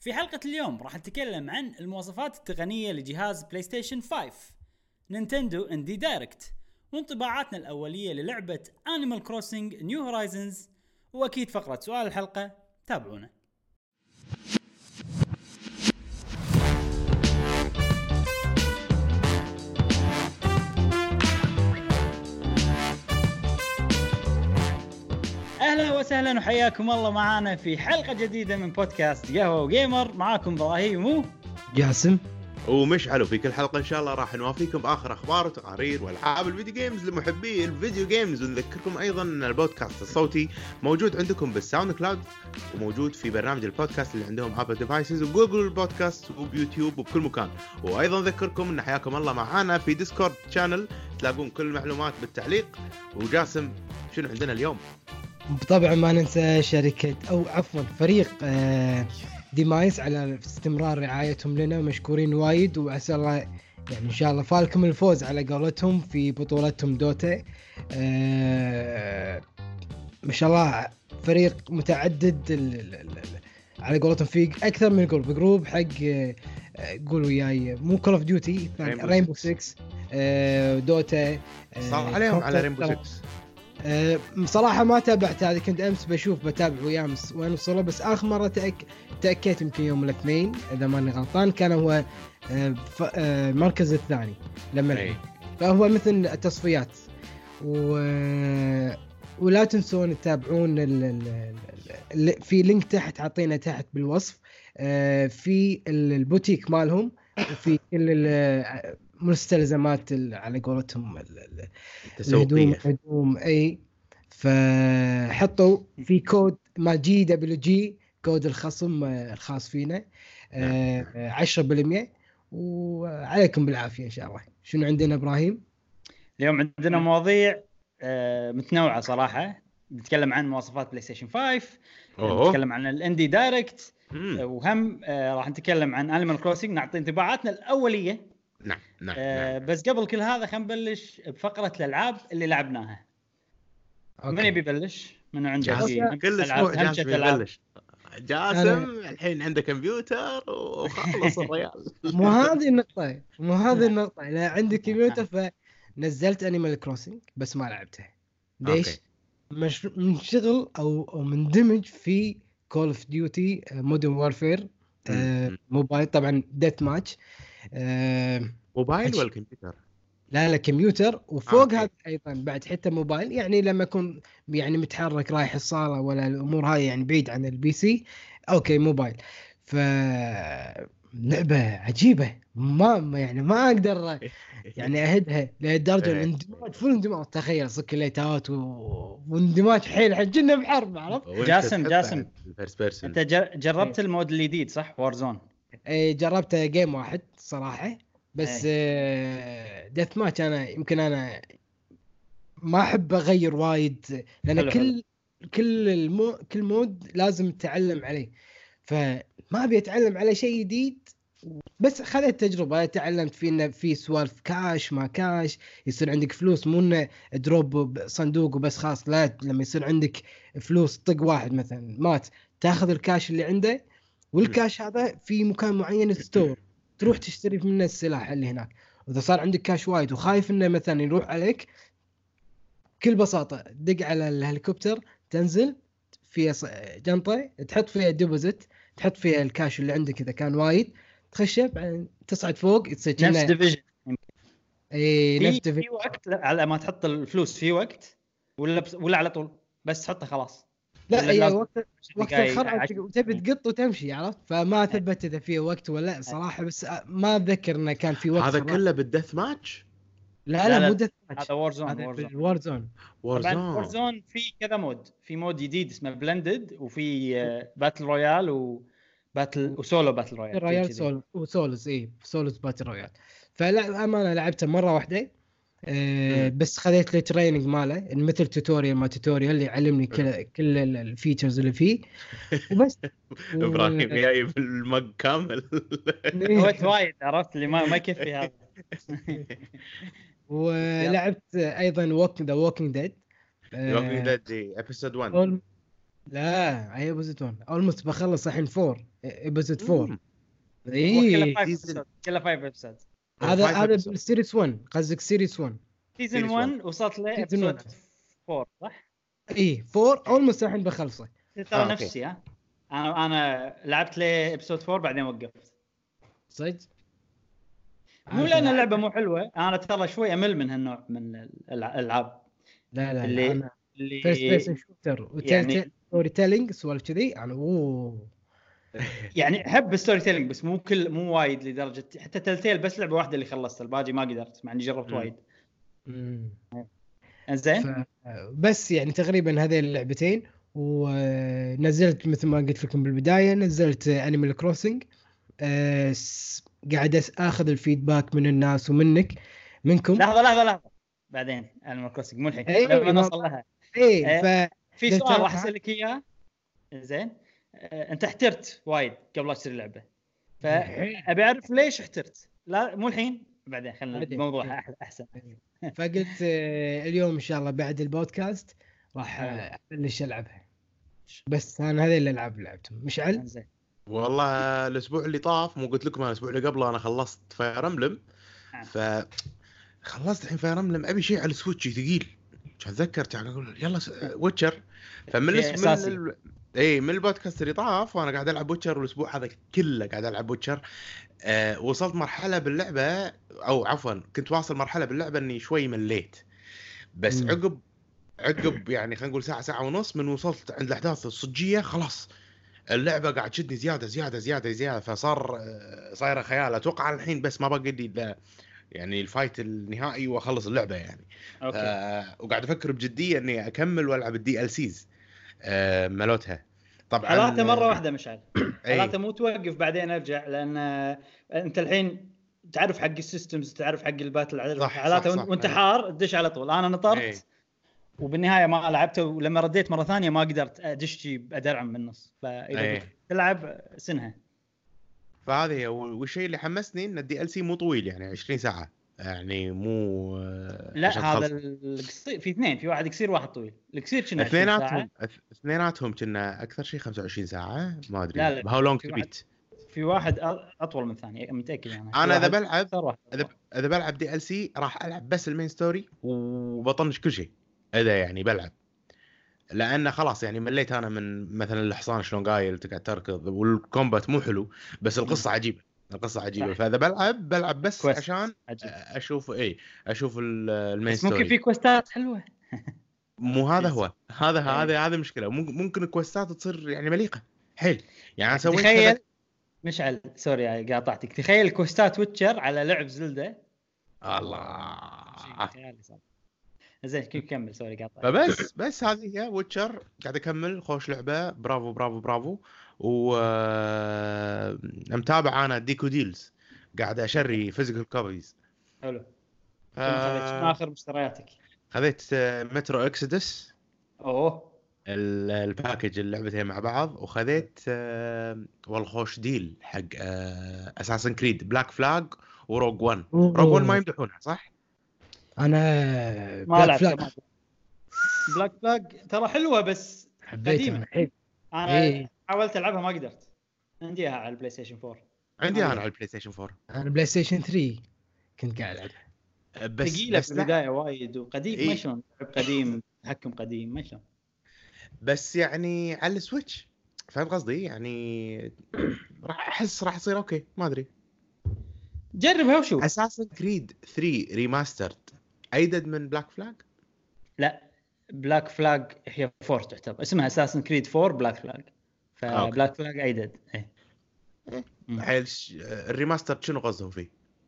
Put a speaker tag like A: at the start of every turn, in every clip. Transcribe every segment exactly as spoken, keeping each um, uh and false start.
A: في حلقة اليوم راح نتكلم عن المواصفات التقنية لجهاز بلاي ستيشن خمسة، نينتندو اندي دايركت، وانطباعاتنا الأولية للعبة Animal Crossing New Horizons، وأكيد فقرة سؤال الحلقة. تابعونا. أهلا وسهلا وحياكم الله معنا في حلقة جديدة من بودكاست قهوة وجيمر. معاكم إبراهيم و
B: جاسم
C: ومشعل، وفي كل حلقة إن شاء الله راح نوافيكم بآخر أخبار وتقارير والعاب الفيديو جيمز لمحبي الفيديو جيمز. ونذكركم أيضا أن البودكاست الصوتي موجود عندكم بالساوند كلاود، وموجود في برنامج البودكاست اللي عندهم أبل ديفايسز وجوجل بودكاست وبيوتيوب وبكل مكان. وأيضا ذكركم أن حياكم الله معانا في ديسكورد شانل، تلاقون كل المعلومات بالتعليق. وجاسم، شنو عندنا اليوم؟
B: طبعا ما ننسى شركة أو عفوا فريق ديمايس على استمرار رعايتهم لنا، مشكورين وايد، وعسى الله يعني إن شاء الله فالكم الفوز على قولتهم في بطولتهم دوتا. ما شاء الله فريق متعدد على قولتهم، في أكثر من جروب جروب حق قولوا وياي مو كول اوف ديوتي، رينبو سيكس، دوتا،
C: صار عليهم على رينبو سيكس.
B: أه صراحة ما تابعت هذه، كنت أمس بشوف بتابع وياه وين وصلوا، بس آخر مرة تأك... تأكدت يمكن يوم الاثنين إذا ماني غلطان كان هو أه ف... أه المركز الثاني لما لعب، فهو مثل التصفيات. و... ولا تنسون تتابعون ال... ال... ال... في لينك تحت عطينا تحت بالوصف أه في البوتيك مالهم، وفي كل ال... مستلزمات على قولتهم الهدوم هدوم اي، فحطوا في كود ما جي دبليو جي كود الخصم الخاص فينا عشرة بالمية، وعليكم بالعافية ان شاء الله. شنو عندنا ابراهيم
A: اليوم؟ عندنا مواضيع متنوعة صراحة. نتكلم عن مواصفات بلاي ستيشن خمسة، أوه. نتكلم عن الاندي دايركت، وهم راح نتكلم عن Animal Crossing، نعطي انطباعاتنا الأولية.
C: نعم نعم,
A: آه
C: نعم.
A: بس قبل كل هذا خلينا نبلش بفقرة الألعاب اللي لعبناها. من يبي يبلش؟ منو عنده
C: جاسم؟ كل اسبوع جاسم يبلش. جاسم الحين عنده كمبيوتر وخلص الريال.
B: مو هذه النقطة مو هذه النقطة أنا عندي كمبيوتر فنزلت أنيمال كروسنج بس ما لعبتها. ليش؟ مش من شغل أو أو مندمج في كول اوف ديوتي مودرن وارفير موبايل، طبعا ديث ماتش.
C: أه موبايل ولا كمبيوتر؟
B: لا لا كمبيوتر، وفوق هذا ايضا بعد حتى موبايل، يعني لما اكون يعني متحرك رايح الصاله ولا الامور هاي يعني بعيد عن البي سي اوكي موبايل. ف لعبه عجيبه، ما يعني ما اقدر يعني اهدها لدرجه الاندماج فل اندماج. تخيل سكليتات واندماج حيل حجنا بحرب. عرفت
A: جاسم؟ جاسم انت جربت المود الجديد صح؟ وارزون؟
B: اي جربته جيم واحد صراحه، بس ديث ماتش انا يمكن انا ما احب اغير وايد، لان كل كل المو كل مود لازم تتعلم عليه، فما ابي اتعلم على شيء جديد. بس خذت تجربه، تعلمت في انه في سوالف كاش ما كاش، يصير عندك فلوس مو انه دروب صندوق وبس خاص، لا لما يصير عندك فلوس طق واحد مثلا مات تاخذ الكاش اللي عنده، والكاش هذا في مكان معين ستور تروح تشتري منه السلاح اللي هناك. واذا صار عندك كاش وايد وخايف انه مثلا يروح عليك، بكل بساطه دق على الهليكوبتر، تنزل فيها جنطه تحط فيها ديبوزيت، تحط فيها الكاش اللي عندك اذا كان وايد، تخشه بعدين تصعد فوق تصير
A: نفس ديفيجن.
B: اي نفس
A: في وقت على ما تحط الفلوس، في وقت ولا بس ولا على طول بس تحطها خلاص؟
B: لا اي وقت وقت الخرعه تبي تقط وتمشي، عرفت؟ فما ثبت اذا فيه وقت ولا صراحه، بس ما اتذكر انه كان في وقت.
C: هذا كله بالديث ماتش؟
B: لا لا, لا مو ديث
A: ماتش، هذا وارزون.
B: هذا وارزون.
A: طبعا وارزون في كذا مود، في مود جديد اسمه بلندد، وفي باتل رويال وباتل وسولو باتل رويال.
B: رويال سولو وسولوز اي سولوز باتل رويال. فلا امانه لعبته مره واحده أه بس خذيت لي تريننج ماله مثل توتوريال ما توتوريال اللي يعلمني كل كل الفيتشرز اللي فيه وبس.
C: ابراهيم جايب المج كامل
A: هو وايد، عرفت اللي ما ما يكفي هذا.
B: ولعبت ايضا ووكينج ذا ووكينج ديد
C: ووكينج ديد ابيسود واحد
B: لا هي ابيسود واحد اولموست بخلص الحين أربعة ابيسود أربعة.
C: مم.
A: وكله
B: اي
A: فايف
C: season-
A: episodes. كله فايف episodes.
B: هذا
C: five
B: هذا
C: episodes.
B: بالسيريس واحد، قصدك سيريس واحد؟
A: سيزون
C: Series
A: واحد وصلت له
B: Season
A: ابسود
B: one.
A: أربعة صح؟
B: اي أربعة اولموست الحين بخلصه.
A: ترى
C: آه، أوكي.
A: نفسي ها انا انا لعبت له ابسود أربعة بعدين وقفت.
B: صدق
A: مو لان اللعبه مو حلوه، انا ترى شوي امل من هالنوع من الالعاب
B: لا لا
A: اللي
B: انا
A: اللي
B: فيرست بيرسون شوتر
A: يعني-
B: وتيل ستوري تيلينج سوالف كذي انا اوه
A: يعني احب الستوري تيلينج بس مو كل مو وايد لدرجه حتى تلتيل بس لعبه واحده اللي خلصتها، الباقي ما قدرت مع اني جربت
C: مم.
A: وايد.
B: مم.
A: زين
B: ف... بس يعني تقريبا هذه اللعبتين. ونزلت مثل ما قلت لكم بالبدايه نزلت انيمال كروسنج. أه س- قاعد أس- اخذ الفيدباك من الناس ومنك منكم.
A: لحظه لحظه لحظه بعدين انا كروسنج مو الحين
B: إيه،
A: لما
B: ما-
A: نوصل لها.
B: ايه
A: إيه،
B: ف
A: في
B: قلت
A: سؤال راح
B: أروح-
A: اسالك اياه. زين آه، انت احترت وايد قبل لا تشتري اللعبه، فابي اعرف ليش احترت. لا مو الحين بعدين، خلينا
B: بعدين.
A: الموضوع أح- احسن.
B: فقلت آه، اليوم ان شاء الله بعد البودكاست راح
A: حلو.
B: آه، ابلش العبها. بس انا هذه الالعاب اللي لعبتهم. مشعل
A: زين
C: والله الاسبوع اللي طاف مو قلت لكم انا الاسبوع اللي قبله انا خلصت فاير امبلم.
A: نعم.
C: ف خلصت الحين فاير امبلم ابي شيء على السويتش ثقيل. اتذكر تعال اقول يلا ويتشر. فمن
A: شيء
C: الاسم
A: أساسي.
C: من ال... اي من البودكاست اللي طاف وانا قاعد العب ويتشر، والاسبوع هذا كله قاعد العب ويتشر. أه وصلت مرحله باللعبه، او عفوا كنت واصل مرحله باللعبه اني شوي مليت. بس
B: مم.
C: عقب عقب يعني خلينا نقول ساعه ساعه ونص من وصلت عند الاحداث الصجيه خلاص اللعبه قاعد تشدني زياده زياده زياده زياده. فصار آه، صايره خيال. اتوقع الحين بس ما بقى لي إلا يعني الفايت النهائي واخلص اللعبه يعني.
A: اوكي
C: آه وقاعد افكر بجديه اني اكمل والعب الدي ال سيز آه مالتها طبعا.
A: حالاته مره واحده مشعل.
C: أي.
A: حالاته مو توقف بعدين ارجع، لان آه، انت الحين تعرف حق السيستمز، تعرف حق الباتل،
C: صح،
A: حالاته
C: صح،
A: وانت-
C: صح.
A: وانت
C: أي.
A: حار تدش على طول. انا
C: أي.
A: نطرت وبالنهايه ما لعبته، ولما رديت مره ثانيه ما قدرت ادش ادرعم بالنص. فاذا
C: أي.
A: قلت تلعب سنها.
C: فهذه هي. والشيء اللي حمسني ان الدي ال سي مو طويل يعني عشرين ساعه يعني مو آه،
A: لا
C: عشان
A: هذا
C: تخلص.
A: القصير في اثنين، في واحد قصير واحد طويل. القصير كنا عشرين ساعه.
C: اثنيناتهم اث- اثنيناتهم كنا اكثر شيء خمسة وعشرين ساعه ما ادري.
A: لا، لا.
C: هاو لونج
A: في
C: تو
A: واحد-
C: بيت.
A: في واحد أ- اطول من الثاني متاكد يعني. في
C: انا اذا
A: واحد
C: بلعب
A: أكثر، واحد
C: اذا
A: أطول.
C: اذا بلعب دي ال سي راح العب بس المين ستوري وبطنش كل شيء اذا يعني بلعب، لان خلاص يعني مليت انا من مثلا الحصان شلون قايل تقعد تركض والكومبات مو حلو، بس القصه عجيبه. القصه عجيبه.
A: صح.
C: فاذا بلعب بلعب بس
A: كويست
C: عشان
A: عجيب.
C: اشوف اي اشوف ال- المين
A: بس ممكن
C: ستوري.
A: في كوستات حلوه.
C: مو هذا
A: في-
C: هو هذا
A: إيه.
C: هذا هذا مشكله. ممكن ممكن الكوستات تصير يعني مليقه حيل. يعني انا سويت
A: تخيل
C: كذا-
A: مشعل سوري يعني قاطعتك. تخيل كوستات ويتشر على لعب زلدة.
C: الله.
A: خيالي صار. زين كيف كمل سوري قاطع.
C: فبس بس هذه هي ويتشر. قاعد اكمل خوش لعبه. برافو برافو برافو. و آه، متابع انا ديكو ديلز. قاعد اشري فيزيكال كوبيز.
A: حلو.
C: ف...
A: شنو خذيت؟ شنو اخر مشترياتك؟
C: خذيت آه، مترو اكسدس
A: اوه
C: ال- الباكج اللعبتين مع بعض. وخذيت آه، والله خوش ديل حق اساسن كريد بلاك فلاج وروج ون.
B: أوه.
C: روج ون ما يمدحونها صح؟
B: انا
A: ما
B: بلاك
A: لعبت
B: فلاج
A: بلاك فلاج ترى حلوه بس
B: حبيتها
A: قديمة.
B: انا حيل.
A: انا
B: إيه.
A: حاولت العبها ما قدرت. عندي اياها على البلاي ستيشن فور.
C: عندي
A: ما
C: انا على البلاي ستيشن فور.
B: انا بلاي ستيشن ثري كنت قاعد العبها.
C: آه، بس
A: ثقيله
C: بس
A: في
C: لا.
A: البدايه وايد وقديم.
C: إيه.
A: ما شلون لعب قديم تحكم قديم ما شلون.
C: بس يعني على السويتش فاهم قصدي يعني راح احس راح يصير اوكي ما ادري.
A: جربها وشوف.
C: اساسن كريد ثري ريماسترد ايدد من بلاك فلاج.
A: لا بلاك فلاج هي فور تعتبر اسمها اساسن كريد فور بلاك فلاج. فبلاك فلاج ايدد. ايه مم.
C: حيل ش- الريماستر شنو قصدهم فيه؟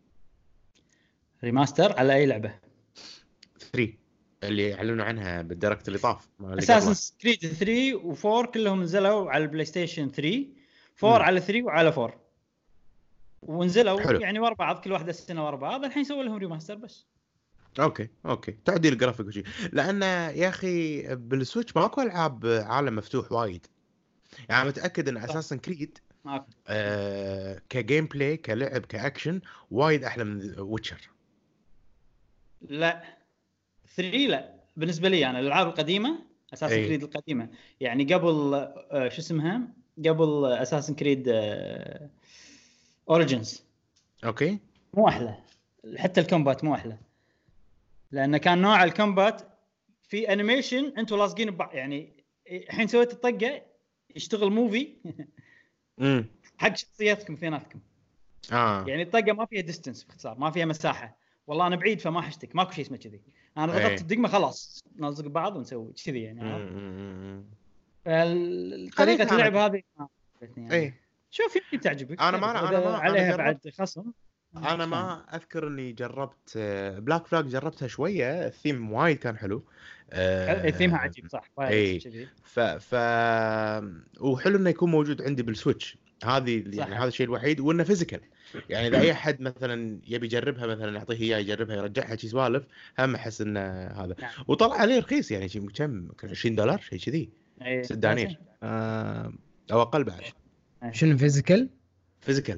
A: ريماستر على اي لعبه؟
C: ثري اللي اعلنوا عنها بالدايركت اللي طاف مال اللي قبله.
A: اساسن كريد ثري و4 كلهم نزلوا على البلاي ستيشن ثري. فور
C: مم.
A: على ثري وعلى فور ونزلوا
C: حلو.
A: يعني ورا بعض كل واحده السنه ورا بعض. الحين سووا لهم ريماستر بس.
C: اوكي اوكي تعديل الجرافيك وشي. لان يا اخي بالسويتش ماكو العاب عالم مفتوح وايد. يعني متاكد ان اساسن كريد
A: ماكو.
C: آه كجيم بلاي كلعب كاكشن وايد احلى من ويتشر.
A: لا ثري لا بالنسبه لي انا الالعاب القديمه اساسن
C: أي.
A: كريد القديمه يعني قبل آه شو اسمها قبل اساسن كريد آه اوريجينز
C: اوكي
A: مو احلى حتى الكومبات مو احلى لانه كان نوع الكومبات في انيميشن انتم لاصقين ببعض يعني الحين سويت الطقه يشتغل موفي
C: امم
A: حق شخصياتكم اثنيناتكم
C: اه
A: يعني الطقه ما فيها ديستنس باختصار ما فيها مساحه والله انا بعيد فما حشتك ماكو شيء اسمه كذي انا
C: أي.
A: ضغطت الدقمه خلاص نلصق ببعض ونسوي كذي يعني عرفت
C: امم
A: طريقه
C: خليتها
A: اللعب
C: أنا-
A: هذه ما عجبتني يعني.
C: اي
A: شوف يمكن تعجبك
C: انا ما انا
A: إذا
C: ما انا
A: عليها
C: جربت
A: بعد خصم
C: انا ما اذكر اني جربت بلاك فلاج جربتها شويه الثيم وايد كان حلو آه،
A: ثيمها عجيب صح
C: اي
A: كذي
C: ف ف وحلو انه يكون موجود عندي بالسويتش هذه
A: صح.
C: يعني هذا الشيء الوحيد وانه فيزيكال يعني اذا اي احد مثلا يبي يجربها مثلا نعطيه اياه يجربها يرجعها شي سوالف هم احس انه هذا
A: نعم.
C: وطلع عليه رخيص يعني شيء كم عشرين دولار شيء كذي
A: أي.
C: ست دنانير آه، او اقل بعد
B: شنو فيزيكال؟
C: فيزيكال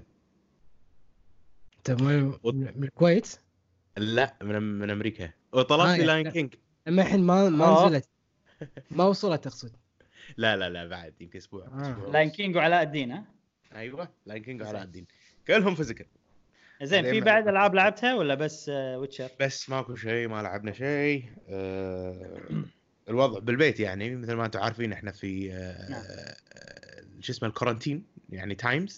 B: طب من من الكويت؟
C: لا من من امريكا وطلبت
B: آه،
C: لي
B: يعني
C: لاين
B: لا.
C: كينج
B: اما الحين ما ما
A: آه.
B: نزلت ما وصلت اقصد.
C: لا لا لا بعد يمكن اسبوع
B: آه.
C: اسبوع
A: لاين
C: ونص.
A: كينج وعلاء الدين ها
C: ايوه لاين كينج
A: زين.
C: وعلاء الدين كلهم فيزيكال
A: زين في
C: بعدين
A: بعد
C: ما-
A: العاب لعبتها ولا بس ويتشر
C: بس ماكو شيء ما لعبنا شيء أه الوضع بالبيت يعني مثل ما انتم عارفين احنا في أه
A: نعم.
C: أه شو اسمه الكورنتين يعني تايمز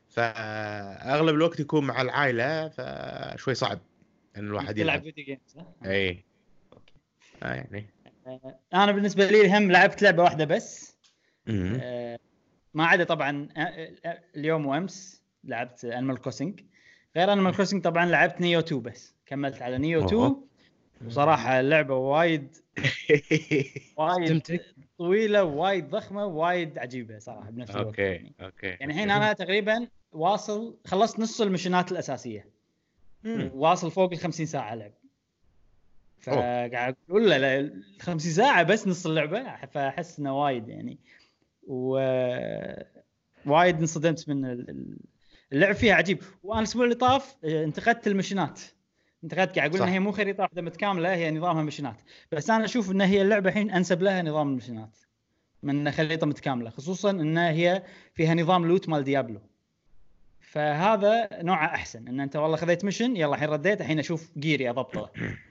C: فاغلب الوقت يكون مع العائله فشوي صعب ان الواحد
A: تلعب
C: يلعب
A: فيديو جيمز ها
C: اي آه يعني
A: آه، انا بالنسبه لي هم لعبت لعبه واحده بس
C: مم.
A: آه، ما عدا طبعا آه، آه، اليوم وامس لعبت انيمال كروسنج غير انيمال كروسنج طبعا لعبت نيو تو بس كملت على نيو
C: أوه.
A: تو وصراحه اللعبه وايد وايد
B: استمتع.
A: طويله وايد ضخمه وايد عجيبه صراحه بنفس الوقت
C: اوكي
A: يعني
C: اوكي
A: يعني الحين انا تقريبا واصل خلصت نص المشينات الاساسيه
C: مم.
A: واصل فوق ال خمسين ساعه لعب
C: أوه.
A: فقاعد اقول لا لا خمسين ساعه بس نص اللعبه فاحس انه وايد يعني و وايد انصدمت من ال- ال- اللعب فيها عجيب وانا الاسبوع اللي طاف آه، انتقدت المشينات انتقدت قاعد اقول
C: صح.
A: انها هي مو خريطه واحده متكامله هي نظامها مشينات بس انا اشوف ان هي اللعبه الحين انسب لها نظام المشينات من خريطه متكامله خصوصا ان هي فيها نظام لوت مال ديابلو فهذا نوعه احسن ان انت والله خذيت مشن يلا الحين رديت الحين اشوف جيري اضبطه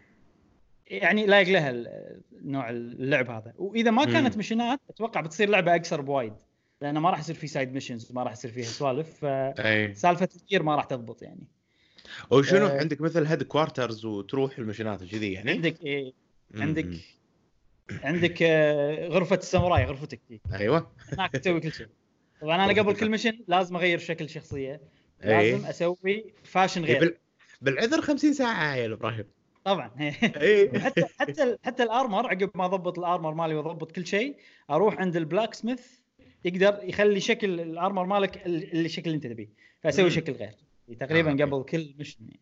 A: يعني لايق لها ال- نوع اللعب هذا واذا ما كانت
C: مم.
A: مشينات اتوقع بتصير لعبه اقصر بوايد لانه ما راح يصير في سايد ميشنز ما راح يصير فيها سوالف
C: اي
A: فسالفه الجير ما راح تضبط يعني
C: وشنو
A: آه،
C: عندك مثل هيد كوارترز وتروح المشينات وكذي يعني
A: عندك إيه
C: مم.
A: عندك عندك آه، غرفه الساموراي غرفتك دي
C: ايوه
A: هناك تسوي كل شيء طبعا انا قبل كل ميشن لازم اغير شكل شخصيه
C: إيه.
A: لازم اسوي فاشن
C: إيه
A: غير
C: بال... بالعذر خمسين ساعه يا ابراهيم
A: طبعا
C: اي
A: حتى حتى حتى الارمر عقب ما اضبط الارمر مالي واضبط كل شيء اروح عند البلاك سميث يقدر يخلي شكل الارمر مالك ال- الشكل اللي انت تبيه فاسوي
C: مم.
A: شكل غير تقريبا
C: آه، أوكي.
A: قبل كل مشن يعني.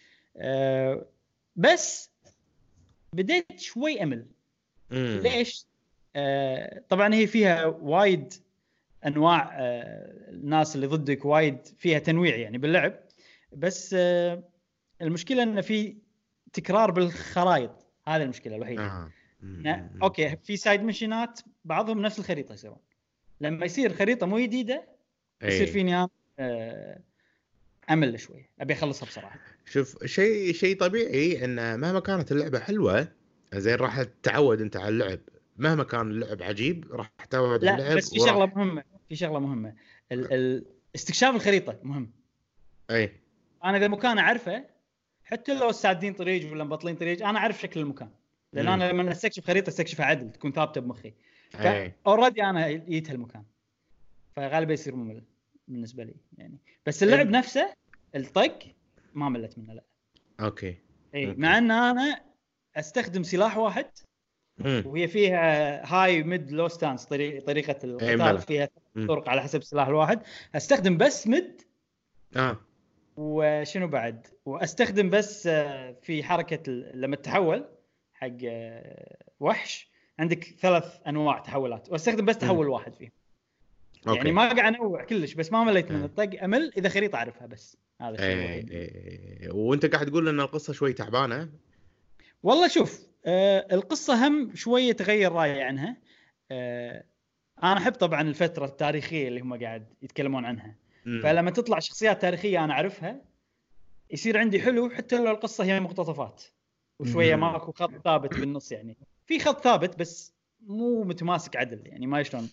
A: أه بس بديت شوي امل
C: مم.
A: ليش أه طبعا هي فيها وايد انواع أه الناس اللي ضدك وايد فيها تنويع يعني باللعب بس أه المشكله ان في تكرار بالخرائط هذه المشكله الوحيده
C: آه. مم.
A: نا- اوكي في سايد مشينات بعضهم نفس الخريطه يسوون لما يصير خريطه مو جديده يصير
C: إيه.
A: فيني أنا، آه، امل شوي ابي اخلصها بصراحه
C: شوف شيء شيء طبيعي ان مهما كانت اللعبه حلوه زين راح تتعود انت على اللعب مهما كان اللعب عجيب راح تتعود على
A: لا
C: اللعب
A: بس في شغله مهمه في شغله مهمه ال- ال- استكشاف الخريطه مهم
C: اي
A: انا اذا مكان اعرفه حتى لو سادين طريق ولا مبطلين طريق انا اعرف شكل المكان لان
C: مم.
A: انا لما استكشف خريطه استكشفها عدل تكون ثابته بمخي
C: اي
A: اوريدي انا جيت هالمكان فغالبا يصير ممل بالنسبه لي يعني بس اللعب
C: إيه.
A: نفسه الطق ما ملت منه لا
C: اوكي
A: اي
C: أوكي.
A: مع ان انا استخدم سلاح واحد
C: مم.
A: وهي فيها هاي ميد لو ستانس طريقه طريقه
C: إيه،
A: القتال
C: ملك.
A: فيها
C: مم.
A: طرق على حسب السلاح الواحد استخدم بس ميد
C: اه
A: وشنو بعد واستخدم بس آه، في حركه ال- لما تتحول حق آه، وحش عندك ثلاث انواع تحولات واستخدم بس تحول واحد فيهم
C: اوكي
A: يعني ما قاعد انوع كلش بس ما مليت من
C: إيه.
A: الطق امل اذا خريطه اعرفها بس هذا الشيء
C: اي
A: الوحيد.
C: اي وانت قاعد تقول ان القصه شوي تعبانه
A: والله شوف آه القصه هم شويه تغير رايي عنها آه انا احب طبعا الفتره التاريخيه اللي هم قاعد يتكلمون عنها.
C: مم.
A: فلما تطلع شخصيات تاريخيه انا اعرفها يصير عندي حلو، حتى لو القصه هي مقتطفات وشويه
C: مم.
A: ماكو خط ثابت بالنص. يعني في خط ثابت بس مو متماسك عدل، يعني ما شلون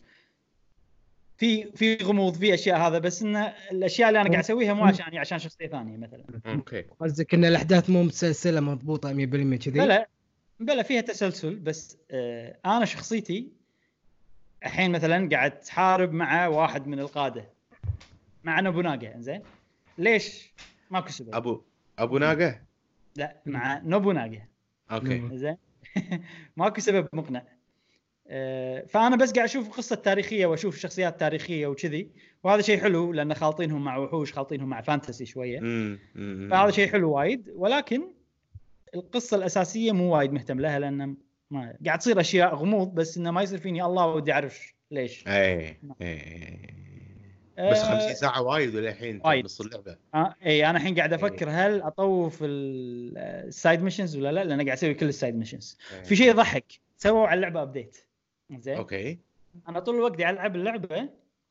A: في في غموض في اشياء هذا، بس ان الاشياء اللي انا قاعد اسويها مو عشان عشان شخصيه ثانيه مثلا.
C: اوكي.
B: قصدك ان الاحداث مو متسلسله مضبوطه مية بالمية كذي؟
A: بلا بلا فيها تسلسل، بس آه انا شخصيتي الحين مثلا قاعد تحارب مع واحد من القاده مع نوبوناغا. انزين ليش؟ ماكو سبب.
C: ابو ابو ناقه.
A: لا مع نوبوناغا.
C: اوكي.
A: زين ماكو سبب مقنع. أه فانا بس قاعد اشوف قصه تاريخيه واشوف شخصيات تاريخيه وكذي، وهذا شيء حلو لان خالطينهم مع وحوش، خالطينهم مع فانتسي شويه.
C: امم
A: فهذا شيء حلو وايد، ولكن القصه الاساسيه مو وايد مهتم لها لان ما قاعد تصير اشياء غموض، بس انه ما يصير فيني الله ودي اعرف ليش.
C: اي اي بس خمسين ساعه وايد ولا الحين
A: وايد.
C: نص اللعبه.
A: اه اي انا الحين قاعد افكر هل اطوف السايد ميشنز ولا لا، لان قاعد اسوي كل السايد ميشنز. في شيء يضحك، سووا على اللعبه ابديت. زين
C: اوكي.
A: انا طول الوقت قاعد العب اللعبه،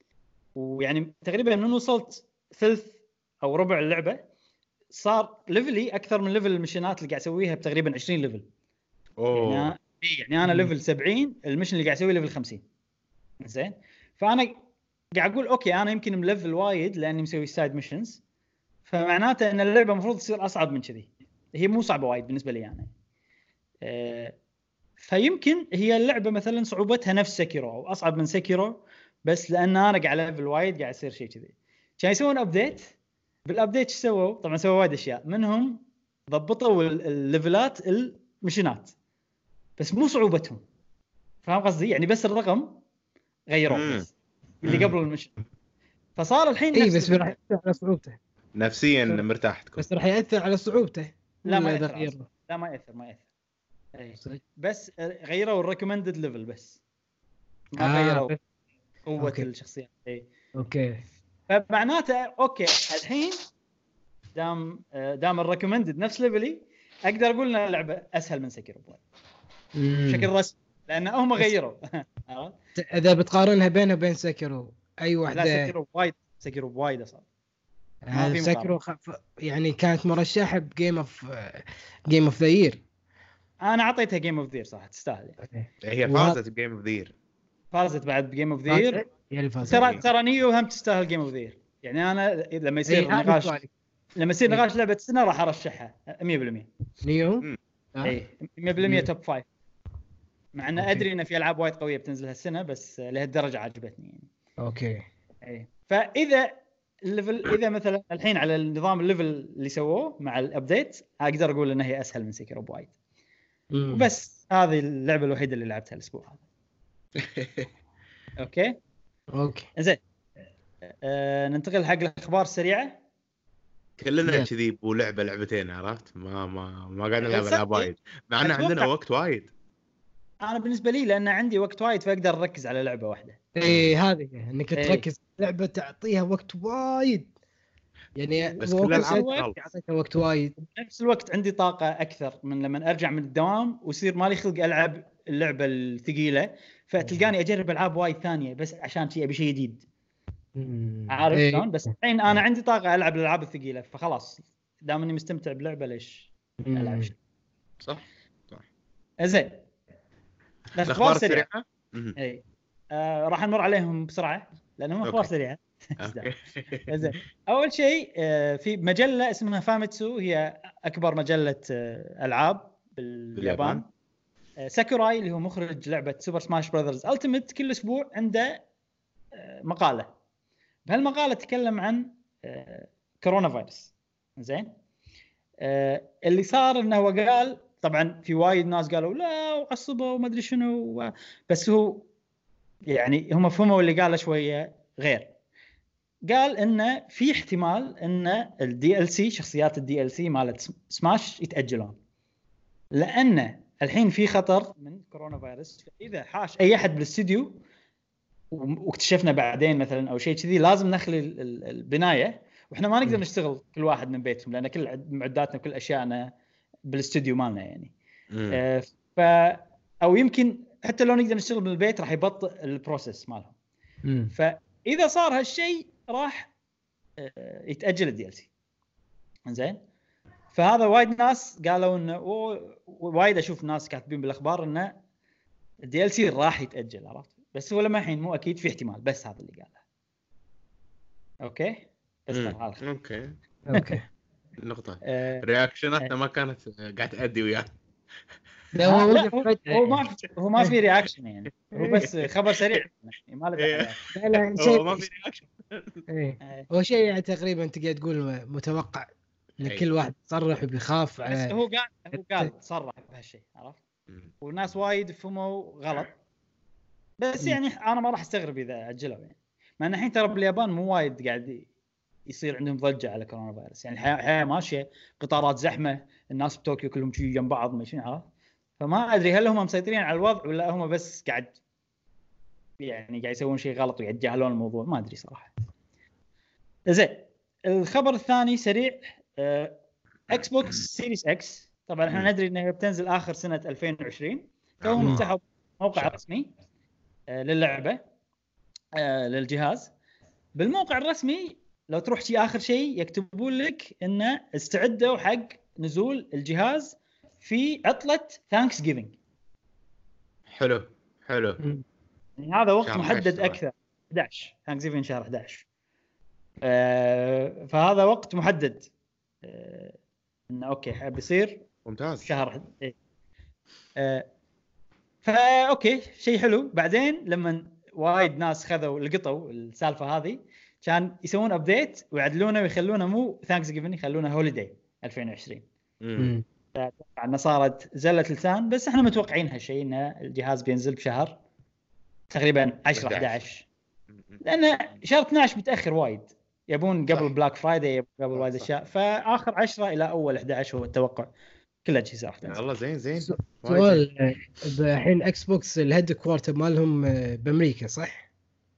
A: ويعني تقريبا من وصلت ثلث او ربع اللعبه صار ليفلي اكثر من ليفل المشينات اللي قاعد اسويها بتقريبا عشرين ليفل.
C: اوه
A: يعني أنا... يعني انا ليفل سبعين، المشن اللي قاعد اسويه ليفل خمسين. زين فانا قاعد اقول اوكي انا يمكن مليفل وايد لاني مسوي سايد ميشنز، فمعناته ان اللعبه المفروض تصير اصعب من كذي. هي مو صعبه وايد بالنسبه لي يعني. أه فيمكن هي اللعبه مثلا صعوبتها نفس سكيرو او اصعب من سكيرو، بس لان انا قاعد ليفل وايد قاعد يصير شيء كذي. كان يسوون ابديت، بالابديت ايش سووا؟ طبعا سووا وايد اشياء، منهم ضبطوا الليفلات المشينات بس مو صعوبتهم. فاهم قصدي؟ يعني بس الرقم غيروه بس اللي قبل المشن، فصار الحين
B: اي
A: نفس
B: بس راح ياثر على صعوبته
C: نفسيا مرتاح تكون.
B: بس راح ياثر على صعوبته.
A: لا ما
B: ولا
A: ياثر. لا ما ياثر ما ياثر اي بس غيروا الريكومندد ليفل بس ما
B: آه
A: غيروا
B: بس.
A: قوه
B: أوكي.
A: الشخصيات. اي
B: اوكي
A: فمعناته اوكي الحين دام دام الريكومندد نفس ليفلي اقدر اقول ان اللعبه اسهل من سكيرو بشكل رسمي لان هم غيروا.
B: اذا بتقارنها بينها وبين سكيرو اي واحده؟
A: لا سكيرو وايد، سكيرو وايد اصعب.
B: ما في سكيرو خف... يعني كانت مرشحه بجيم اوف جيم اوف ذا يير.
A: انا اعطيتها جيم اوف ذا يير صح، تستاهل.
C: هي فازت بجيم اوف ذا يير،
A: فازت بعد بجيم اوف ذا يير.
B: ترى
A: ترى ترى نيو هم تستاهل جيم اوف ذا يير. يعني انا لما يصير نقاش لما يصير نقاش لعبه السنه راح ارشحها مية بالمية.
B: نيو
A: اي مية بالمية توب خمسة، مع ان ادري ان في العاب وايد قويه بتنزل هالسنه بس لهالدرجه عجبتني يعني.
B: اوكي
A: اي فاذا الليفل اذا مثلا الحين على النظام الليفل اللي سووه مع الابديت اقدر اقول انها هي اسهل من سيكيرو بوايد. وبس هذه اللعبه الوحيده اللي لعبتها الاسبوع هذا. اوكي
B: اوكي
A: زين أه ننتقل حق الاخبار السريعه.
C: كلنا كذي بو لعبه لعبتين عرفت، ما ما ما قاعد نلعب العاب وايد مع ان عندنا وقت وايد.
A: انا بالنسبه لي لان عندي وقت وايد فاقدر اركز على لعبه واحده.
B: اي هذه انك إيه. تركز لعبه تعطيها وقت وايد يعني،
C: بس كل الالعاب
B: تعطيها وقت وايد.
A: نفس الوقت عندي طاقه اكثر من لما ارجع من الدوام ويصير مالي خلق العب اللعبه الثقيله، فتلقاني اجرب العاب وايد ثانيه بس عشان شيء ابي شيء جديد. عارف شلون؟ إيه. بس الحين انا عندي طاقه العب الالعاب الثقيله، فخلاص دام اني مستمتع بلعبه ليش العب شيء.
C: صح صح
A: زين
C: الاخبار السريعه
A: اي آه راح نمر عليهم بسرعه لانهم اخبار سريعه. زين اول شيء آه في مجله اسمها فاميتسو، هي اكبر مجله آه العاب باليابان. آه ساكوراي اللي هو مخرج لعبه سوبر سماش براذرز التيميت كل اسبوع عنده آه مقاله. بهالمقاله تكلم عن آه كورونا فيروس. زين آه اللي صار انه هو قال طبعا في وايد ناس قالوا لا وعصبوا وما ادري شنو، بس هو يعني هم فهموا اللي قاله شويه غير. قال انه في احتمال ان الدي ال سي شخصيات الدي ال سي مالت سماش يتاجلون لان الحين في خطر من كورونا فيروس، فاذا حاش اي احد بالاستديو واكتشفنا بعدين مثلا او شيء كذي لازم نخلي البنايه واحنا ما نقدر نشتغل كل واحد من بيتهم لان كل معداتنا وكل اشياءنا بالاستوديو مالنا يعني. آه ف او يمكن حتى لو نقدر نشتغل من البيت راح يبطئ البروسيس مالهم.
B: مم.
A: فاذا صار هالشيء راح يتاجل الدي ال سي. زين فهذا وايد ناس قالوا انه وايد اشوف ناس كاتبين بالاخبار انه الدي ال سي راح يتاجل، عرفت؟ بس هو لما الحين مو اكيد، في احتمال، بس هذا اللي قاله. اوكي بس هذا
C: اوكي
B: اوكي
C: النقطه
A: آه،
C: رياكشناتنا ما كانت قاعد تأدي وياه.
B: لا هو
A: لا
B: وقف
A: هو,
B: فجأة.
A: هو ما في هو ما في رياكشن يعني، هو بس خبر سريع يعني ما له
C: إيه.
A: داعي.
B: لا لا
C: هو
B: شيء
C: ما في رياكشن.
B: إيه.
A: آه،
B: هو شيء يعني تقريبا تقدر تقول متوقع ان
C: أي.
B: كل واحد يصرح وبيخاف
A: بس
B: على
A: هو قال هو قال صرح بهالشيء، عرفت؟
C: مم.
A: والناس وايد فهموا غلط. بس
B: مم.
A: يعني انا ما راح استغرب اذا اجلوا يعني، مع ان الحين ترى باليابان مو وايد قاعد يصير عندهم ضجه على كورونا فيروس، يعني الحياه الحياه ماشيه، قطارات زحمه، الناس بطوكيو كلهم شي جنب بعض ماشيين، عرفت؟ فما ادري هل هم مسيطرين على الوضع ولا هم بس قاعد يعني قاعد يسوون شيء غلط وقاعد يتجاهلون الموضوع، ما ادري صراحه. زين الخبر الثاني سريع، آه، اكس بوكس سيريس اكس. طبعا احنا
C: مم.
A: ندري انها بتنزل اخر سنه ألفين وعشرين. توهم
C: آه.
A: فتحوا موقع
C: شهر.
A: رسمي آه، للعبه آه، للجهاز. بالموقع الرسمي لو تروح شيء اخر شيء يكتبون لك انه استعدوا حق نزول الجهاز في عطله ثانكس جيفينج.
C: حلو حلو.
B: مم.
A: يعني هذا وقت
C: شهر
A: محدد
C: عشرة.
A: اكثر، أحد عشر ثانكس جيفينج شهر أحد عشر. آه، فهذا وقت محدد آه، انه اوكي بيصير
C: ممتاز.
A: شهر إيه. آه، فا اوكي شيء حلو. بعدين لما وايد ناس خذوا لقطوا السالفه هذه كان يسوون ابديت ويعدلونه ويخلونه مو ثانكس جيفن، يخلونه هوليداي ألفين وعشرين.
C: مم.
A: اتوقع انه صارت زله لسان، بس احنا متوقعين هالشيء ان الجهاز بينزل بشهر تقريبا عشرة أحد عشر، لان شهر اثنا عشر متاخر وايد، يبون قبل
C: صح.
A: بلاك فرايداي، قبل
C: صح،
A: وايد
C: صح.
A: اشياء. فاخر عشرة الى اول أحد عشر هو التوقع كل اجهزه راح تنزل.
C: والله زين زين.
B: س-
C: وايد زين.
B: سؤال آه، الحين اكس بوكس الهيد كوارتر مالهم آه، بامريكا صح؟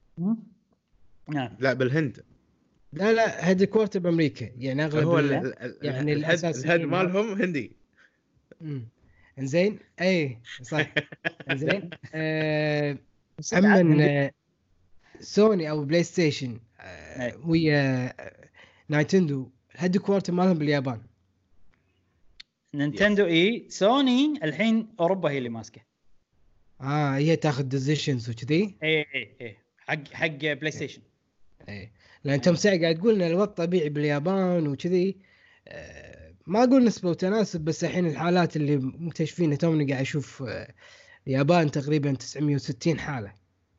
A: نعم
C: لا بالهند.
B: لا لا هيد كوارتر بامريكا يعني اغلب
C: هو
B: ال-
C: ال- ال-
B: يعني
C: الهد
B: الاساسيين
C: الهد مالهم هندي.
B: امم انزين اي صح. انزين آه،
A: صدق
B: اما
A: عاد
B: إن،
A: عندي-
B: آه، سوني او بلاي ستيشن آه،
A: أي.
B: ويا آه، نايتندو الهيد كوارتر مالهم باليابان.
A: نينتندو اي سوني الحين اوروبا هي اللي ماسكه.
B: اه هي تاخذ ديسيشنز وكذي.
A: اي اي اي حق حق بلاي ستيشن.
B: اي لان توم ساعي قاعد تقول ان الوضع طبيعي باليابان وكذي. آه، ما اقول نسبه وتناسب، بس الحين الحالات اللي مكتشفينها تومني قاعد اشوف آه، اليابان تقريبا تسعمية وستين حاله.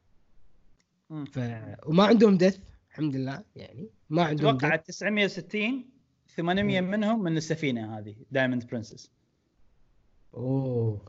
A: مم.
B: ف وما عندهم دث الحمد لله، يعني ما عندهم
A: اتوقع
B: دث.
A: تسعمية وستين ثمانمية منهم من السفينه هذه دايموند برنسس،
B: اوه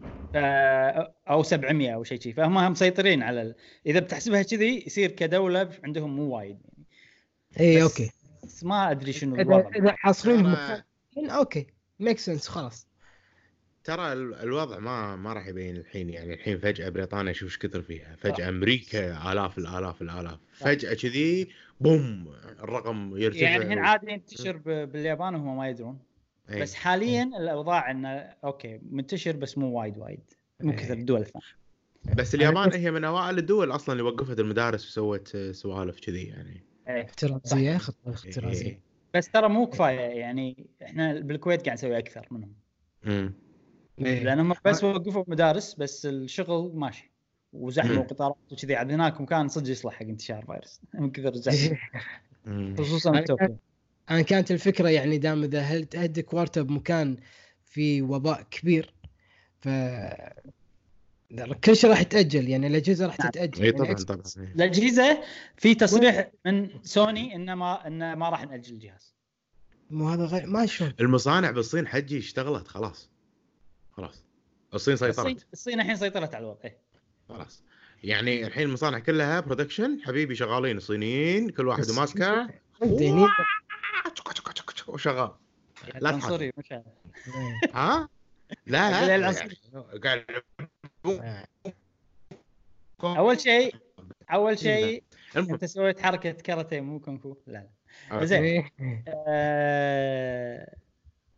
A: او سبعمية او شيء شيء. فهم هم مسيطرين على ال... اذا بتحسبها كذي يصير كدوله عندهم مو وايد يعني.
B: اي
A: بس-
B: اوكي.
A: بس ما ادري شنو
B: اذا
A: الوضع.
B: اذا حاصرين
C: ترى-
B: مكان اوكي ميك سنس خلاص.
C: ترى ال- الوضع ما ما راح يبين الحين، يعني الحين فجأة بريطانيا شوف ايش كثر فيها، فجأة امريكا آلاف الالاف الالاف، فجأة كذي بوم الرقم يرتفع.
A: يعني الحين عادي ينتشر ب- باليابان وهم ما يدرون.
C: إيه.
A: بس حاليا الاوضاع انه اوكي منتشر بس مو وايد وايد، مو كثر
B: إيه.
A: الدول الثانيه.
C: بس اليابان هي من اوائل الدول اصلا اللي وقفت المدارس وسوت آه، سوالف كذي يعني.
A: إيه.
B: احترازيه خطه
C: إيه.
B: احترازيه.
A: بس ترى مو كفايه، يعني احنا بالكويت قاعد نسوي اكثر منهم،
C: امم
B: إيه.
A: لانهم بس وقفوا مدارس بس الشغل ماشي وزحمه
C: مم.
A: وقطارات وكذي. عاد هناك مكان صدق يصلح حق انتشار فيروس من كثر الزحمه،
C: أمم.
A: خصوصا
B: أنا
A: طوكيو.
B: انا كانت الفكره يعني دام اذا هل تهدي كوارتر بمكان في وباء كبير ف كل شيء راح يتاجل، يعني الاجهزه راح
A: نعم.
B: تتاجل.
C: اي
B: يعني
C: طبعا
B: Xbox
C: طبعا. إيه.
A: الاجهزه في تصريح من سوني انه ما انه ما راح ناجل الجهاز.
B: مو هذا غير ما شلون.
C: المصانع بالصين حجي اشتغلت خلاص، خلاص الصين
A: الصين
C: سيطرت
A: الصين الحين سيطرت على الوضع. إيه.
C: خلاص. يعني الحين المصانع كلها برودكشن حبيبي، شغالين الصينيين كل واحد
B: بس-
C: ماسكه
B: انت هني
C: وشغال. لا
A: عنصري مش عارف.
C: ها لا
A: أقول
C: لا
A: العنصري.
C: قاعد
A: اول شيء اول شيء
C: المهم.
A: انت سويت حركه كاراتيه مو كونغ فو. لا لا
C: أوكي.
A: زين.
B: إيه.
A: آه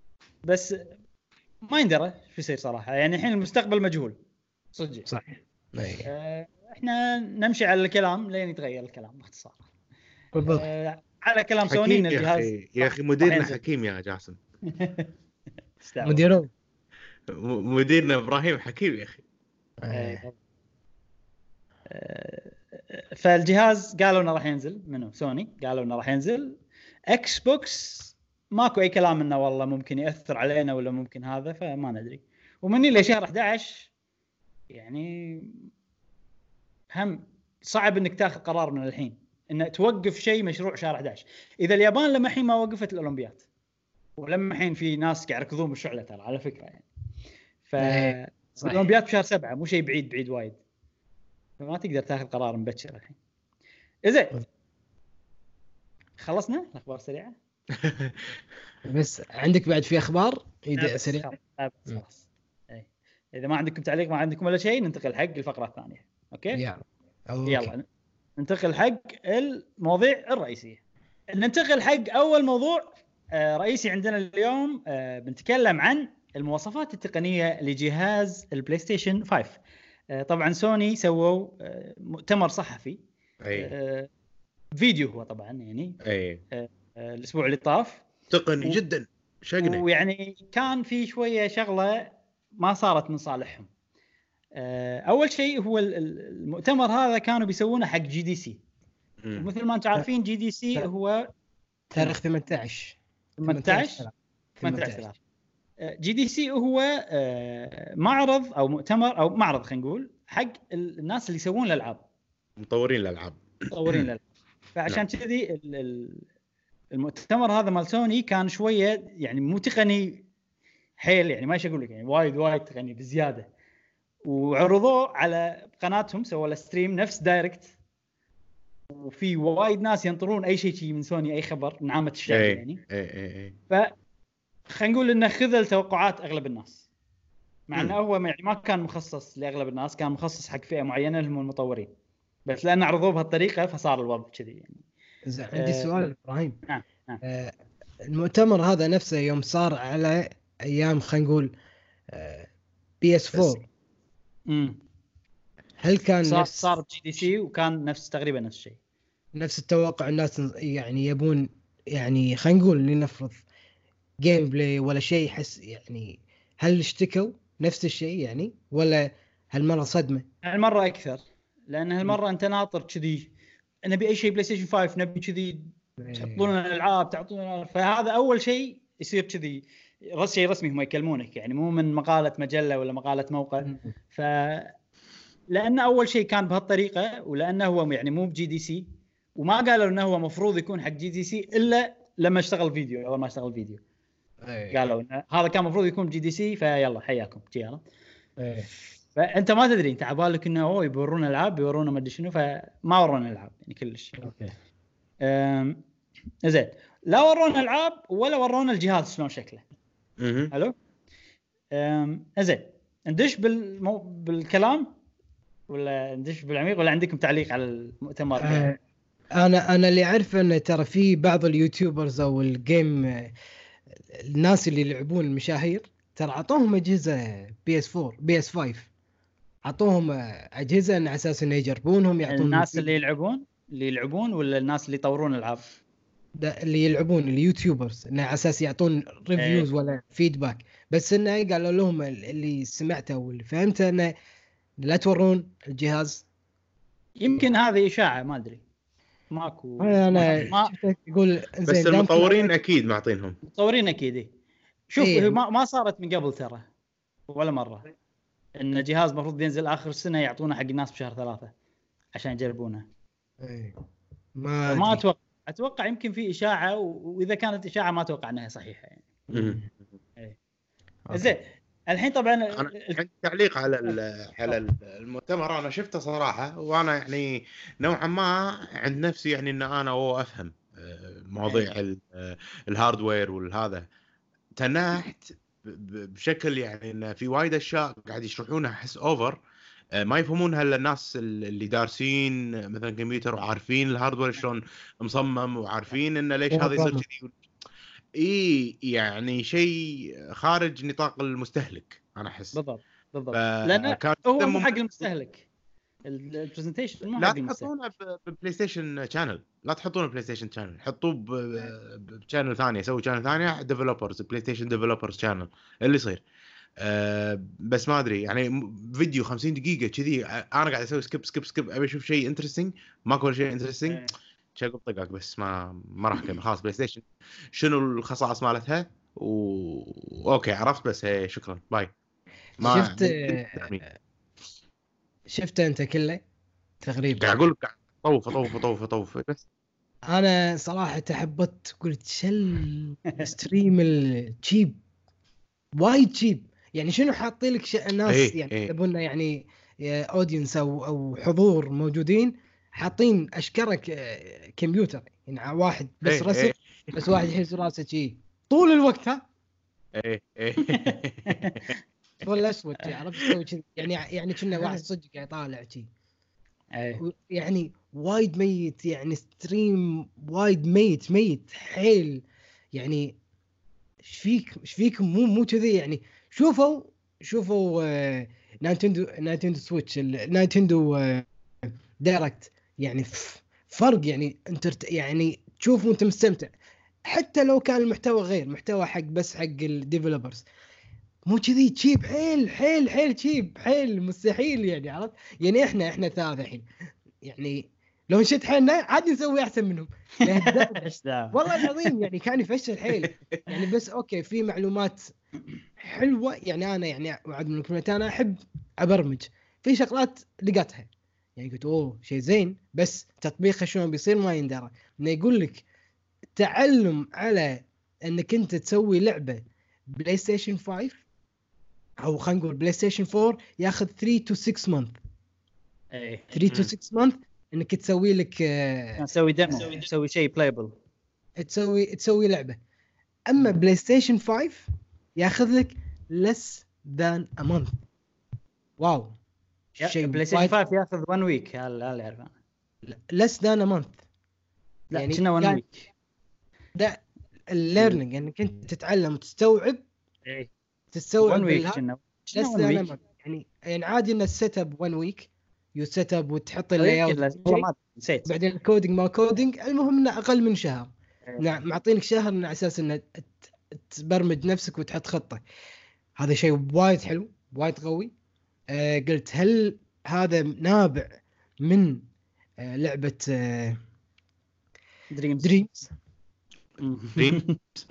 A: بس ما يندرى شو يصير صراحه، يعني الحين المستقبل مجهول صدق.
B: صح
A: آه احنا نمشي على الكلام لين يتغير الكلام باختصار.
B: بالضبط.
A: آه على كلام سوني ان الجهاز
C: يا اخي مديرنا حكيم يا جاسم.
B: مديرهم
C: مديرنا ابراهيم حكيم يا اخي.
A: آه فالجهاز قالوا انه راح ينزل منه سوني، قالوا انه راح ينزل. اكس بوكس ماكو اي كلام انه والله ممكن ياثر علينا ولا ممكن هذا، فما ندري. ومني لشهر أحد عشر يعني هم صعب انك تاخذ قرار من الحين ان توقف شيء مشروع شهر أحد عشر. اذا اليابان لما الحين ما وقفت الاولمبياد، ولما الحين في ناس قاعد يركضون بالشعله ترى على فكره يعني. فالاولمبياد بشهر سبعة مو شيء بعيد بعيد وايد، فما تقدر تاخذ قرار مبكر الحين. إذا خلصنا الاخبار سريعه.
B: بس عندك بعد في اخبار سريعه؟
A: خلاص. اي اذا ما عندكم تعليق ما عندكم ولا شيء ننتقل حق الفقره الثانيه. اوكي
B: يلا
A: يلا ننتقل حق المواضيع الرئيسيه. ننتقل حق اول موضوع رئيسي عندنا اليوم. بنتكلم عن المواصفات التقنيه لجهاز البلاي ستيشن خمسة. طبعا سوني سووا مؤتمر صحفي،
C: أي.
A: فيديو هو طبعا يعني
C: أي.
A: الاسبوع اللي طاف
C: تقني
A: و...
C: جدا شقنا،
A: ويعني كان في شويه شغله ما صارت من صالحهم. اول شيء هو المؤتمر هذا كانوا بيسوونه حق جي دي سي، ومثل ما انتم عارفين جي دي سي هو
B: تاريخ ثمانية عشر
A: ثمانية عشر جي دي سي هو معرض او مؤتمر او معرض خلينا نقول حق الناس اللي يسوون الالعاب،
C: مطورين الالعاب
A: مطورين الالعاب. فعشان كذي المؤتمر هذا مال سوني كان شويه يعني مو تقني حيل، يعني ما ايش اقول لك يعني وايد وايد تقني بزياده. وعرضوه على قناتهم، سووا له ستريم نفس دايركت، وفي وايد ناس ينطرون اي شيء من سوني، اي خبر من عامه الشعب يعني.
C: اي اي اي
A: ف خلينا نقول انه خذل توقعات اغلب الناس، مع انه هو يعني ما كان مخصص لاغلب الناس، كان مخصص حق فئه معينه اللي هم المطورين، بس لان عرضوه بهالطريقه فصار الوضع كذي يعني.
B: إذا عندي آه سؤال ابراهيم.
A: نعم نعم.
B: آه المؤتمر هذا نفسه يوم صار على ايام خلينا نقول آه بي اس فور،
A: امم
B: هل كان
A: صار
B: نفس
A: صار جي دي سي وكان نفس تقريبا نفس الشيء،
B: نفس التوقع؟ الناس يعني يبون يعني خلينا نقول لنفرض جيم بلاي ولا شيء حس يعني، هل اشتكوا نفس الشيء يعني ولا هالمره صدمه؟
A: هالمره اكثر، لان هالمره انت ناطر كذي نبي اي شيء بلاي ستيشن خمسة، نبي كذي تحطون لنا العاب تعطونا، فهذا اول شيء يصير كذي رس شيء رسمي هم يكلمونك يعني، مو من مقاله مجله ولا مقاله موقع. ف لان اول شيء كان بهالطريقه، ولانه هو يعني مو بجي دي سي، وما قالوا انه هو مفروض يكون حق جي دي سي الا لما اشتغل فيديو. اول ما اشتغل فيديو أيه. قالوا إن هذا كان مفروض يكون جي دي سي، فيلا حياكم جينا. أيه. فانت ما تدري، انت عبالك انه هو يبورونا العاب، بيورونا ما ادري شنو، فما ورونا العاب يعني كلش. اوكي امم زين، لا ورونا العاب ولا ورونا الجهاز شلون شكله.
C: اها
A: حلو. امم زين، ندش بالمو... بالكلام ولا ندش بالعميق، ولا عندكم تعليق على المؤتمر؟
B: أه انا انا اللي اعرف انه ترى في بعض اليوتيوبرز او الجيم الناس اللي يلعبون المشاهير ترى عطوهم اجهزه بي اس فور بي اس خمسة، عطوهم اجهزه على اساس انه يجربونهم، يعطون
A: الناس اللي يلعبون اللي يلعبون ولا الناس اللي يطورون العاب؟
B: اللي يلعبون اليوتيوبرز، انه على اساس يعطون ريفيوز ايه. ولا فيدباك، بس انه قالوا لهم اللي سمعته واللي فهمته انه لا تورون الجهاز.
A: يمكن هذه اشاعه ما ادري، ماكو
B: انا ما يقول
C: بس المطورين اكيد معطينهم،
A: مطورين اكيد. شوف إيه. ما ما صارت من قبل ترى ولا مره ان الجهاز المفروض ينزل اخر السنه يعطونه حق الناس بشهر ثلاثة عشان يجربونه.
B: ايه ما
A: ما اتوقع اتوقع يمكن في اشاعه، واذا كانت اشاعه ما اتوقع انها صحيحه يعني. ايه زين. الحين طبعا
C: انا عندي تعليق على على المؤتمر، انا شفته صراحه، وانا يعني نوعا ما عند نفسي يعني ان انا هو افهم مواضيع الهاردوير والهذا، تناحت بشكل يعني ان في وايد اشياء قاعد يشرحونها احس اوفر، ما يفهمونها الا الناس اللي دارسين مثلا كمبيوتر وعارفين الهاردوير شلون مصمم، وعارفين انه ليش هذا يصير كذي. اي يعني شيء خارج نطاق المستهلك انا احس.
A: بالضبط بالضبط،
C: لان
A: هو مو حق المستهلك، البرزنتيشن مو
C: لا
A: حق المستهلك.
C: تحطونه ببلاي ستيشن شانل، لا تحطونه بلاي ستيشن شانل، حطوه بشانل ثانيه، سوي شانل ثانيه ديفلوبرز بلاي ستيشن ديفلوبرز شانل اللي يصير. أه بس ما ادري يعني فيديو خمسين دقيقه كذي انا قاعد اسوي سكيب سكيب سكيب ابي اشوف شيء انترستينج، ماكو شيء انترستينج، شغل طقك بس ما ما راح اكمل. خلاص بلاي ستيشن شنو الخصائص مالتها و اوكي عرفت بس هي شكرا باي. ما
B: شفت شفت انت كله تقريبا.
C: قاعد اقول لك طوف طوف طوف طوف بس
B: انا صراحه حبت قلت شل ستريم التشيب وايد تشيب. يعني شنو حاطين لك ش... ناس
C: إيه
B: يعني
C: إيه.
B: يبون يعني اودينس او او حضور موجودين، حاطين اشكرك كمبيوتر يعني واحد بس
C: إيه
B: رسم
C: إيه.
B: بس واحد يحس راسه شيء طول الوقت. ها
C: ايه ايه
B: ولا اسود عرفت تسوي كذي يعني يعني كنا واحد صدق قاعد يطالع شيء يعني وايد ميت. يعني ستريم وايد ميت ميت حيل. يعني ايش فيك ايش فيكم مو مو كذي يعني. شوفوا شوفوا آه نينتندو نينتندو سويتش نينتندو آه دايركت يعني فرق. يعني انت يعني تشوف وانت مستمتع حتى لو كان المحتوى غير محتوى حق بس حق الديفلوبرز. مو كذي تشيب حيل حيل حيل تشيب حيل مستحيل يعني. عرفت يعني احنا احنا ثلاثة الحين يعني لو نشد حيلنا عادي نسوي احسن منهم والله العظيم. يعني كان يفشل حيل يعني. بس اوكي في معلومات حلوه يعني. انا يعني وعد من الكلمات انا احب ابرمج في شغلات لقيتها يعني قلت اوه شيء زين، بس تطبيقه شلون بيصير ما يندرى. انه يقول لك تعلم على انك انت تسوي لعبه بلاي ستيشن خمسة او خلينا نقول بلاي ستيشن فور ياخذ ثلاثة to ستة مانث.
A: ايه
B: ثلاثة to ستة مانث انك تسوي لك
A: تسوي ديمو تسوي شيء بلايبل
B: تسوي تسوي لعبه. اما بلاي ستيشن خمسة ياخذ لك less than a month. واو
A: شيء بلاي ستيشن خمسة ياخذ one week. هلا اللي اعرفه
B: less than a month.
A: لا يعني كنا one week.
B: ده الليرنينج انك يعني انت تتعلم وتستوعب.
A: ايه
B: تستوعب
A: one week كنا
B: less than a month. يعني يعني عادي ان السيت اب one week يو سيت اب وتحط اللاي اوت
A: نسيت
B: بعدين الكودينج ما كودينج. المهم انه اقل من شهر. نعم معطينك شهر على اساس انه تبرمج نفسك وتحط خطه. هذا شيء وايد حلو وايد قوي. آه قلت هل هذا نابع من آه لعبه آه
A: دريمز
B: دريمز
C: دريمز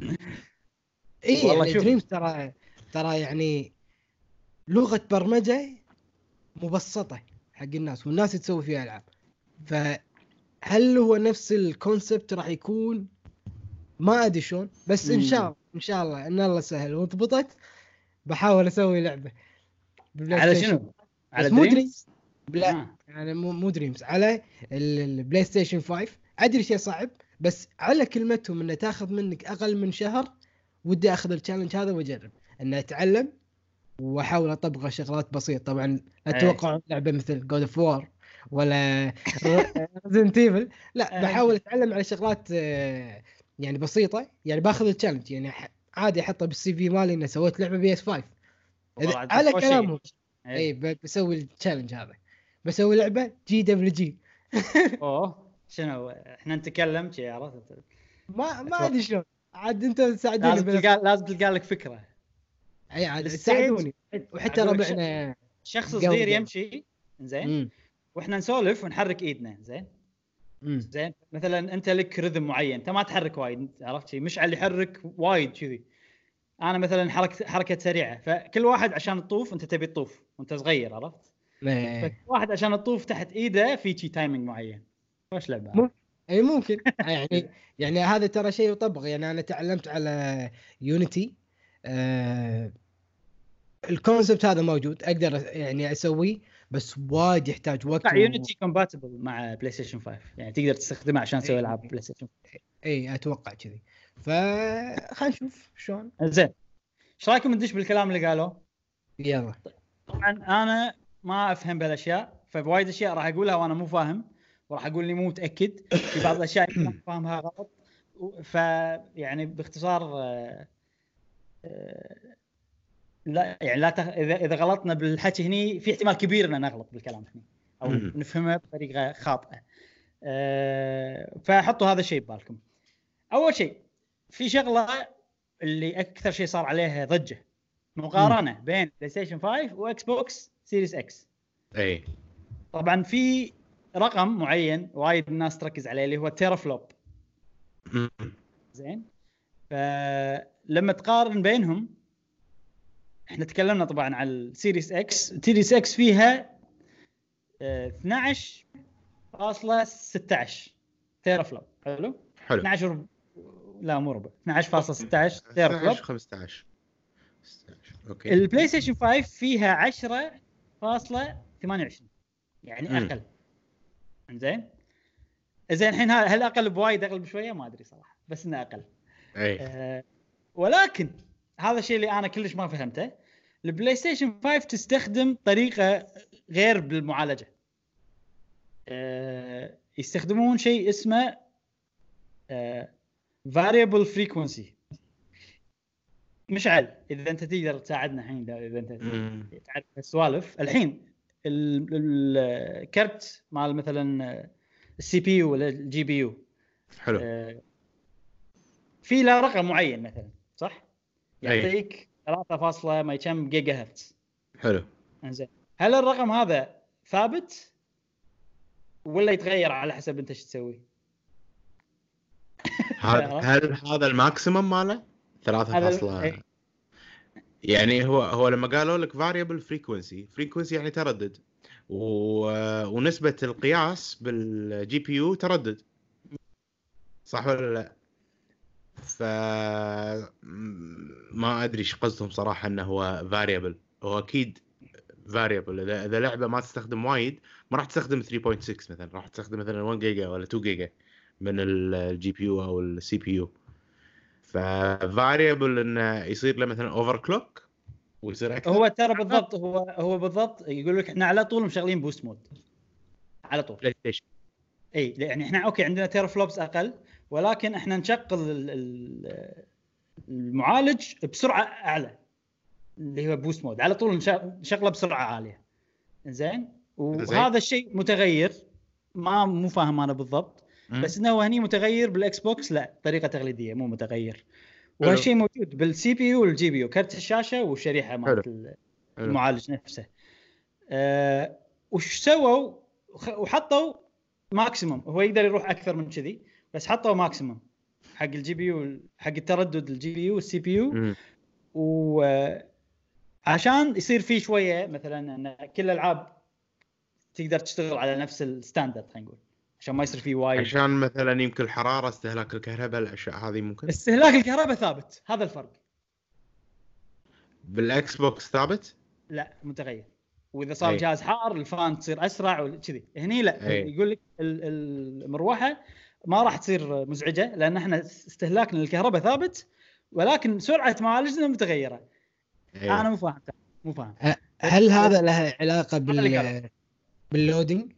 B: اي يعني دريمز ترى ترى يعني لغه برمجه مبسطه حق الناس والناس تسوي فيها العاب. فهل هو نفس الكونسبت راح يكون ما ادري شلون، بس ان شاء الله ان شاء الله ان الله سهل وضبطت بحاول اسوي لعبه
A: على شنو
B: على دريمز. لا آه. يعني مو مو دريمز على البلاي ستيشن خمسة. ادري شيء صعب بس على كلمتهم انه تاخذ منك اقل من شهر. ودي اخذ التشالنج هذا واجرب انه اتعلم واحاول اطبق شغلات بسيطه. طبعا لا تتوقع لعبه مثل جود اوف وور ولا ريزنت ايفل. لا بحاول اتعلم على شغلات يعني بسيطه. يعني باخذ التشالنج يعني عادي احطه بالسي في مالي اني سويت لعبه بي اس خمسة على كلامهم. اي بسوي التشالنج هذا بسوي لعبه جي دبليو جي.
A: اوه شنو احنا نتكلم شيء عرفت
B: ما ما ادري شلون عاد انت تساعدوني.
A: لازم تلقى لازم تلقى لك فكره.
B: اي عاد تساعدوني. وحتى ربعنا
A: شخص صغير يمشي زين واحنا نسولف ونحرك ايدنا زين زين. مثلا انت لك رذم معين انت ما تحرك وايد عرفت شيء مش على يحرك وايد كذي. انا مثلا حركه حركه سريعه فكل واحد عشان تطوف انت تبي تطوف وانت صغير عرفت. فكل واحد عشان تطوف تحت ايده في شيء تايمينج معين. وش لعبه
B: مم. اي ممكن يعني يعني هذا ترى شيء يطبق. يعني انا تعلمت على يونيتي آه الكونسبت هذا موجود اقدر يعني اسويه بس وايد يحتاج وقت.
A: يونيتي كومباتبل مع بلاي ستيشن خمسة يعني تقدر تستخدمه عشان تسوي العاب بلاي ستيشن.
B: اي اتوقع كذي. فخلينا نشوف شلون.
A: زين ايش رايكم ندش بالكلام اللي قالوه؟
B: يلا.
A: طبعا انا ما افهم بهالاشياء فوايد اشياء راح اقولها وانا مو فاهم وراح اقول لي مو متاكد في بعض الاشياء ما فاهمها غلط. فيعني باختصار آه آه لا يعني لا تخ... اذا اذا غلطنا بالحكي هني في احتمال كبير ان نغلط بالكلام هني او
C: مم.
A: نفهمها بطريقه خاطئه. أه فحطوا هذا الشيء ببالكم. اول شيء في شغله اللي اكثر شيء صار عليها ضجه، مقارنه م. بين بلاي ستيشن خمسة واكس بوكس سيريس اكس.
C: اي
A: طبعا في رقم معين وايد الناس تركز عليه اللي هو التيرا فلوب. زين، فلما تقارن بينهم احنا تكلمنا طبعا على السيريس اكس. السيريس اكس فيها اه اثنا عشر فاصلة ستة عشر تيرا فلوب. حلو
C: حلو
A: اثنا عشر رب... لا مو ربع، اثنا عشر فاصلة ستة عشر تيرا فلوب.
C: خمسة عشر اوكي.
A: البلاي ستيشن خمسة فيها عشرة فاصلة ثمانية وعشرين، يعني
C: مم.
A: اقل. زين زين الحين هل اقل بوايد اقل بشويه ما ادري صراحه، بس انه اقل.
C: اي
A: أه ولكن هذا الشيء اللي انا كلش ما فهمته. البلاي ستيشن خمسة تستخدم طريقه غير بالمعالجه. أه يستخدمون شيء اسمه أه variable frequency. مشعل اذا انت تقدر تساعدنا الحين، اذا انت تعرف السوالف الحين. الكرت مال مثلا السي بي يو ولا الجي بي يو
C: حلو
A: أه في له رقم معين مثلا، صح؟ يعطيك ثلاثة فاصلة ما كم جيجا هرتز.
C: حلو.
A: انزين، هل الرقم هذا ثابت ولا يتغير على حسب انت ايش تسوي؟
C: هل هل هذا الماكسيمم ماله ثلاثة فاصلة؟ يعني هو هو لما قالوا لك variable frequency frequency يعني تردد، و... ونسبة القياس بالجي بي يو تردد، صح ولا لا؟ ف ما ادري ايش قصدهم صراحه انه هو variable. هو اكيد variable. اذا اذا لعبه ما تستخدم وايد ما راح تستخدم ثلاثة فاصلة ستة مثلا، راح تستخدم مثلا واحد جيجا ولا اثنين جيجا من الجي بي يو او السي بي يو. ف variable انه يصير له مثلا overclock ويصير اكثر.
A: هو ترى بالضبط هو هو بالضبط يقول لك احنا على طول مشغلين بوست مود على طول
C: بلاي ستيشن.
A: اي يعني احنا اوكي عندنا تيرا فلوبس اقل، ولكن احنا نشغل المعالج بسرعه اعلى اللي هو بوست مود على طول، نشغله بسرعه عاليه. زين، وهذا الشيء متغير، ما مو فاهم انا بالضبط، بس انه هني متغير بالاكس بوكس لا طريقه تقليديه مو متغير. وهالشيء موجود بالسي بي يو والجي بي يو، كرت الشاشه والشريحه مالت المعالج نفسه. أه وش سووا وحطوا ماكسيمم، هو يقدر يروح اكثر من كذي بس حطوا ماكسيمم حق الجي بي يو، حق التردد الجي بي يو والسي بي يو، وعشان يصير فيه شويه مثلا ان كل الالعاب تقدر تشتغل على نفس الستاندرد، خلينا نقول عشان ما يصير فيه وايد.
C: عشان مثلا يمكن الحراره، استهلاك الكهرباء، الاشياء هذه ممكن.
A: استهلاك الكهرباء ثابت، هذا الفرق.
C: بالاكس بوكس ثابت؟
A: لا متغير. واذا صار جهاز حار الفان تصير اسرع وكذي. هني لا أي. يقول لك المروحه ما راح تصير مزعجه لان احنا استهلاكنا للكهرباء ثابت، ولكن سرعه معالجنا متغيره. أي. انا مو فاهم مو فاهم
B: هل هذا له علاقه بال باللودينج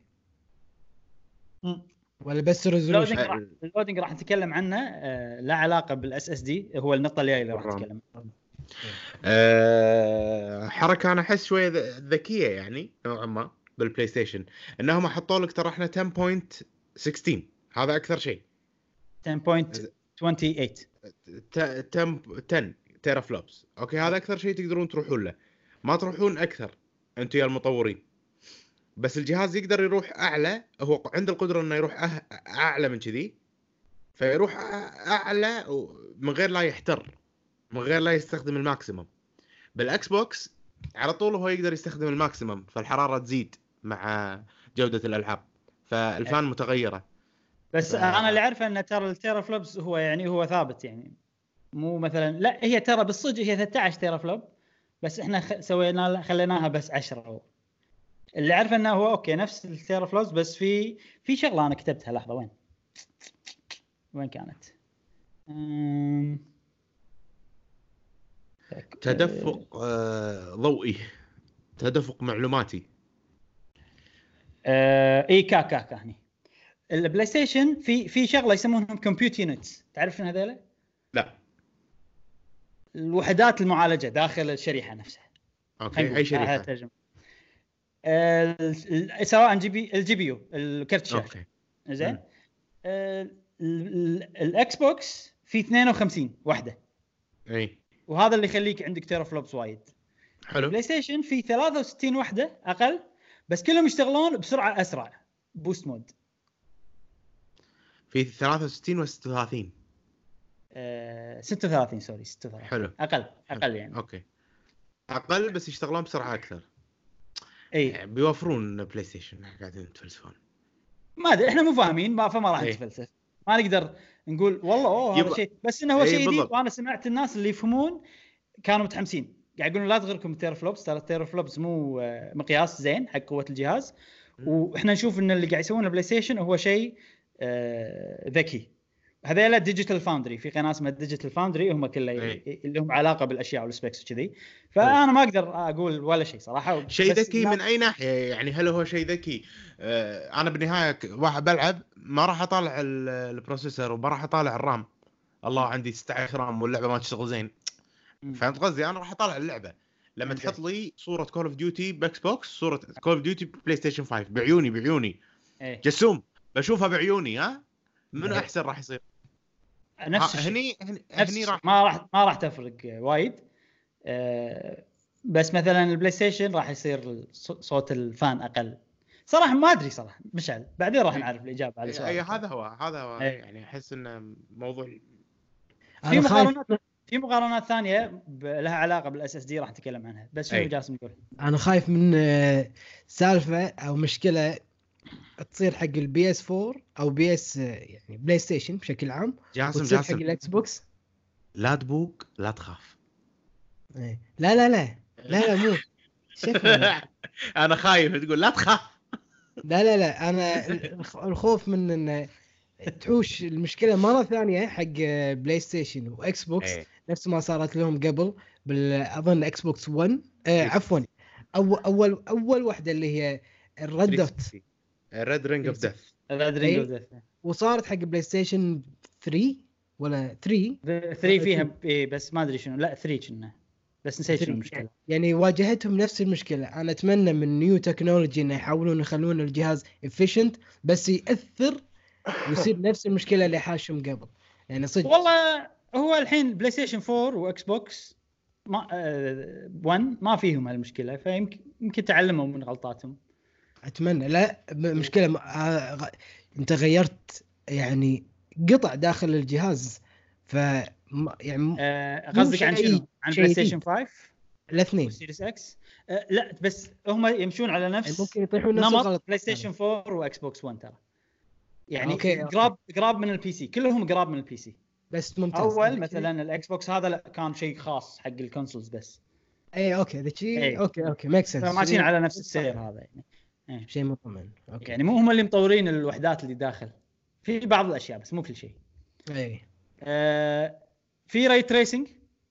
B: ولا بس ريزولوشن؟
A: اللودينج راح نتكلم عنه. آه لا علاقه بالاس اس دي، هو النقطه اللي اللي راح نتكلم عنها.
C: أه حركه انا احس شويه ذكيه يعني نوعا ما بالبلاي ستيشن، انهم حطوا لك ترى احنا عشرة فاصلة ستة عشر، هذا اكثر شيء.
A: عشرة فاصلة ثمانية وعشرين
C: عشرة تيرا فلوبس، اوكي هذا اكثر شيء تقدرون تروحون له، ما تروحون اكثر انتم يا المطورين. بس الجهاز يقدر يروح اعلى، هو عنده القدره انه يروح أه... اعلى من كذي، فيروح اعلى من غير لا يحتر، من غير لا يستخدم الماكسيمم. بالاكس بوكس على طول هو يقدر يستخدم الماكسيمم، فالحراره تزيد مع جوده الالعاب، فالفان متغيره.
A: بس ف... انا اللي اعرفه ان ترى التيرا فلوبس هو يعني هو ثابت، يعني مو مثلا لا هي ترى بالصدق هي ثلاثة عشر تيرا فلوب، بس احنا خ... سوينا خليناها بس عشرة. اللي عارفه انه هو اوكي نفس التيرا فلوبس، بس في في شغله انا كتبتها، لحظه وين وين كانت؟ أم...
C: تدفق آه... ضوئي، تدفق معلوماتي.
A: آه... اي كا كا كا هني البلاي ستيشن في في شغله يسمونهم كومبيوت يونتس، تعرف شنو هذول؟
C: لا،
A: الوحدات المعالجه داخل الشريحه نفسها.
C: اوكي اي شريحه؟
A: آه سواء جي بي الجي بي يو الكرت شاشه
C: اوكي
A: زين. آه الاكس بوكس في اثنين وخمسين وحده
C: اي
A: وهذا اللي يخليك عندك تيرا فلوبس وايد.
C: حلو.
A: بلاي ستيشن في ثلاثة وستين وحده اقل بس كلهم يشتغلون بسرعه اسرع بوست مود.
C: في ثلاثة وستين و ستة وثلاثين
A: أه ستة وثلاثين سوري ستة وثلاثين
C: حلو
A: اقل اقل يعني
C: اوكي اقل بس يشتغلون بسرعه اكثر.
A: اي
C: يعني بيوفرون بلاي ستيشن قاعدين يتفلسفون
A: ما ادري احنا مو فاهمين ما فما راح نتفلسف ما نقدر نقول والله اوه هذا شيء بس انه هو شيء جديد. وانا سمعت الناس اللي يفهمون كانوا متحمسين قاعد يقولون لا تغركم التيرا فلوبس ترى التيرا فلوبس مو مقياس زين حق قوه الجهاز واحنا نشوف ان اللي قاعد يسوونه بلاي ستيشن هو شيء آه ذكي. هذا ديجيتال فاوندري في قناه اسمها ديجيتال فاوندري هم كله اللي هم علاقه بالاشياء والسبيكس وكذي فانا ما اقدر اقول ولا شيء صراحه.
C: شيء ذكي من اي ناحيه يعني هل هو شيء ذكي؟ آه انا بالنهايه واحد بلعب ما راح اطالع البروسيسور وما راح اطالع الرام الله عندي ستة عشر رام واللعبه ما تشتغل زين فهمت قصدي؟ انا راح اطالع اللعبه لما تحط لي صوره كول اوف ديوتي باكس بوكس صوره كول اوف ديوتي بلاي ستيشن خمسة بعيوني بعيوني ايه. جسوم بشوفها بعيوني ها منو احسن راح يصير
A: نفس الشيء
C: هني هني راح
A: ما راح ما راح تفرق وايد أه بس مثلا البلاي ستيشن راح يصير صوت الفان اقل صراحه ما ادري صراحه مشعل بعدين راح نعرف الاجابه على السؤال.
C: اي هذا هو هذا هو ايه. يعني احس انه موضوع
A: في مقارنات في مقارنات ثانيه لها علاقه بالاس اس دي راح نتكلم عنها بس شنو جاسم يقول؟
B: انا خايف من سالفه او مشكله تصير حق البي اس فور او بي اس يعني بلاي ستيشن بشكل عام
C: جاسم جاسم
B: حق الاكس بوكس
C: لا تبوق لا تخاف.
B: لا لا لا لا لا مو
C: انا خايف تقول لا تخاف.
B: لا لا لا انا الخوف من ان تحوش المشكله مره ثانيه حق بلاي ستيشن واكس بوكس ايه. نفس ما صارت لهم قبل بالاظن اكس بوكس واحد آه عفوا اول اول اول واحده اللي هي الريد دوت
C: ريد رينج اوف ديث
A: ريد رينج اوف ديث
B: وصارت حق بلاي ستيشن ثلاثة ولا ثلاثة
A: ثلاثة فيها بس ما ادري شنو لا ثلاثة كنا بس نسيت شنو المشكله.
B: يعني واجهتهم نفس المشكله. انا اتمنى من نيو تكنولوجي انه يحاولون يخلون الجهاز efficient بس ياثر ويصير نفس المشكله اللي حاشهم قبل يعني صدق.
A: والله هو الحين بلاي ستيشن فور واكس بوكس ما آه واحد ما فيهم هالمشكله فيمكن يمكن تعلموا من غلطاتهم.
B: اتمنى لا مشكله م... آه... انت غيرت يعني قطع داخل الجهاز ف يعني
A: آه قصدك عن شنو عن بلاي ستيشن خمسة
B: الاثنين
A: سيريس اكس آه لا بس هم يمشون على نفس
B: ممكن يطيحون نفس الغلط
A: بلاي ستيشن فور واكس بوكس واحد ترى يعني قراب قراب من البي سي كلهم قراب من البي سي
B: بس ممتاز.
A: اول مثلا الاكس بوكس هذا لا كان شيء خاص حق الكونسولز بس
B: اي اوكي ذا شيء اوكي اوكي ميك سنس
A: ماشيين على نفس السير هذا يعني
B: ايه. شيء مطمئن اوكي
A: يعني مو هم اللي مطورين الوحدات اللي داخل في بعض الاشياء بس مو كل شيء.
B: اي
A: آه في راي تريسنج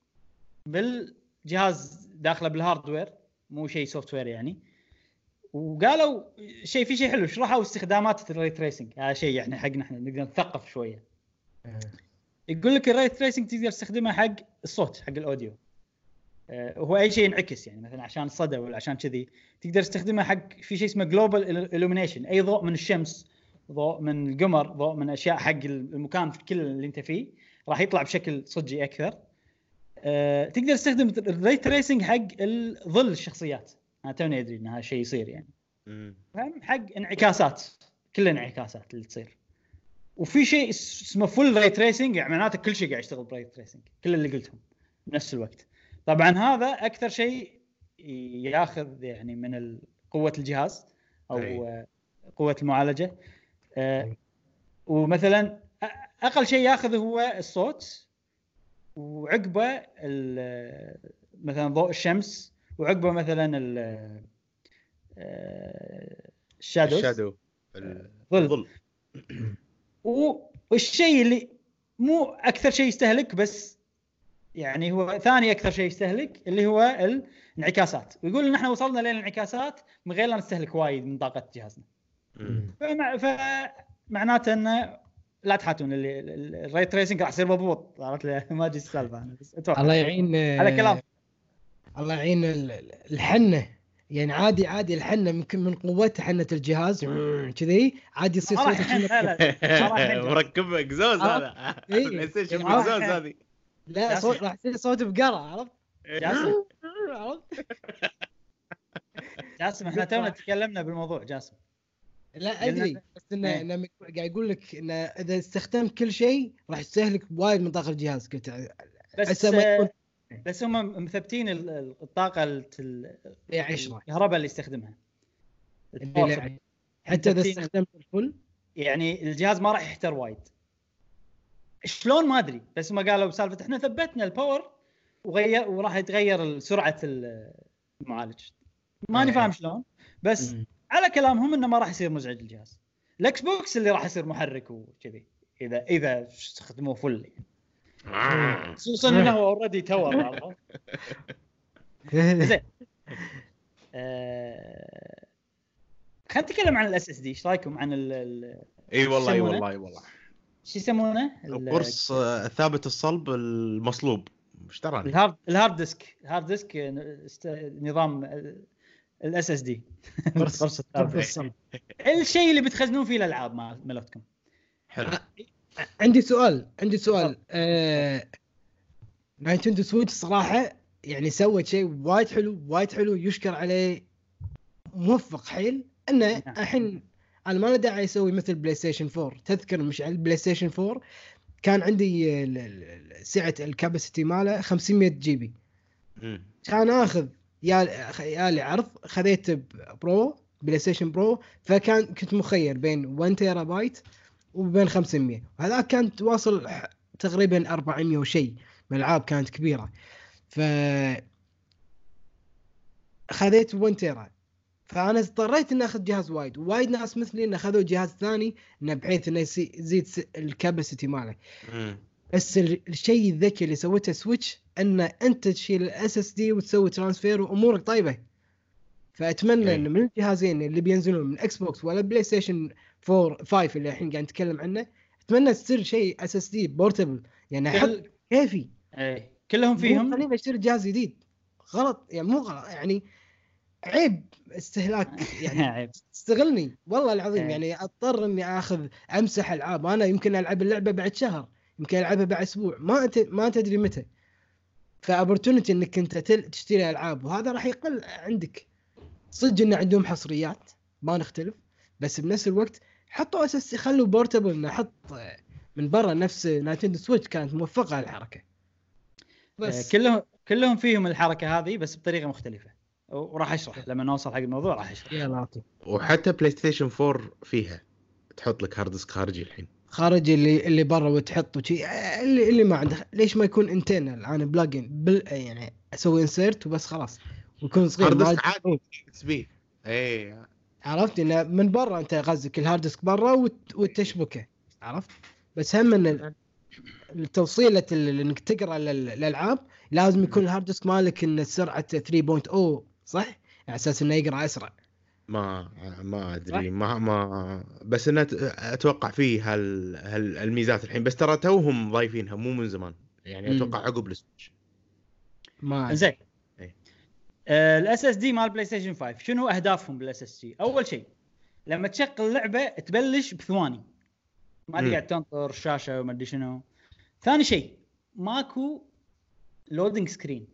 A: بالجهاز داخله بالهاردوير مو شيء سوفت وير يعني وقالوا شيء في شيء حلو شرحوا استخدامات الراي تريسنج هذا شيء يعني حقنا احنا نقدر نثقف شويه. يقول لك الراي تريسنج تقدر تستخدمه حق الصوت حق الاوديو آه هو اي شيء ينعكس يعني مثلا عشان الصدى ولا عشان كذي تقدر تستخدمه حق في شيء اسمه جلوبال إلومينيشن اي ضوء من الشمس ضوء من القمر ضوء من اشياء حق المكان في كل اللي انت فيه راح يطلع بشكل صجي اكثر. أه، تقدر تستخدم الري تريسنج حق ظل الشخصيات انا توني ادري ان هذا الشيء يصير يعني فهم حق انعكاسات كل الانعكاسات اللي تصير وفي شيء اسمه فول ري تريسنج يعني معناته كل شيء قاعد يشتغل بري تريسنج كل اللي قلتهم بنفس الوقت. طبعا هذا اكثر شيء ياخذ يعني من قوه الجهاز او أي. قوه المعالجه أه، ومثلا اقل شيء ياخذ هو الصوت وعقبه مثلا ضوء الشمس وعقبه مثلا الشادو
C: الشادو
A: الظل والشيء اللي مو اكثر شيء يستهلك بس يعني هو ثاني اكثر شيء يستهلك اللي هو الانعكاسات ويقول ان احنا وصلنا للانعكاسات من غير لا نستهلك وايد من طاقه جهازنا. فمعناته انه لا تحاتون الري تريسنج راح يصير مضبوط صارت له ما ادري السالفه انا بس اتوقع
B: الله يعين
A: على كلام
B: الله يعين الحنه يعني عادي عادي الحنه يمكن من قوتها حنه الجهاز كذي عادي يصير
A: ما راح
B: صوته
A: يحن، لا لا ما راح يحن.
C: مركب اكزوز هذا
B: إيه.
C: بلاي ستيشن
A: ما راح
C: اكزوز
A: يحن.
C: هذه.
B: لا
A: جاسم.
B: صوت راح يصير صوت بقرة عرفت
A: جاسم
B: عرفت
A: جاسم احنا تونا تكلمنا بالموضوع جاسم.
B: لا ادري بس انه
A: إيه.
B: انه قاعد يقول لك انه اذا استخدمت كل شيء راح يستهلك وايد من طاقه الجهاز. قلت
A: بس
B: هسه ما يكون
A: بس هم مثبتين ال- ال- الطاقه ال-
B: إيه عشرة
A: الكهرباء اللي يستخدمها
B: اللي لا. حتى اذا
A: مثبتين-
B: استخدمت الفل
A: يعني الجهاز ما راح يحتر وايد. شلون ما ادري، بس ما قالوا بسالفه احنا ثبتنا الباور وغير وراح يتغير سرعه المعالج. ماني
B: إيه.
A: فاهم شلون، بس
B: مم.
A: على كلامهم انه ما راح يصير مزعج الجهاز. الاكس بوكس اللي راح يصير محرك وكذي اذا اذا استخدموه فل، خصوصا انه هو اوريدي تور عرفت. زين آه... خلينا نتكلم عن الاس اس دي. ايش رايكم عن ال ال-
C: اي والله اي
A: يسمونه؟
C: والله اي والله
A: شو يسمونه ال-
C: القرص آه، ثابت الصلب المصلوب. ايش ترى
A: الهارد الهارد ديسك الهارد ديسك است- نظام الاس اس دي.
B: قرص قرص.
A: الشيء اللي بتخزنون فيه الالعاب مال- مالتكم.
C: حلو.
B: عندي سؤال عندي سؤال آه... نايتندو سويتش صراحه يعني سوت شيء وايد حلو وايد حلو يشكر عليه، موفق حيل انه
A: نعم.
B: الحين انا ما له داعي اسوي مثل بلاي ستيشن فور. تذكر مش على البلاي ستيشن فور كان عندي ال- ال- سعه الكاباسيتي ماله خمسمية جي بي،
C: مم.
B: كان اخذ يا يا لي عرض خذيت برو بلاي ستيشن برو، فكان كنت مخير بين واحد تيرا بايت وبين خمسمية، وهذا كانت واصل ح- تقريبا أربعمية وشيء من الالعاب كانت كبيره. ف خذيت واحد تيرا، فانا اضطريت ان اخذ جهاز وايد. وايد ناس مثلي ان اخذوا جهاز ثاني انه بحيث انه يسي- يزيد س- الكاباسيتي ماله.
C: مم.
B: بس ال- الشيء الذكي اللي سوته سويتش ان انت تشيل الاس اس دي وتسوي ترانسفير وامورك طيبه. فاتمنى
C: أي.
B: ان من الجهازين اللي بينزلون من اكس بوكس ولا بلاي ستيشن فور خمسة اللي الحين قاعد نتكلم عنه، اتمنى تصير شيء اس اس دي بورتبل، يعني احط
A: كل...
B: كيفي
A: اي كلهم فيهم.
B: خليني اشتري جهاز جديد. غلط يعني مو غلط يعني عيب استهلاك يعني
A: عيب.
B: استغلني والله العظيم.
A: إيه.
B: يعني اضطر اني اخذ امسح العاب انا يمكن العب اللعبه بعد شهر، يمكن العبها بعد اسبوع، ما انت ما تدري متى. فابورتونيتي انك انت تل- تشتري العاب وهذا راح يقل عندك. صدق ان عندهم حصريات ما نختلف، بس بنفس الوقت حطوا اساس خلوا بورتبل. نحط من برا نفس نايتندو سويتش كانت موفقه الحركه.
A: بس كلهم كلهم فيهم الحركه هذه بس بطريقه مختلفه، وراح اشرح لما نوصل حق الموضوع راح اشرح.
B: يا لطيف.
C: وحتى بلاي ستيشن فور فيها تحط لك هارد ديسك خارجي الحين
B: خارج اللي اللي برا وتحطه شيء اللي اللي ما عنده. ليش ما يكون انترنال؟ انا بلاجن بل يعني اسوي انسيرت وبس خلاص ويكون صغير.
C: هارد
B: ما
C: ديسك عادي اكس بي. اي
B: عرفت انه من برا انت غزك الهارد ديسك برا وت- وتشبكه، عرفت. بس هم ان التوصيله اللي انك تقرا لل- الالعاب لازم يكون الهارد ديسك مالك ان سرعه ثري بوينت أو صح على اساس انه يقرا اسرع.
C: ما ما ادري ما ما بس انا اتوقع فيه هال هال- الميزات الحين، بس ترى توهم ضايفينها مو من زمان يعني.
B: مم.
C: اتوقع عقب السويتش.
B: ما
A: زين
C: إيه.
A: الاس اس دي مال بلاي ستيشن خمسة شنو اهدافهم بالاس اس دي؟ اول شيء لما تشغل لعبه تبلش بثواني، ما
C: مم.
A: تقعد تنطر الشاشه وما ادري شنو. ثاني شيء ماكو لودينج سكرين،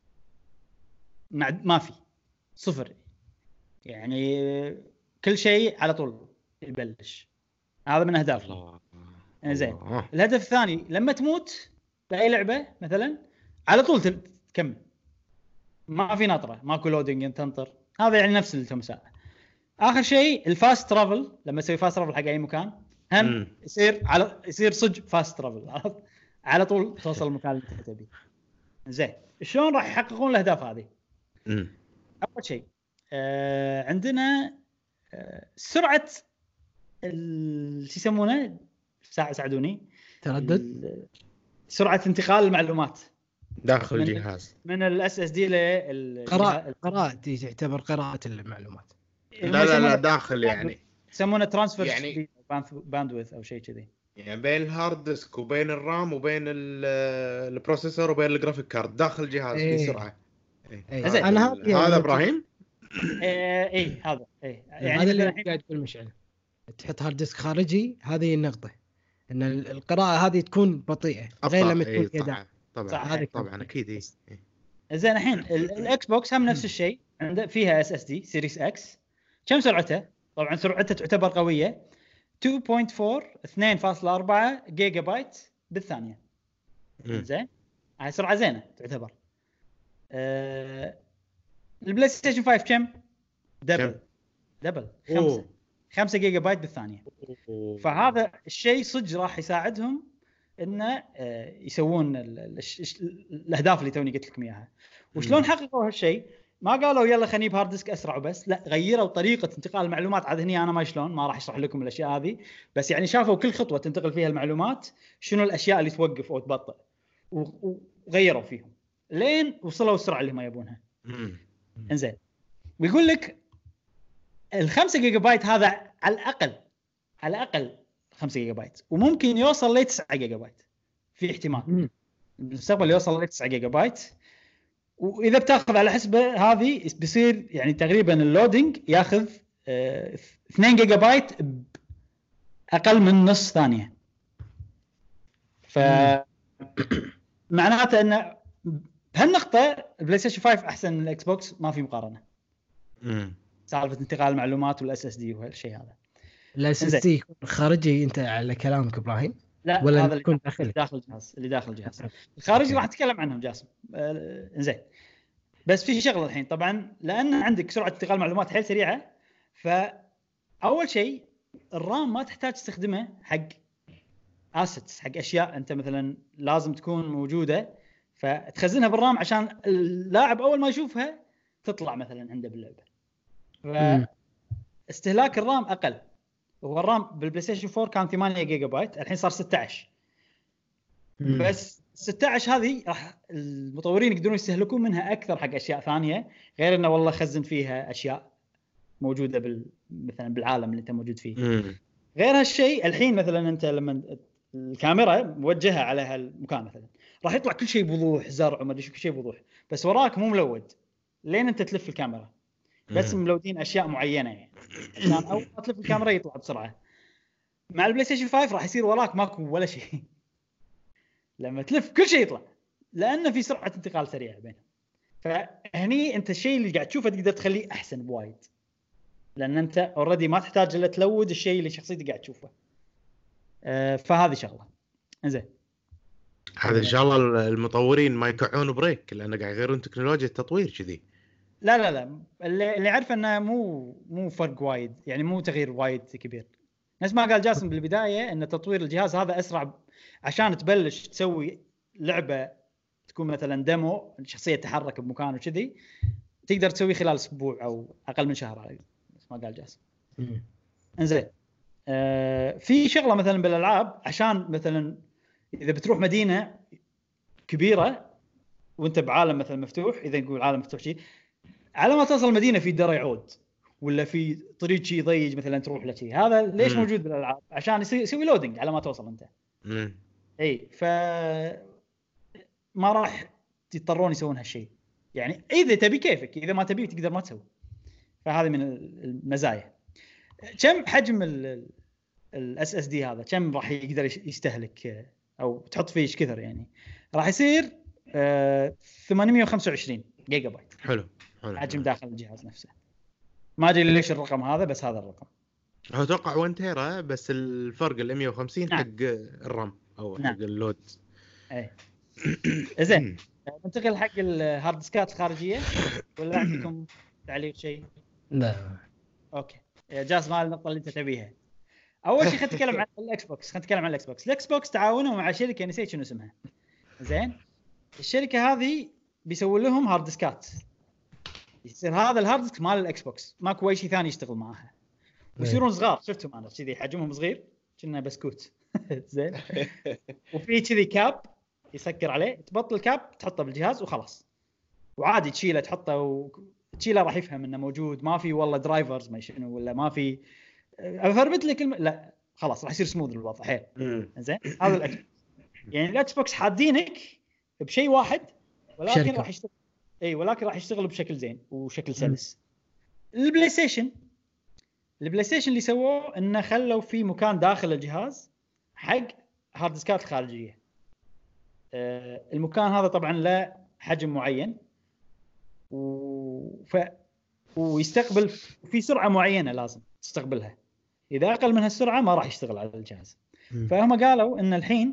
A: ما في صفر، يعني كل شيء على طول يبلش. هذا من اهدافهم. زين
C: الله.
A: الهدف الثاني لما تموت باي لعبه مثلا على طول تكمل، ما في نطره، ماكو لودينج تنطر. هذا يعني نفس التمساح. اخر شيء الفاست ترافل، لما تسوي فاست ترافل حق اي مكان هم
C: مم.
A: يصير على يصير صج فاست ترافل، عرفت؟ على طول توصل المكان اللي انت تبيه. زين شلون راح يحققون الاهداف هذه؟
C: مم.
A: اول شيء آه عندنا آه سرعه ال- شو يسمونه ساعه ساعدوني
B: تردد
A: ال- سرعه انتقال المعلومات
C: داخل
A: من-
C: الجهاز.
A: من الاس اس دي لل
B: قراءة قراءة دي تعتبر قراءة المعلومات.
C: لا لا لا داخل يعني
A: يسمونه ترانسفير
C: يعني-
A: باندويث او شيء كذي.
C: يعني بين الهارد ديسك وبين الرام وبين ال- البروسيسور وبين الجرافيك كارد داخل الجهاز
B: إيه.
C: في سرعه.
B: إيه.
C: هذا
B: أنا
C: ال-
B: هذا-
C: هذا ابراهيم.
A: اي إيه هذا اي يعني
B: هذا اللي
A: الحين
B: قاعد تقول مشعل، تحط هارد ديسك خارجي، هذه النقطه ان القراءه هذه تكون بطيئه غير لما تكون
C: إيه
B: يدها.
C: صح طبعا
A: صح.
B: هذه
C: طبعا اكيد اي
A: زين الحين ال- الاكس بوكس هم نفس الشيء، عنده فيها اس اس دي سيريس اكس. كم سرعته؟ طبعا سرعته تعتبر قويه، اثنين فاصلة أربعة اثنين فاصلة أربعة جيجا بايت بالثانيه. زين هاي سرعه زينه تعتبر. أه... البلاي ستيشن خمسة كم؟ دبل دبل خمسة خمسة جيجا بايت بالثانيه. فهذا الشيء صدق راح يساعدهم انه يسوون ال ال الاهداف اللي توني قلت لكم اياها. وشلون حققوا هالشيء؟ ما قالوا يلا خلينا نجيب هارد ديسك اسرع وبس، لا غيروا طريقه انتقال المعلومات. عاد هني انا ما شلون ما راح اشرح لكم الاشياء هذه، بس يعني شافوا كل خطوه تنتقل فيها المعلومات شنو الاشياء اللي توقف او تبطئ، وغيروا فيهم لين وصلوا السرعه اللي ما يبونها. انزين ويقول لك الخمسة جيجا بايت هذا على الأقل على الأقل خمسة جيجا بايت، وممكن يوصل ل تسعة جيجا بايت، في احتمال بالمستقبل يوصل ل تسعة جيجا بايت. وإذا بتاخذ على حسبة هذه بيصير يعني تقريبا اللودينج ياخذ اه اثنين جيجا بايت أقل من نص ثانية. ف معناته أن بهالنقطة البلاي ستيشن خمسة أحسن من الإكس بوكس، ما في مقارنة. امم سالفه انتقال المعلومات والاس اس دي وهالشيء هذا. الاس اس
B: دي خارجي انت على كلامك ابراهيم؟
A: لا ولا هذا اللي داخل داخل الجهاز، اللي داخل الجهاز الخارجي راح اتكلم عنهم جاسم. آه زين بس في شغله الحين طبعا لان عندك سرعه انتقال المعلومات حيل سريعه، فاول شيء الرام ما تحتاج تستخدمه حق اسيتس، حق اشياء انت مثلا لازم تكون موجوده فتخزنها بالرام عشان اللاعب اول ما يشوفها تطلع مثلا عنده باللعبه. فاستهلاك الرام اقل. هو الرام بالبلاي ستيشن فور كان ثمانية جيجا بايت، الحين صار ستة عشر. مم. بس ستة عشر هذه راح المطورين يقدرون يستهلكون منها اكثر حق اشياء ثانيه، غير انه والله خزن فيها اشياء موجوده بال مثلا بالعالم اللي انت موجود فيه. مم. غير هالشيء الحين مثلا انت لما الكاميرا موجهه على هالمكان مثلا راح يطلع كل شيء بوضوح، زرع وما ادري شو كل شيء بوضوح، بس وراك مو ملود لين انت تلف الكاميرا، بس ملودين اشياء معينه يعني عشان اول ما تلف الكاميرا يطلع بسرعه. مع البلاي ستيشن خمسة راح يصير وراك ماكو ولا شيء لما تلف كل شيء يطلع، لانه في سرعه انتقال سريعه بينهم. فهني انت الشيء اللي قاعد تشوفه تقدر تخليه احسن بوايد، لان انت اوريدي ما تحتاج الا تلود الشيء اللي شخصيتك قاعد تشوفه. أه فهذه شغله. انزين
C: هذا ان شاء الله المطورين ما يكعون بريك لانه قاعد يغيرون تكنولوجيا التطوير كذي.
A: لا لا لا اللي اللي عارف انه مو مو فرق وايد، يعني مو تغيير وايد كبير. نفس ما قال جاسم بالبدايه ان تطوير الجهاز هذا اسرع، عشان تبلش تسوي لعبه تكون مثلا ديمو شخصيه تتحرك بمكان وكذي تقدر تسوي خلال اسبوع او اقل من شهر، نفس ما قال جاسم. انزين آه في شغله مثلا بالالعاب، عشان مثلا اذا بتروح مدينه كبيره وانت بعالم مثلا مفتوح، اذا نقول عالم مفتوح شيء، على ما توصل المدينه في درع عود ولا في طريق شيء ضيق مثلا تروح له شيء، هذا ليش مم. موجود بالالعاب؟ عشان يسوي لودينج على ما توصل انت. امم اي ف ما راح يضطرون يسوون هالشيء، يعني اذا تبي كيفك، اذا ما تبي تقدر ما تسوي. فهذه من المزايا. كم حجم الاس اس دي هذا؟ كم راح يقدر يستهلك او تحط فيه ايش كثر؟ يعني راح يصير آه ثمانمية وخمسة وعشرين جيجا بايت.
C: حلو حلو
A: حجم داخل الجهاز نفسه. ما ادري ليش الرقم هذا، بس هذا الرقم.
C: هو اتوقع واحد تيرا، بس الفرق ال مية وخمسين نعم. حق الرام او نعم. حق اللود.
A: اي زين ننتقل حق الهارد ديسكات الخارجيه ولا عندكم تعليق شيء؟
B: لا
A: اوكي يا جاس، ما النقطه اللي انت تبيها. اول شيء خلينا نتكلم عن الاكس بوكس. خلينا نتكلم عن الاكس بوكس. الاكس بوكس تعاونوا مع شركه نسيت شنو اسمها. زين الشركه هذه بيسوي لهم هارد ديسكات، يصير هذا الهارد ديسك مال الاكس بوكس، ماكو اي شيء ثاني يشتغل معها، ويصيرون صغار. شفتهم انا كذي حجمهم صغير كنا بسكوت. زين وفي كذي كاب يسكر عليه، تبطل الكاب تحطه بالجهاز وخلاص، وعادي تشيله تحطه وتشيله راح يفهم انه موجود. ما في والله درايفرز ما شنو ولا ما في افربت لك الم... لا خلاص راح يصير سموث الوضع حيل. زين هذا الاكس يعني الاكس بوكس حادينك بشيء واحد، ولكن راح يشتغل. اي ولكن راح يشتغل بشكل زين وشكل سلس. البلاي ستيشن البلاي ستيشن اللي سووه انه خلوا في مكان داخل الجهاز حق هارد ديسكات الخارجيه. آه المكان هذا طبعا له حجم معين و... ف... ويستقبل في سرعه معينه لازم تستقبلها. اذا اقل من هالسرعه ما راح يشتغل على الجهاز. فهم قالوا ان الحين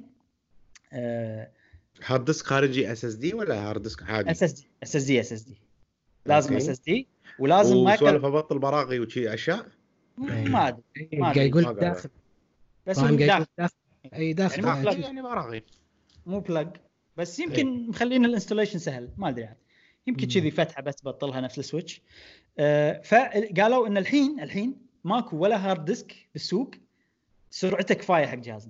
A: آه
C: هارد ديسك خارجي اس اس دي ولا هارد ديسك عادي؟
A: اس اس دي اس اس دي اس اس دي لازم اس اس دي ولازم
C: ما سوالف ابطل براغي وشي اشياء
A: ما ادري ما
B: قاعد يقول داخل
A: بس هو داخل
B: اي داخل
A: يعني,
C: يعني براغي
A: مو بلاج بس يمكن ايه. مخلين الانستليشن سهل ما ادري يعني يمكن كذي فتحه بس بطلها نفس السويتش. آه فقالوا ان الحين الحين ماكو ولا هارد ديسك بالسوق سرعته كفايه حق جهازنا.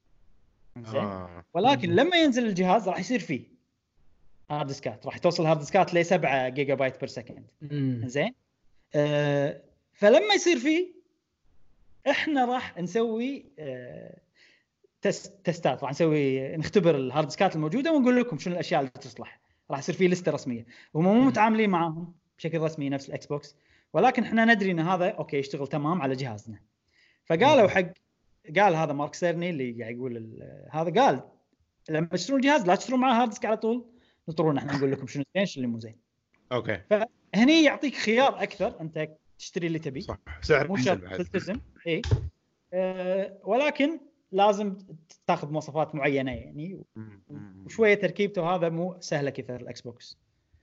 A: آه. ولكن لما ينزل الجهاز راح يصير فيه هارد ديسكات راح توصل هارد ديسكات ل سبعة جيجا بايت بير سكند. زين آه فلما يصير فيه احنا راح نسوي آه تست تستات راح نسوي نختبر الهارد ديسكات الموجوده ونقول لكم شنو الاشياء اللي تصلح. راح يصير فيه لسته رسميه وهم مو متعاملين معاهم بشكل رسمي نفس الاكس بوكس ولكن احنا ندري ان هذا اوكي يشتغل تمام على جهازنا. فقالوا حق قال هذا مارك سيرني اللي قاعد يقول هذا قال لما تشترون الجهاز لا تشترون معاه هارد ديسك على طول نطرون احنا نقول لكم شنو زين شنو مو زين.
C: اوكي
A: فهني يعطيك خيار اكثر انت تشتري اللي تبي
C: صح سعر
A: مو شرط تلتزم اي أه ولكن لازم تاخذ مواصفات معينه يعني وشويه تركيبته وهذا مو سهله كثر الاكس بوكس.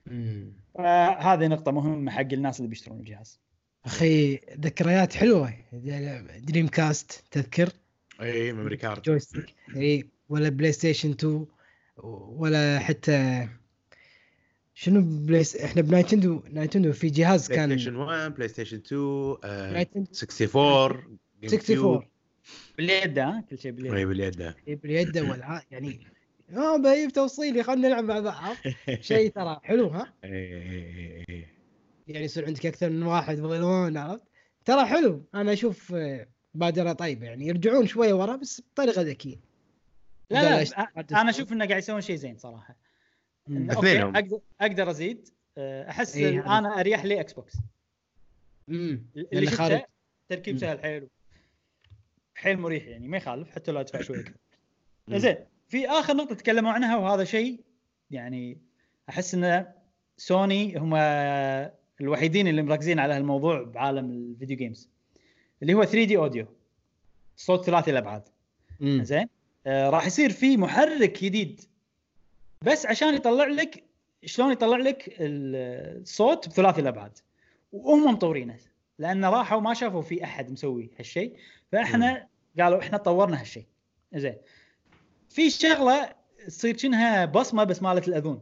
A: فهذه نقطه مهمه حق الناس اللي بيشترون الجهاز.
B: اخي ذكريات حلوه دريم كاست تذكر
C: اي ميموري كارد
B: جويستيك اي ولا بلاي ستيشن اثنين ولا حتى شنو بلايس احنا بنايتندو نايتندو في جهاز كان
C: بلاي ستيشن واحد بلاي ستيشن اثنين آه أربعة وستين
B: أربعة وستين
A: باليد ها كل شيء باليد
C: اي باليد
B: اي باليد ولا يعني اه باي توصيلي خلينا نلعب مع بعض شيء ترى حلو ها
C: اي
B: يعني يصير عندك اكثر من واحد بالوان عرفت ترى حلو. انا اشوف بادره طيبه يعني يرجعون شويه ورا بس بطريقه ذكيه.
A: لا لا انا اشوف انه قاعد يسوون شيء زين صراحه. اوكي اقدر اقدر ازيد احس إيه انا اريح لي اكس بوكس امم اللي خارج تركيب سهل حيل حيل مريح يعني ما يخالف حتى لو ادفع شويه اكثر. زين في اخر نقطه تكلموا عنها وهذا شيء يعني احس ان سوني هم الوحيدين اللي مركزين على هالموضوع بعالم الفيديو جيمز اللي هو ثري دي اوديو صوت ثلاثي الابعاد. زين آه راح يصير في محرك جديد بس عشان يطلع لك شلون يطلع لك الصوت بثلاثي الابعاد وهم مطورينه لان راحوا ما شافوا في احد مسوي هالشيء فاحنا م. قالوا احنا طورنا هالشيء. زين في شغله تصير كأنها بصمه بس مالت الاذون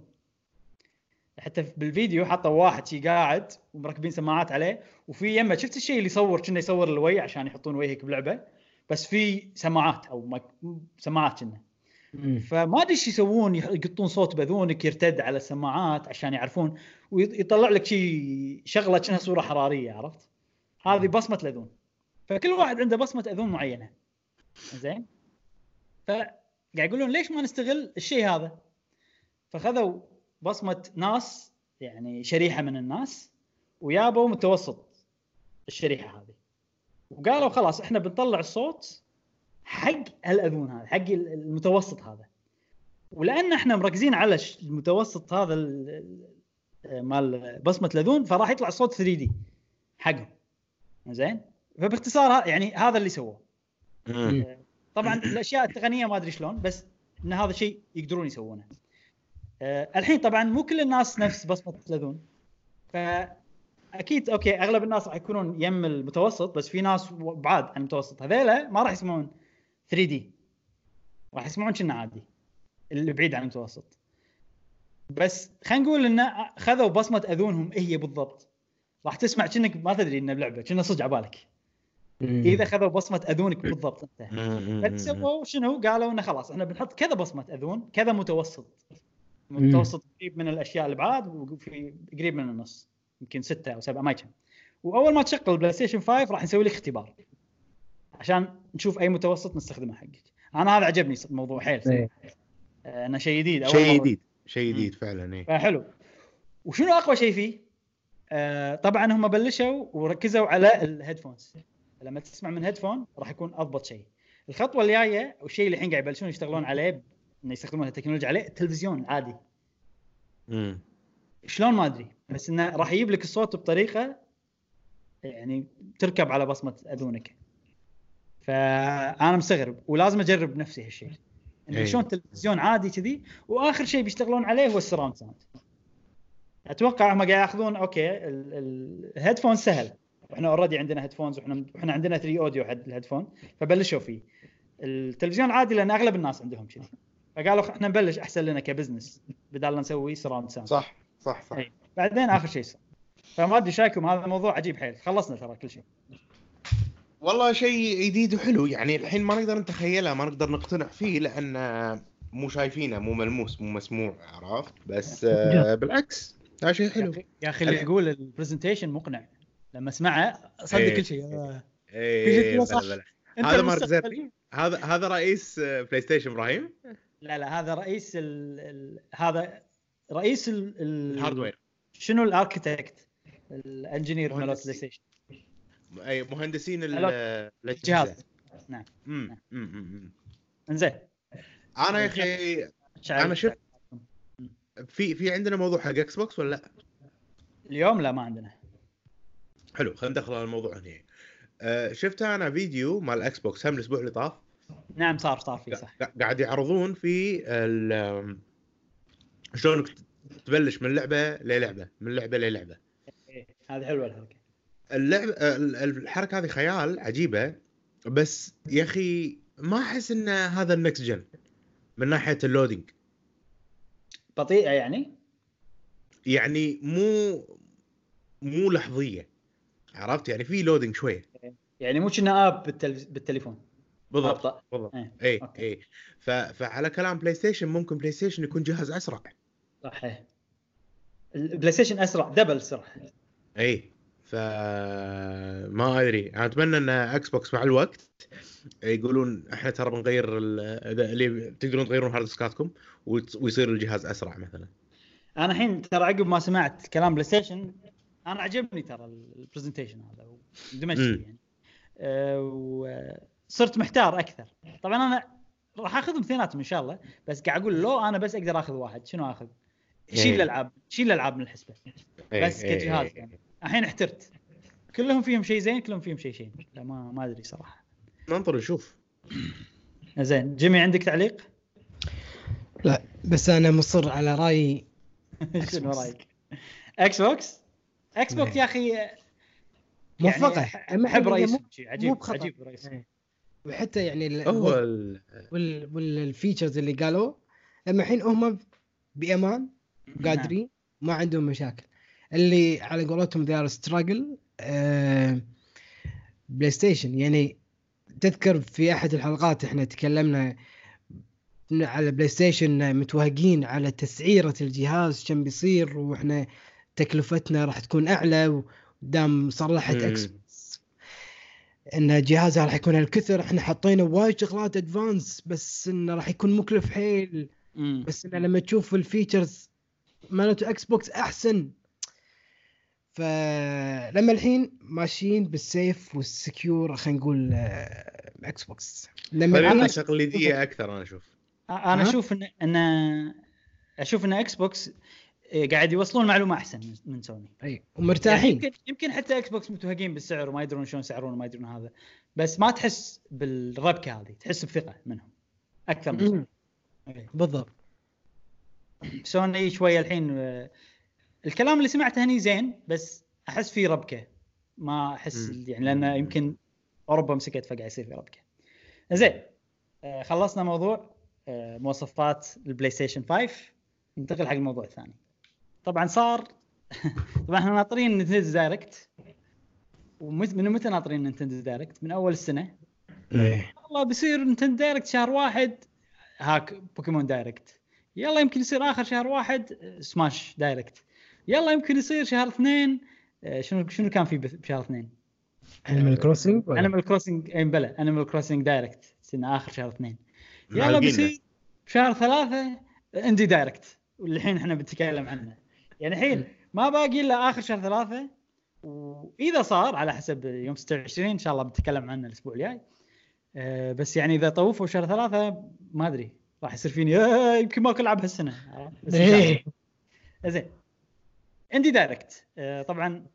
A: حتى بالفيديو حطوا واحد شي قاعد ومركبين سماعات عليه وفي يمه شفت الشيء اللي يصور كأنه يصور الوجه عشان يحطون وجهك بلعبه بس في سماعات او سماعات كأنه فما ادري ايش يسوون يقطون صوت باذونك يرتد على السماعات عشان يعرفون ويطلع لك شيء شغله كأنها صوره حراريه عرفت. هذه بصمه الاذون فكل واحد عنده بصمه اذون معينه. زين فقاعد يقولون ليش ما نستغل الشيء هذا فخذوا بصمه ناس يعني شريحه من الناس ويابوا متوسط الشريحه هذه وقالوا خلاص احنا بنطلع الصوت حق الاذون هذا حق المتوسط هذا ولان احنا مركزين على المتوسط هذا مال بصمه الاذون فراح يطلع صوت ثري دي حقهم. زين فباختصار يعني هذا اللي سووه. طبعا الاشياء التقنيه ما ادري شلون بس ان هذا شيء يقدرون يسوونه. أه الحين طبعا مو كل الناس نفس بصمه الاذون فاكيد اوكي اغلب الناس راح يكونون يم المتوسط بس في ناس بعاد عن المتوسط هذيلا ما راح يسمعون ثري دي راح يسمعون كنا عادي اللي بعيد عن المتوسط بس خلينا نقول ان خذوا بصمه اذونهم هي بالضبط راح تسمع كأنك ما تدري انه بلعبه كأنه صج عبالك اذا خذوا بصمه اذونك بالضبط انت فسووا شنو قالوا انه خلاص احنا بنحط كذا بصمه اذون كذا متوسط متوسط قريب من الاشياء الابعاد وفي قريب من النص يمكن ستة او سبعة ما يكم. واول ما تشغل البلاي ستيشن خمسة راح نسوي لك اختبار عشان نشوف اي متوسط نستخدمه حقك. انا هذا عجبني الموضوع حيل انا شيء جديد
C: شيء جديد شيء جديد فعلا ايه
A: فحلو. وشنو اقوى شيء فيه آه طبعا هم بلشوا وركزوا على الهيدفونز. لما تسمع من هيدفون راح يكون اضبط شيء. الخطوه الجايه والشيء اللي الحين قاعد يبلشون يشتغلون عليه انه يستخدمون التكنولوجيا عليه التلفزيون عادي.
C: امم
A: شلون ما ادري بس انه راح يجيب لك الصوت بطريقه يعني تركب على بصمه اذنك. فانا مستغرب ولازم اجرب بنفسي هالشيء انه
C: أيه.
A: شلون التلفزيون عادي كذي. واخر شيء بيشتغلون عليه هو السراوند ساوند. اتوقع هم قاعد ياخذون اوكي الهيدفون سهل. احنا اوريدي عندنا هيدفونز واحنا احنا عندنا ثري اوديو حق الهيدفون فبلشوا فيه. التلفزيون عادي لان اغلب الناس عندهم كذي فقالوا احنا نبلش احسن لنا كبزنس بدال لا نسوي سراوند ساوند.
C: صح صح صح.
A: أي. بعدين اخر شيء صار. فما ادري شايكم هذا الموضوع عجيب حيل. خلصنا ترى كل شيء.
C: والله شيء جديد وحلو يعني الحين ما نقدر نتخيله ما نقدر نقتنع فيه لان مو شايفينه مو ملموس مو مسموع عرفت بس آه بالعكس هذا شيء حلو
A: يا اخي اللي يقول البرزنتيشن مقنع لما اسمعه صدق
C: إيه.
A: كل شيء. آه.
C: ايه
A: كل شيء صح.
C: بلا بلا.
A: أنت
C: هذا مارك
A: المستقبل.
C: زيربي هذا هذا رئيس بلاي ستيشن ابراهيم.
A: لا لا هذا رئيس ال... ال... هذا رئيس ال... ال...
C: الهاردوير
A: شنو الاركيتكت الانجينير مال
C: مهندس.
A: بلاي ستيشن.
C: اي مهندسين
A: الجهاز.
C: الاجهزه.
A: نعم
C: امم امم
A: انزين.
C: انا يا اخي انا شفت في في عندنا موضوع حق اكس بوكس ولا لا؟
A: اليوم لا ما عندنا.
C: حلو خلينا ندخل على الموضوع هنا. أه شفت انا فيديو مال اكس بوكس هم الاسبوع اللي طاف.
A: نعم صار صار فيه صح.
C: قاعد يعرضون في ال شلون تبلش من لعبه للعبه من لعبه للعبه.
A: إيه. هذه حلوه الحركه.
C: اللعبه الحركه هذه خيال عجيبه بس يا اخي ما احس ان هذا النكست جن من ناحيه اللودينج.
A: بطيئه يعني
C: يعني مو مو لحظيه عرفت يعني في لودينج شويه
A: يعني مو كنا اب بالتلف... بالتليفون
C: بالضبط
A: أبطأ.
C: بالضبط
A: إيه.
C: اي
A: أوكي.
C: اي ف... فعلى كلام بلاي ستيشن ممكن بلاي ستيشن يكون جهاز اسرع.
A: صحيح. البلاي ستيشن اسرع دبل سرعه.
C: اي ف ما ادري انا اتمنى ان اكس بوكس مع الوقت يقولون احنا ترى بنغير ال- اللي تقدرون تغيرون هارد ديسكاتكم وت- ويصير الجهاز اسرع مثلا.
A: انا الحين ترى عقب ما سمعت كلام بلاي ستيشن انا عجبني ترى البرزنتيشن هذا ودمجت
C: مم.
A: يعني أه وصرت محتار اكثر. طبعا انا راح اخذهم اثنيناتهم ان شاء الله بس قاعد اقول لو انا بس اقدر اخذ واحد شنو اخذ؟ شيل
C: إيه.
A: الالعاب شيل الالعاب من الحسبه
C: إيه،
A: بس
C: إيه،
A: كجهاز
C: إيه.
A: يعني. الحين احترت كلهم فيهم شيء زين كلهم فيهم شيء شيء لا ما ما ادري صراحه.
C: ننطر نشوف.
A: زين جيمي عندك تعليق؟
B: لا بس انا مصر على رايي.
A: شنو رايك؟ اكس بوكس اكس بوكس يا اخي
B: موفقه
A: يعني احب رئيسهم شيء عجيب
B: مو بخطأ.
A: عجيب رئيسهم.
B: وحتى يعني ال-
C: هو ال...
B: وال والفيتشرز اللي قالوا لما الحين هم بامان قادرين ما عندهم مشاكل. اللي على قولتهم they are struggle آه بلاي ستيشن. يعني تذكر في احد الحلقات احنا تكلمنا على بلاي ستيشن متوهقين على تسعيرة الجهاز كم بيصير واحنا تكلفتنا راح تكون اعلى ودام صلحت
C: مم.
B: اكس ان جهازها راح يكون هالكثر. احنا حطينا وايد شغلات ادفانس بس انه راح يكون مكلف حيل.
A: مم.
B: بس إنه لما تشوف الفيتشرز مالته اكس بوكس احسن. فلما الحين ماشيين بالسيف والسكيور خلينا نقول آه، اكس بوكس لما
C: طريقة
B: الحين
C: تقليدية اكثر انا اشوف.
A: انا
B: ها؟
A: اشوف ان ان اشوف ان اكس بوكس قاعد يوصلون معلومه احسن من سوني.
B: اي
A: يعني
B: ومرتاحين.
A: يمكن يمكن حتى اكس بوكس متوهقين بالسعر وما يدرون شلون يسعرون وما يدرون هذا بس ما تحس بالربكه هذه تحس بثقه منهم اكثر من سوني.
B: مم. بالضبط.
A: سوني شويه الحين آه، الكلام اللي سمعته هني زين بس احس فيه ربكه ما احس
C: مم.
A: يعني لان يمكن اوروبا مسكت فقاعد يصير في ربكه. زين آه، خلصنا موضوع آه، مواصفات البلاي ستيشن خمسة. ننتقل حق الموضوع الثاني. طبعا صار طبعا احنا ناطرين نينتندو دايركت ومن متى ناطرين نينتندو دايركت؟ من اول السنه.
B: إيه.
A: والله بيصير نينتندو دايركت شهر واحد هاك بوكيمون دايركت. يلا يمكن يصير اخر شهر واحد آه، سماش دايركت. يلا يمكن يصير شهر اثنين آه، شنو شنو كان في بشهر اثنين؟
B: انيمال كروسنج
A: انيمال كروسنج اي بلا انيمال كروسنج دايركت سنة اخر شهر اثنين. يلا
C: معلقيننا.
A: بيصير شهر ثلاثة اندي دايركت واللي الحين احنا بنتكلم عنه. يعني الحين ما باقي الا اخر شهر ثلاثة، واذا صار على حسب يوم ستة وعشرين ان شاء الله بنتكلم عنه الاسبوع الجاي. أه بس يعني اذا طوفوا شهر ثلاثة ما ادري راح يصير فيني آه يمكن ما العب هالسنه. زين اندي دايركت. أه طبعا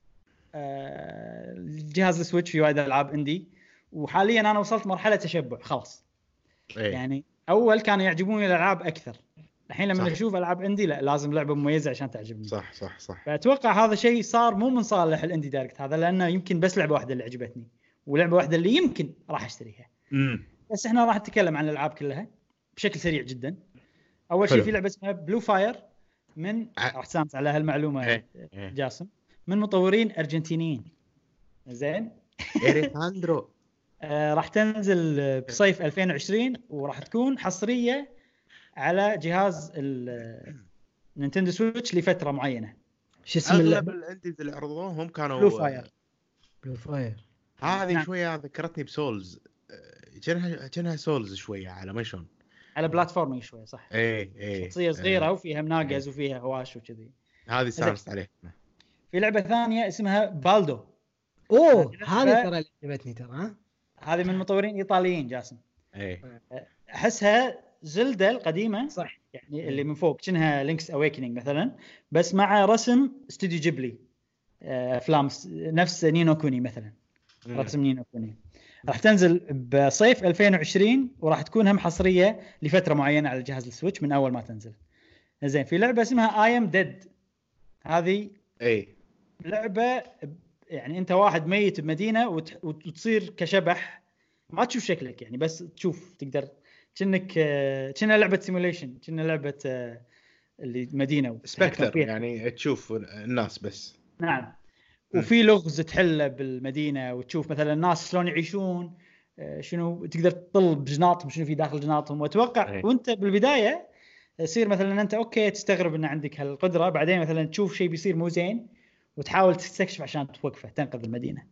A: أه الجهاز السويتش في وايد العاب اندي، وحاليا انا وصلت مرحله تشبع خلاص.
C: إيه.
A: يعني اول كانوا يعجبوني الالعاب اكثر، الحين لما
C: صح.
A: اشوف العاب اندي لا لازم لعبه مميزه عشان تعجبني.
C: صح صح صح.
A: فاتوقع هذا شيء صار مو من صالح الاندي دايركت هذا، لانه يمكن بس لعبه واحده اللي عجبتني ولعبه واحده اللي يمكن راح اشتريها.
C: امم
A: بس احنا راح نتكلم عن الالعاب كلها بشكل سريع جدا. اول شيء في لعبه اسمها بلو فاير من
C: ع-
A: راح تسامح على هالمعلومه
C: إيه، إيه.
A: جاسم، من مطورين ارجنتينيين. زين
C: إريكاندرو.
A: آه راح تنزل بصيف ألفين وعشرين وراح تكون حصريه على جهاز النينتندو سويتش لفتره معينه.
B: شو اسم
C: اغلب
B: اللعبه؟
C: الانديز اللي عرضوهم كانوا
A: بلو فاير.
B: بلو فاير.
C: هذه
A: نعم.
C: شويه ذكرتني بسولز، آه، كأنها كأنها سولز شويه على ما شلون.
A: على بلاتفورمينج شويه صح.
C: ايه ايه
A: تصير صغيره
C: إيه.
A: وفيها مناقز وفيها هواش وكذي.
C: هذه استانست عليه.
A: في لعبه ثانيه اسمها بالدو.
B: اوه
A: هذه
B: هذه
A: لعبة-
B: ترى اللي عجبتني ترى. ها
A: هذه من مطورين ايطاليين جاسم.
C: ايه
A: احسها زلدة القديمه
B: صح.
A: يعني اللي من فوق كأنها لينكس اويكنينج مثلا، بس مع رسم استوديو جيبلي افلام نفس نينو كوني مثلا.
C: مم.
A: رسم نينو كوني. راح تنزل بصيف ألفين وعشرين وراح تكون هم حصريه لفتره معينه على جهاز السويتش من اول ما تنزل. زين في لعبه اسمها اي ام ديد. هذه
C: ايه
A: لعبه يعني انت واحد ميت بمدينه وت... وتصير كشبح، ما تشوف شكلك يعني بس تشوف تقدر كأنك كأنها لعبه سيموليشن، كأنها لعبه اللي مدينه
C: سبكتر يعني تشوف الناس بس.
A: نعم. وفي لغز تحله بالمدينه وتشوف مثلا الناس شلون يعيشون، شنو تقدر تطل بجناطهم شنو في داخل جناطهم. واتوقع
C: أيه.
A: وانت بالبدايه يصير مثلا انت اوكي تستغرب ان عندك هالقدره، بعدين مثلا تشوف شيء بيصير مو زين وتحاول تستكشف عشان توقفه تنقذ المدينه.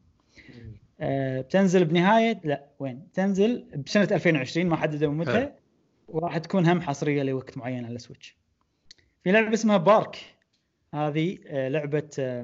A: أه بتنزل بنهايه لا وين تنزل بسنه ألفين وعشرين ما حددوا متى، وراح تكون هم حصريه لوقت معين على السويتش. في لعبه اسمها بارك. هذه أه لعبه أه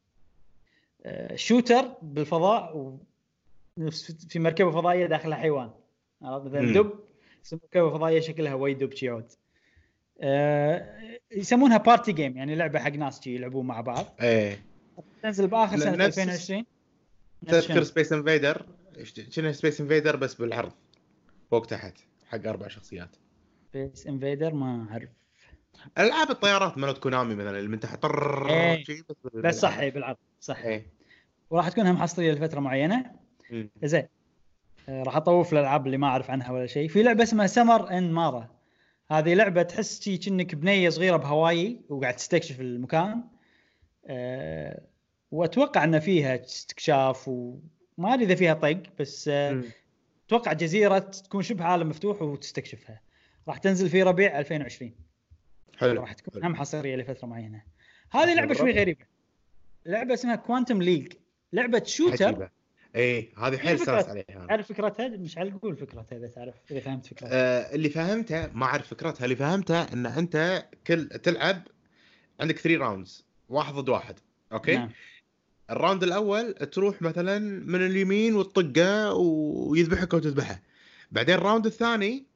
A: شوتر بالفضاء في مركبه فضائيه داخلها حيوان مثلا دب، مركبه فضائيه شكلها ويدب شيعود. أه يسمونها بارتي جيم يعني لعبه حق ناس جي يلعبون مع بعض.
C: ايه
A: تنزل باخر سنه ألفين وعشرين.
C: تذكر سبيس انفيدر؟ شنو سبيس انفيدر بس بالعرض فوق تحت حق اربع شخصيات.
A: سبيس انفيدر ما اعرف.
C: العاب الطيارات مالت كونامي مثلا اللي من تحت طر
A: ايه.
C: شيء بس,
A: بس صح بالعرض صح.
C: ايه.
A: وراح تكون هم حصريه لفتره معينه. زين آه راح اطوف الالعاب اللي ما اعرف عنها ولا شيء. في لعبه اسمها سمر ان مارا. هذه لعبه تحس شي كأنك بنيه صغيره بهواي وقاعد تستكشف المكان. أه واتوقع ان فيها استكشاف وما ادري اذا فيها طق بس أه اتوقع جزيره تكون شبه عالم مفتوح وتستكشفها. راح تنزل في ربيع ألفين وعشرين.
C: حلو.
A: راح تكون هم حصريه لفتره معينه. هذه لعبه شوي غريبه. لعبه اسمها كوانتم ليج، لعبه شوتر
C: عجيبة. ايه هذه حيل استانس عليها.
A: عارف فكرتها؟ مش على قول فكرتها اذا تعرف اذا فهمت فكرتها.
C: آه اللي فهمته ما اعرف فكرتها. اللي فهمته ان انت كل تلعب عندك ثلاثة راوندز واحد ضد واحد. اوكي نعم. الراوند الاول تروح مثلا من اليمين وتطقه ويذبحك وتذبحه. بعدين الراوند الثاني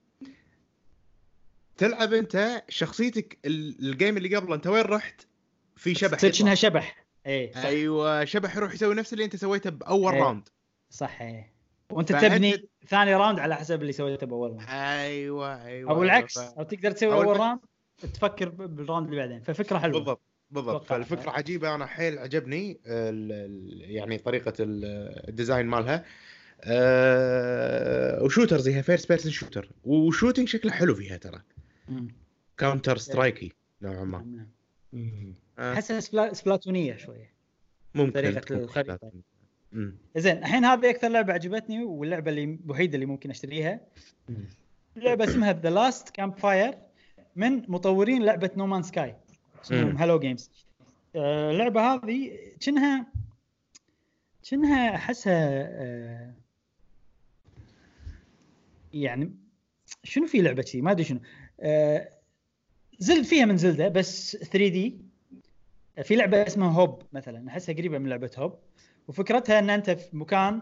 C: تلعب انت شخصيتك. الجيم اللي قبله انت وين رحت في شبح
A: تصير شبح. ايه
C: صح. ايوه شبح يروح يسوي نفس اللي انت سويته باول
A: ايه.
C: راوند
A: صح. ايه. وانت تبني ثاني راوند على حسب اللي سويته باول راوند.
C: ايوه ايوه
A: او العكس
C: ف...
A: او تقدر تسوي اول راوند تفكر بالراوند اللي بعدين. ففكره حلوه
C: بالضبط بالضبط. فالفكره عجيبه انا حيل عجبني يعني طريقه الديزاين مالها. أه... وشوترز هي فيرست بيرسون شوتر وشوتينج شكله حلو فيها ترى. كاونتر سترايكي نوعا ما.
A: احسها سبلاتونيه شويه
C: ممكن
A: طريقه الخريطه. زين الحين هذه اكثر لعبه عجبتني واللعبه اللي الوحيده اللي ممكن اشتريها. مم. لعبه اسمها ذا لاست كامب فاير من مطورين لعبه نو مان سكاي اسمهم هالو جيمز. آه اللعبه هذه كأنها كأنها احسها آه يعني شنو في لعبه شيء ما ادري شنو. آه زلد فيها من زلدة بس ثري دي في لعبه اسمها هوب مثلا، احسها قريبه من لعبه هوب، وفكرتها ان انت في مكان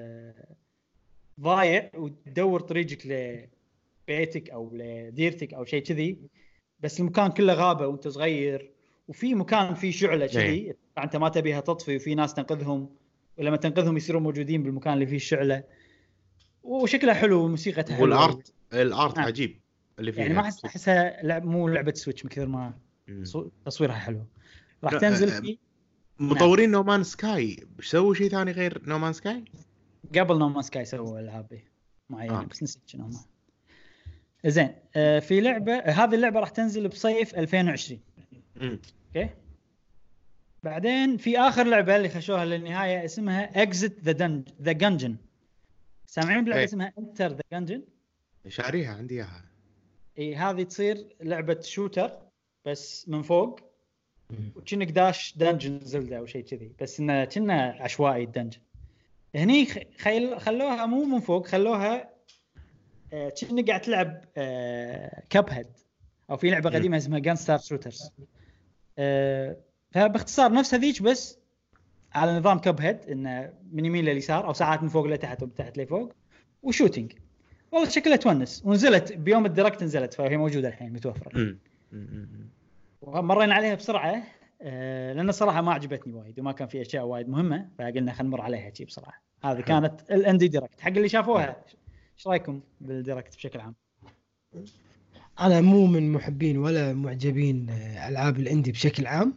A: ضايع وتدور طريقك لبيتك او لديرتك او شيء كذي، بس المكان كله غابه وانت صغير، وفي مكان فيه شعله كذي انت ما تبيها تطفي، وفي ناس تنقذهم، ولما تنقذهم يصيرون موجودين بالمكان اللي فيه الشعله، وشكلها حلو وموسيقتها حلوه،
C: والارت الارت
A: آه.
C: عجيب اللي فيها،
A: يعني ما احس احسها لعب مو لعبه سويتش من كثر ما
C: مم.
A: تصويرها حلو. راح
C: لا،
A: تنزل
C: آه،
A: في
C: مطورين نو مان سكاي سووا شيء ثاني غير نو مان سكاي؟
A: قبل نو مان سكاي سووا العاب معينه،
C: آه.
A: بس نسيت شنو هم. زين، آه في لعبه، آه هذه اللعبه راح تنزل بصيف ألفين وعشرين.
C: امم
A: اوكي. بعدين في اخر لعبه اللي خشوها للنهايه اسمها اكزيت ذا دنج ذا جنجن. سامعين بلعبه
C: إيه.
A: اسمها انتر ذا جنجن؟
C: شاريها عندي اياها.
A: اي هذه تصير لعبه شوتر بس من فوق، وكأنك داش دنجن زلدة او شيء كذي، بس انه كنا عشوائي الدنجن. هني خيل خلوها مو من فوق، خلوها آه كأنك قاعد تلعب آه كاب هيد، او في لعبه قديمه اسمها جان ستار شوترز. آه فباختصار نفس هذيك بس على نظام كاب هيد، انه من يمين لليسار او ساعات من فوق لتحت ومن تحت لفوق، وشوتينج. والله شكلها تونس، ونزلت بيوم الديركت، نزلت فهي موجوده الحين متوفره. ومرينا عليها بسرعه آه لان الصراحه ما عجبتني وايد، وما كان في اشياء وايد مهمه، فقلنا خلينا نمر عليها شيء بسرعه. هذه كانت الاندي ديركت. حق اللي شافوها ايش رايكم بالديركت بشكل عام؟
B: انا مو من محبين ولا معجبين العاب الاندي بشكل عام،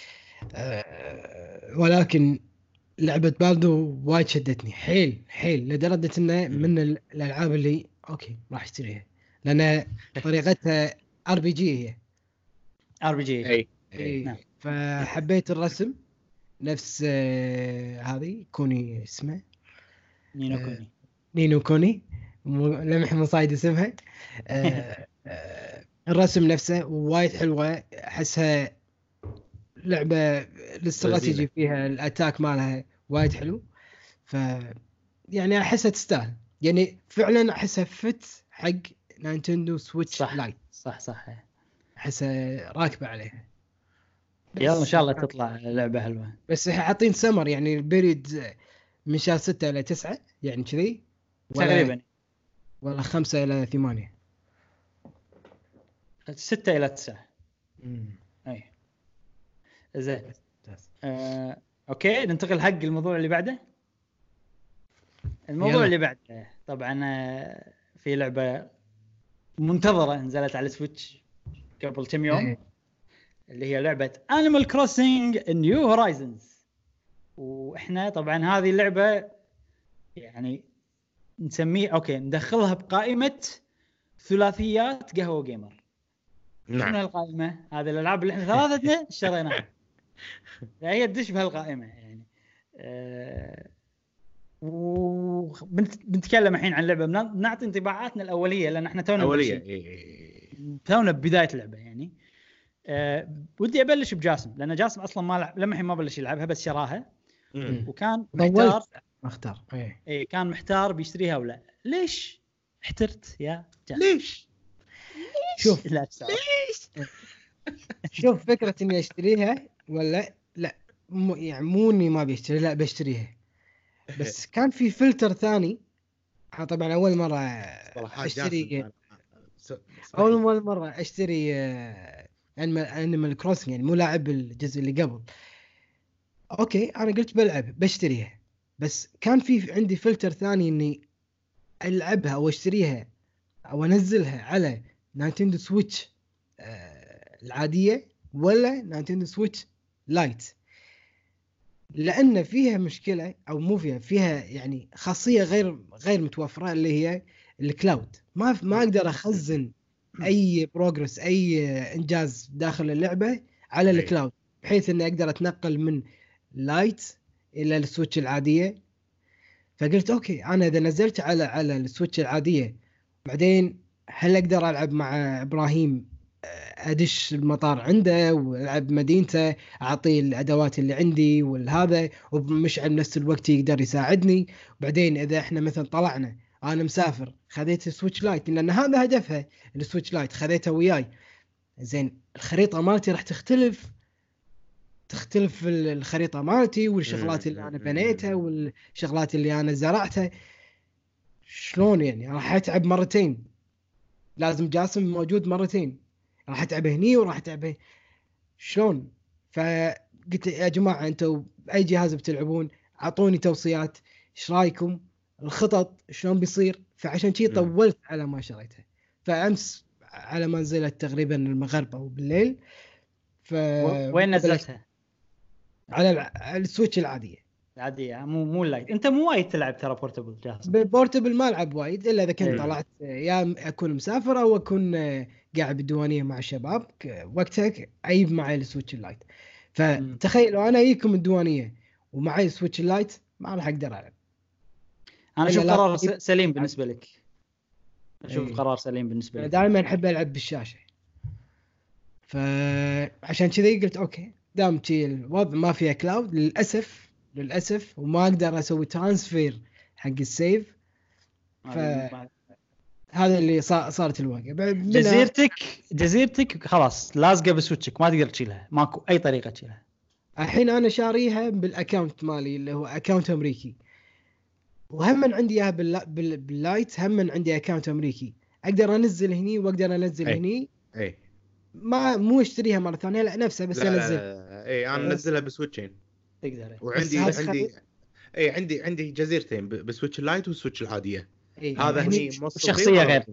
B: ولكن لعبه بالدو وايد شدتني حيل حيل، لدرجه انه من الالعاب اللي اوكي راح اشتريها، لان طريقتها ار بي جي. هي
A: ار بي جي
C: اي
B: اي نعم. فحبيت الرسم نفس آه هذه كوني اسمه
A: نينو كوني
B: آه نينو كوني لمح مصايد اسمها. آه آه الرسم نفسه وايد حلوه، احسها لعبه الاستراتيجي فيها الاتاك مالها وايد حلو، ف يعني احسها تستاهل، يعني فعلا احسها فت حق نينتندو سويتش
A: صح.
B: لايت.
A: صح صح
B: احسها راكبه عليها.
A: يلا ان شاء الله تطلع لعبه حلوه.
B: بس حاطين سمر يعني البريد من شهر ستة إلى تسعة يعني كذي
A: تقريبا،
B: ولا خمسة إلى ثمانية.
A: ستة إلى تسعة.
B: امم
A: اي زين. آه، اوكي ننتقل حق الموضوع اللي بعده. الموضوع يلا. اللي بعده طبعا آه، في لعبه منتظره نزلت على سويتش قبل كم يوم أي. اللي هي لعبه Animal Crossing New Horizons. واحنا طبعا هذه اللعبه يعني نسميه اوكي ندخلها بقائمه ثلاثيات قهوه جيمر.
C: نعم.
A: شنو القائمه هذه؟ الالعاب اللي احنا ثلاثتنا اشتريناها هي تدش بهالقائمه يعني. أه وبنتكلم الحين عن لعبه بنعطي انطباعاتنا الاوليه، لان احنا تونا
C: اوليه
A: تونا ببدايه اللعبه يعني. أه ودي ابلش بجاسم، لان جاسم اصلا ما لعب لما الحين ما بلش يلعبها بس شراها
C: مم.
A: وكان محتار
B: مختار
A: ايه. ايه كان محتار بيشتريها ولا. ليش احترت يا جاسم؟
C: ليش
B: شوف
A: لا
B: ليش شوف فكره اني اشتريها ولا لا، مو يعني مو اني ما بيشتري، لا بشتريها، بس كان في فلتر ثاني. طبعا اول مره اشتري اول مره اشتري انيمال كروسنج يعني مو لاعب الجزء اللي قبل. اوكي انا قلت بلعب بشتريها، بس كان في عندي فلتر ثاني اني العبها او اشتريها او انزلها على نينتندو سويتش العاديه ولا نينتندو سويتش لايت، لان فيها مشكله او مو فيها فيها يعني خاصيه غير غير متوفره اللي هي الكلاود. ما ما اقدر اخزن اي بروجرس اي انجاز داخل اللعبه على الكلاود، بحيث اني اقدر اتنقل من لايت الى السويتش العاديه. فقلت اوكي انا اذا نزلت على على السويتش العاديه بعدين هل اقدر العب مع ابراهيم ادش المطار عنده والعب مدينته، اعطيه الادوات اللي عندي والهذا، ومشعل نفس الوقت يقدر يساعدني. وبعدين اذا احنا مثلا طلعنا انا مسافر خذيت السويتش لايت لان هذا هدفها السويتش لايت خذيته وياي، زين الخريطه مالتي راح تختلف تختلف الخريطه مالتي والشغلات اللي انا بنيتها والشغلات اللي انا زرعتها. شلون يعني راح اتعب مرتين؟ لازم جاسم موجود مرتين، راح اتعب هني وراح اتعب شلون؟ فقلت يا جماعه انتم باي جهاز بتلعبون اعطوني توصيات، ايش رايكم الخطط شلون بيصير؟ فعشان شي طولت على ما شريتها. فامس على ما نزلت تقريبا المغرب او بالليل. ف
A: وين نزلتها؟
B: على السويتش العاديه
A: العاديه مو مو لايت. انت مو وايد تلعب ترى بورتبل جاهز.
B: بورتبل ما العب وايد الا اذا كنت طلعت يا اكون مسافر او اكون قاعد بالديوانيه مع الشباب وقتها اجيب معي السويتش اللايت. فتخيلوا انا اجيكم الديوانيه ومعي السويتش اللايت ما راح اقدر العب.
A: انا اشوف قرار سليم بالنسبه لك. اشوف أيه. قرار سليم بالنسبه لك.
B: دائما احب العب بالشاشه، فعشان كذا قلت اوكي دام تي الوضع ما فيها كلاود للاسف للاسف وما اقدر اسوي ترانسفير حق السيف. فهذا اللي صارت الواقع.
A: جزيرتك جزيرتك خلاص لازقه بسويتشك، ما تقدر تشيلها، ماكو اي طريقه تشيلها.
B: الحين انا شاريها بالاكاونت مالي اللي هو اكاونت امريكي، وهم عندي اياها بال... باللايت، هم عندي اكاونت امريكي اقدر انزل هني واقدر انزل
C: أي.
B: هني
C: اي
B: ما مو اشتريها مره ثانيه لا نفسها بس
C: لا
B: انزل.
C: اي انا انزلها بسويتشين
A: تقدر.
C: وعندي عندي اي عندي عندي جزيرتين بسويتش اللايت والسويتش العاديه.
B: إيه.
C: هذا هني
A: شخصيه غير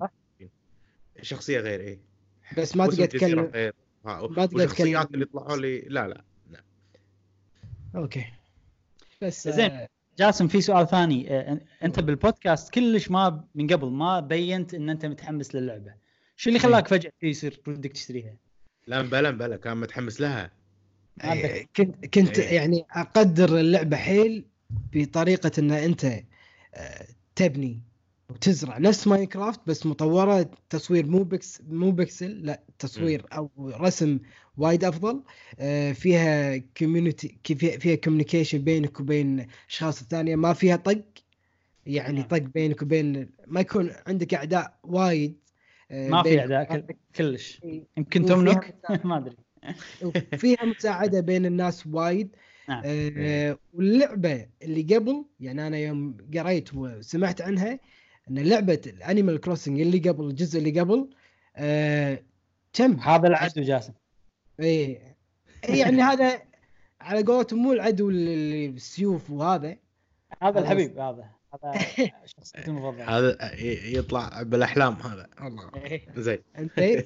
C: شخصيه غير اي
B: بس ما تقدر تتكلم
C: ما تقدر الشخصيات اللي يطلعوا لي لا لا لا
B: اوكي. بس
A: زين آه جاسم في سؤال ثاني. آه انت بالبودكاست كلش ما من قبل ما بينت ان انت متحمس للعبه، شو اللي خلاك فجاه يصير بدك تشتريها؟
C: لا بلا بلا كان متحمس لها.
B: أيه كنت كنت أيه. يعني اقدر اللعبه حيل بطريقه ان انت تبني وتزرع نفس ماينكرافت بس مطوره، تصوير مو بكس مو بكسل لا تصوير او رسم وايد افضل، فيها كوميونتي فيها كوميونيكيشن بينك وبين اشخاص الثانيه، ما فيها طق يعني طق بينك وبين ما يكون عندك اعداء وايد.
A: ما في اعداء كلش يمكن تملك ما ادري.
B: وفيها مساعده بين الناس وايد.
A: نعم.
B: آه واللعبه اللي قبل يعني انا يوم قريت وسمعت عنها ان لعبه الانيمال كروسنج اللي قبل الجزء اللي قبل آه كم
A: هذا العدو جاسم.
B: ايه يعني هذا على قولتهم مو العدو اللي السيوف وهذا
A: هذا الحبيب هذا هذا شخصيتي المفضله
C: هذا يطلع بالاحلام هذا والله زين.
B: انت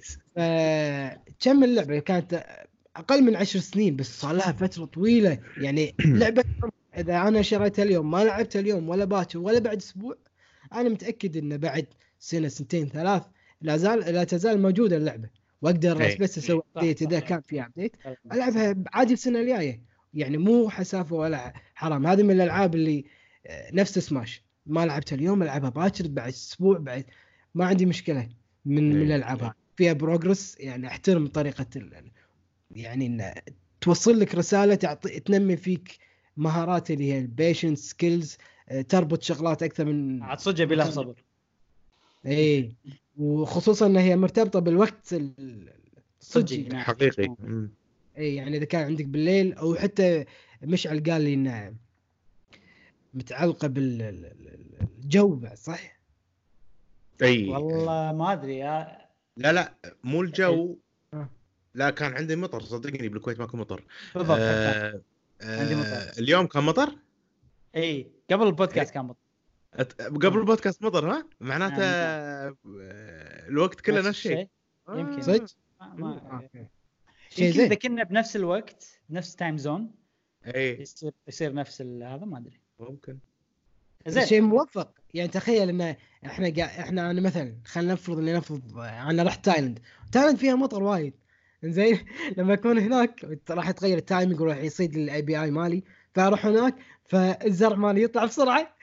B: كم اللعبه كانت اقل من عشر سنين بس صار لها فتره طويله يعني. لعبه اذا انا شريتها اليوم ما لعبتها اليوم ولا باكر ولا بعد اسبوع انا متاكد انه بعد سنه سنتين ثلاث لا زال لا تزال موجوده اللعبه واقدر بس اسوي ابديت اذا كان في ابديت العبها عادي السنه الجايه يعني مو حسافه ولا حرام. هذه من الالعاب اللي نفس سماش ما لعبتها اليوم العبها باكر بعد اسبوع بعد ما عندي مشكله. من من الالعاب فيها بروجرس يعني احترم طريقه يعني إن توصل لك رسالة تعطي تنمي فيك مهارات اللي هي البيشنس سكيلز، تربط شغلات أكثر من
A: عاد صجة بلا صبر.
B: إيه وخصوصا إن هي مرتبطة بالوقت الصجي
C: حقيقي.
B: إيه يعني إذا كان عندك بالليل أو حتى مشعل قال لي إنها متعلقة بالجو صح؟
C: أي
A: والله ما أدري يا
C: لا لا مو الجو. لا كان عندي مطر صدقني بالكويت ماكو مطر.
A: بالضبط.
C: آه عندي مطر اليوم كان مطر.
A: اي قبل البودكاست
C: إيه؟
A: كان مطر.
C: قبل البودكاست مطر ها معناته يعني الوقت كله نفس الشيء
A: يمكن
B: صدق
A: ما شيء زين اذا كنا بنفس الوقت نفس تايم زون
C: اي
A: يصير يصير نفس هذا ما ادري
C: ممكن
B: زين شيء موفق يعني. تخيل ان احنا قا... احنا انا مثلا خلينا نفرض اني نفرض انا رحت تايلاند تايلاند فيها مطر وايد زين لما اكون هناك راح يتغير التايمينج وراح يصيد الاي بي اي مالي فاروح هناك فالزرع مالي يطلع بسرعه.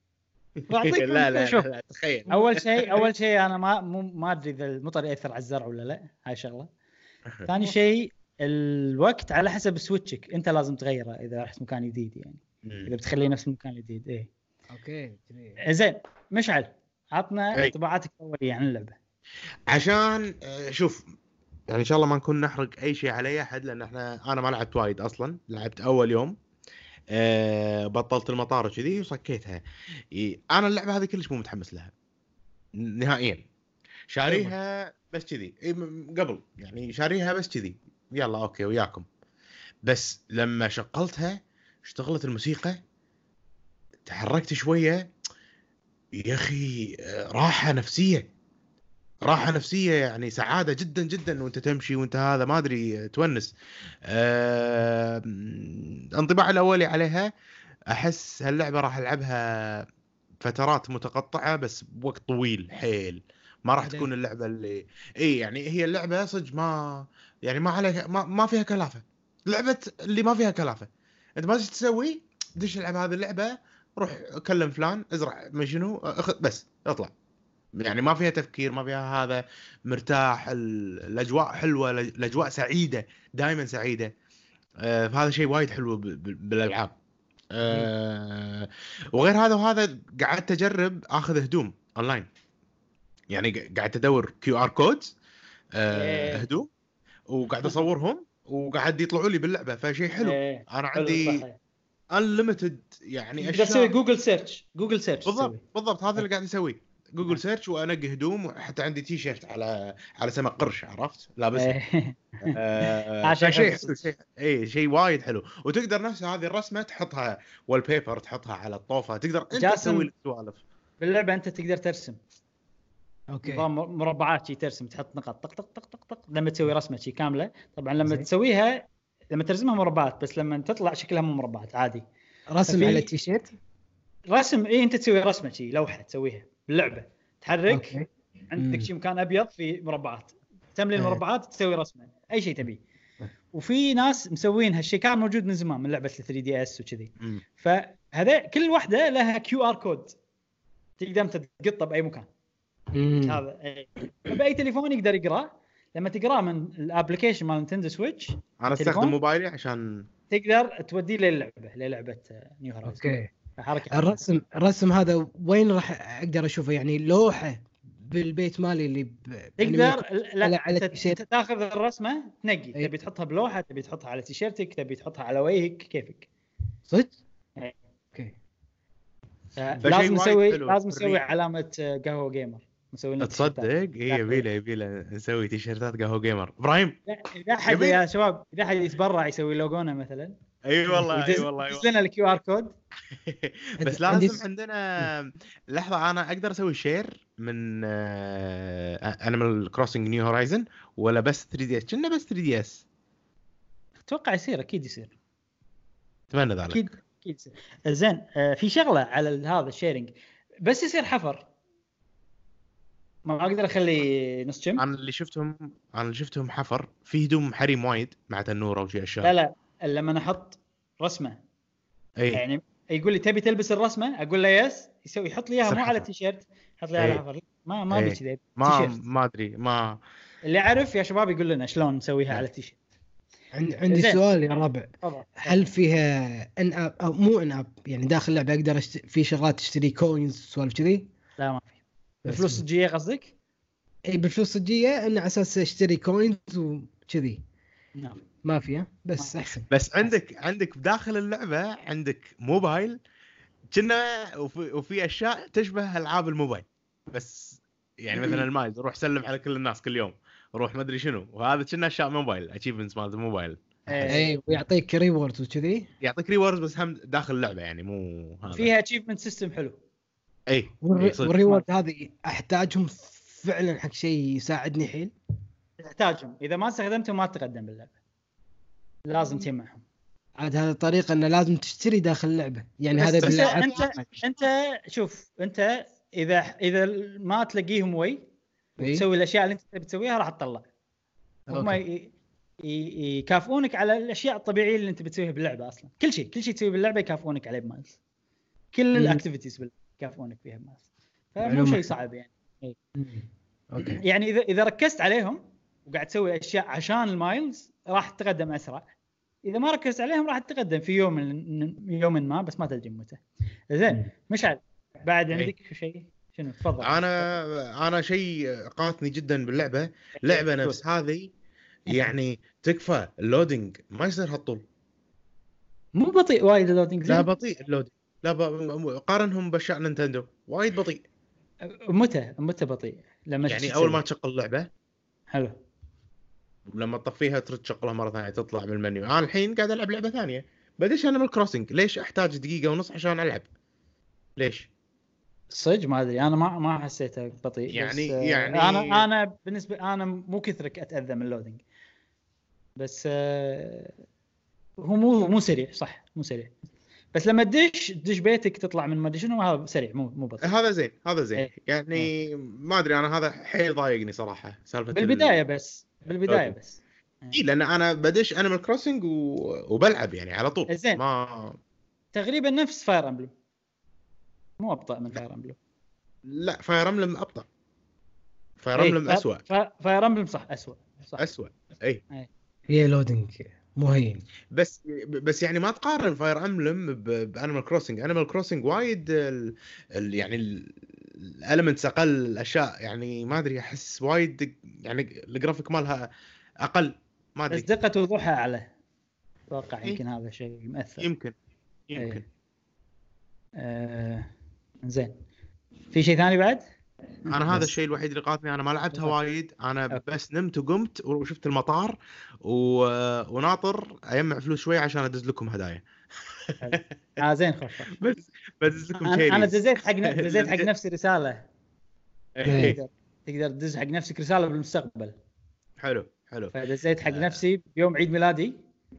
C: لا لا, لا, لا تخيل
A: اول شيء اول شيء انا ما مو ما ادري اذا المطر ياثر على الزرع ولا لا هاي شغله. ثاني شيء الوقت على حسب سويتشك انت لازم تغيره اذا رحت مكان جديد يعني اذا بتخليه نفس المكان الجديد. ايه
B: اوكي
A: زين مشعل عطنا انطباعاتك الاوليه عن اللعبه.
C: عشان شوف يعني ان شاء الله ما نكون نحرق اي شيء على اي احد، لان احنا انا ما لعبت وايد اصلا، لعبت اول يوم أه بطلت المطار وكذي وصكيتها. إي، انا اللعبه هذه كلش مو متحمس لها نهائيا، شاريها بس كذي إي م- قبل يعني شاريها بس كذي يلا اوكي وياكم. بس لما شغلتها اشتغلت الموسيقى تحركت شويه يا اخي، آه، راحه نفسيه، راحه نفسيه يعني سعاده جدا جدا وانت تمشي وانت هذا ما ادري تونس. أه... انطباعي الاولي عليها احس هاللعبه راح العبها فترات متقطعه بس بوقت طويل حيل، ما راح تكون اللعبه اللي اي يعني هي اللعبه صدق ما يعني ما عليها ما, ما فيها كلافه، لعبه اللي ما فيها كلافه. انت ما تسوي دش العب هذه اللعبه، روح كلم فلان ازرع ما شنو اخذ بس اطلع، يعني ما فيها تفكير ما فيها هذا، مرتاح ال- الاجواء حلوه، الاجواء سعيده دائما سعيده. آه فهذا شيء وايد حلو ب- ب- بالالعاب. آه وغير هذا وهذا قعدت اجرب اخذ هدوم اونلاين، يعني ق- قعدت ادور كيو ار كودز آه
A: إيه.
C: هدوم وقاعد اصورهم وقاعد يطلعوا لي باللعبه، فشيء حلو.
A: إيه.
C: انا
A: حلو
C: عندي
A: صح.
C: انليمتد يعني
A: تقدر تسوي
C: اشياء.
A: جوجل سيرش، جوجل سيرش تسوي.
C: بالضبط بالضبط هذا اللي قاعد اسويه، جوجل سيرش وانقي هدوم، حتى عندي تي شيرت على على سمك قرش عرفت لابسه.
A: إيه.
C: آه
A: شيء
C: فشيء
A: حلو
C: حلو،
A: صدق.
C: شيء اي شيء وايد حلو، وتقدر نفس هذه الرسمه تحطها وول بيبر تحطها على الطوفه، تقدر انت
A: جاسم.
C: تسوي لك سوالف.
A: باللعبه انت تقدر ترسم
B: اوكي
A: نظام مربعات شي، ترسم تحط نقط طق طق طق طق طق لما تسوي رسمه شي كامله. طبعا لما
B: زين.
A: تسويها لما ترسمها مربعات، بس لما تطلع شكلها مو مربعات عادي.
B: رسم
A: ففي-
B: على التيشيرت.
A: رسم اي انت تسوي رسمه شي لوحه تسويها باللعبه، تحرك
B: اوكي
A: عندك
B: مم.
A: شي مكان ابيض في مربعات، تملي
B: إيه.
A: المربعات تسوي رسمه اي شيء تبيه. وفي ناس مسوين هالشيء، كان موجود من زمان من لعبه ثري دي اس وكذي.
C: مم.
A: فهذا كل واحده لها كيو ار كود تقدر انت تقطه باي مكان.
B: مم.
A: هذا إيه. باي تليفون يقدر يقراه. لما تقراه من الابلكيشن مال نينتندو سويتش
C: انا استخدم موبايلي عشان
A: تقدر توديه للعبه للعبه نيو هورايزن.
B: اوكي
A: حركه
B: الرسم الرسم هذا وين راح اقدر اشوفه؟ يعني لوحه بالبيت مالي اللي ب... يعني
A: تقدر
B: على-
A: لا
B: على
A: أنت
B: التيشيرت.
A: تاخذ الرسمه تنقي،
B: أي.
A: تبي تحطها بلوحه، تبي تحطها على تيشيرتك، تبي تحطها على وجهك، كيفك.
B: صدق؟
A: أي.
B: اوكي
A: لازم
C: وايد
A: نسوي
C: حلو.
A: لازم نسوي
C: الريح.
A: علامه قهوه جيمر، نسوي لنا
C: تصدق
A: تيشيرتات.
C: اي يبيله يبيله نسوي تيشيرتات قهوه جيمر. ابراهيم
A: لا، اذا حد
C: جميل.
A: يا شباب اذا حد يتبرع يسوي لوجونا مثلا،
C: اي والله اي
A: يدز
C: والله
A: يدز لنا الكيو ار كود.
C: بس
B: عندي
C: لازم
B: س-
C: عندنا لحظه، انا اقدر اسوي شير من انيمال كروسنج نيو هورايزن ولا بس ثري دي اس؟ كنا بس ثري دي اس
A: اتوقع يصير، اكيد يصير،
C: اتمنى ذلك.
A: اكيد اكيد يصير. زين آه، في شغله على هذا الشيرنج، بس يصير حفر ما اقدر اخلي نص كم.
C: انا اللي شفتهم انا اللي شفتهم حفر في هدوم حريم وايد مع تنوره وشي اشياء.
A: لا لا لما احط رسمه
C: اي
A: يعني يقول لي تبي تلبس الرسمه، اقول له يس، يسوي يحط لي اياها
C: يصير
A: مو على
C: حفر.
A: التيشيرت، يحط لي على
C: إيه.
A: حفر. ما ما
C: إيه.
A: ابي كذا
C: ما
A: تيشيرت.
C: ما ادري ما
A: اللي اعرف يا شباب يقول لنا شلون نسويها
C: نعم.
A: على التيشيرت.
B: عن- عندي
A: زين.
B: سؤال يا ربع.
A: تفضل.
B: هل فيها ان اب او مو ان اب؟ يعني داخل اللعبه اقدر أشت... في شغلات تشتري كوينز سوالف كذي؟
A: لا ما في.
B: بس
A: الفلوس صجيه قصدك؟
B: اي بالفلوس الصجيه ان على اساس اشتري كوينز وكذي
A: نعم.
B: ما فيها بس احسن.
C: بس عندك عندك داخل اللعبه عندك موبايل كنا وفي, وفي اشياء تشبه العاب الموبايل، بس يعني مثلا المايز روح سلم على كل الناس كل يوم، روح ما ادري شنو، وهذا كنا اشياء موبايل اتشيفمنتس مال الموبايل.
A: إيه.
B: اي ويعطيك ريوردز وكذي.
C: يعطيك ريوردز بس هم داخل اللعبه يعني مو هذا.
A: فيها اتشيفمنت سيستم حلو.
C: اي
B: والر- والريورد هذه احتاجهم فعلا حق شيء يساعدني حيل.
A: تحتاجهم، اذا ما استخدمتهم ما تتقدم باللعبه، لازم تجمعهم.
B: عاد هذا الطريقه انه لازم تشتري داخل اللعبه يعني.
A: بس
B: هذا
A: بس
B: باللعب
A: انت انت شوف انت اذا اذا ما تلاقيهم وي
B: إيه.
A: وتسوي الاشياء اللي انت تبي تسويها راح تطلع. هم
B: أوكي.
A: ي- ي- يكافئونك على الاشياء الطبيعيه اللي انت بتسويها باللعبه اصلا. كل شيء كل شيء تسويه باللعبه يكافئونك عليه بمايلز. كل
B: مم.
A: الاكتيفيتيز يكافئونك فيها بمايلز. فمو
B: معلومة.
A: شيء صعب يعني.
B: مم. اوكي
A: يعني اذا اذا ركزت عليهم وقاعد تسوي اشياء عشان المايلز راح تتقدم اسرع. اذا ما ركزت عليهم راح تتقدم في يوم يوم ما، بس ما تدري متى. زين مشعل بعد عندك شيء؟ شنو تفضل.
C: انا انا شيء قاتني جدا باللعبه، لعبه نفس هذه يعني تكفى اللودينج ما يصير هالطول.
A: مو بطيء وايد اللودينج.
C: لا بطيء اللودينج، لا ب... قارنهم باشياء نينتندو وايد بطيء.
A: متى متى بطيء؟ لما
C: يعني اول ما تشغل اللعبه
A: حلو،
C: لما تطفيها ترد تشغلها مره ثانيه تطلع من المنيو. انا الحين قاعد العب لعبه ثانيه بديش انا من الكروسنج، ليش احتاج دقيقه ونص عشان العب؟ ليش؟
A: صدق ما ادري، انا ما ما حسيته بطيء.
C: يعني
A: بس
C: يعني
A: انا انا بالنسبه انا مو كثرك اتاذى من اللودينج، بس هو مو مو سريع صح، مو سريع. بس لما تدش تدش بيتك تطلع من ما ادري شنو، هذا سريع مو مو بطيء.
C: هذا زين هذا زين
A: ايه.
C: يعني
A: ايه.
C: ما ادري انا هذا حيل ضايقني صراحه سالفه
A: بالبدايه بس بالبدايه
C: ال...
A: بس
C: اي لان انا بدش انيمال كروسنج و... وبلعب يعني على طول.
A: زين.
C: ما
A: تقريبا نفس فاير امبلم، مو ابطا من فاير امبلم.
C: لا فاير امبلم ابطا، فاير
A: ايه.
C: امبلم اسوء.
A: فاير امبلم صح اسوء صح
C: اسوء اي.
B: هي لودينج مو هين.
C: بس بس يعني ما تقارن فاير امبلم بانيمال كروسنج. انيمال كروسنج وايد ال... ال... يعني الالمنتس اقل، الاشياء يعني ما ادري احس وايد يعني الجرافيك مالها اقل ما ادري.
A: بس دقة وضوحها اعلى اتوقع.
C: إيه؟
A: يمكن هذا شيء مؤثر.
C: يمكن يمكن
A: ايه. آه... زين، في شيء ثاني بعد؟
C: انا هذا الشيء الوحيد اللي قاطني. انا ما لعبتها وايد، انا بس نمت وقمت وشفت المطار و... وناطر اجمع فلوس شوي عشان ادز لكم هدايا.
A: اه زين خوش.
C: بس بدز لكم
A: انا انا
C: تشيريز.
A: دزيت حق دزيت حق نفسي رساله.
B: إيه.
A: تقدر تقدر تدز حق نفسك رساله بالمستقبل.
C: حلو حلو.
A: فدزيت حق نفسي بيوم عيد ميلادي،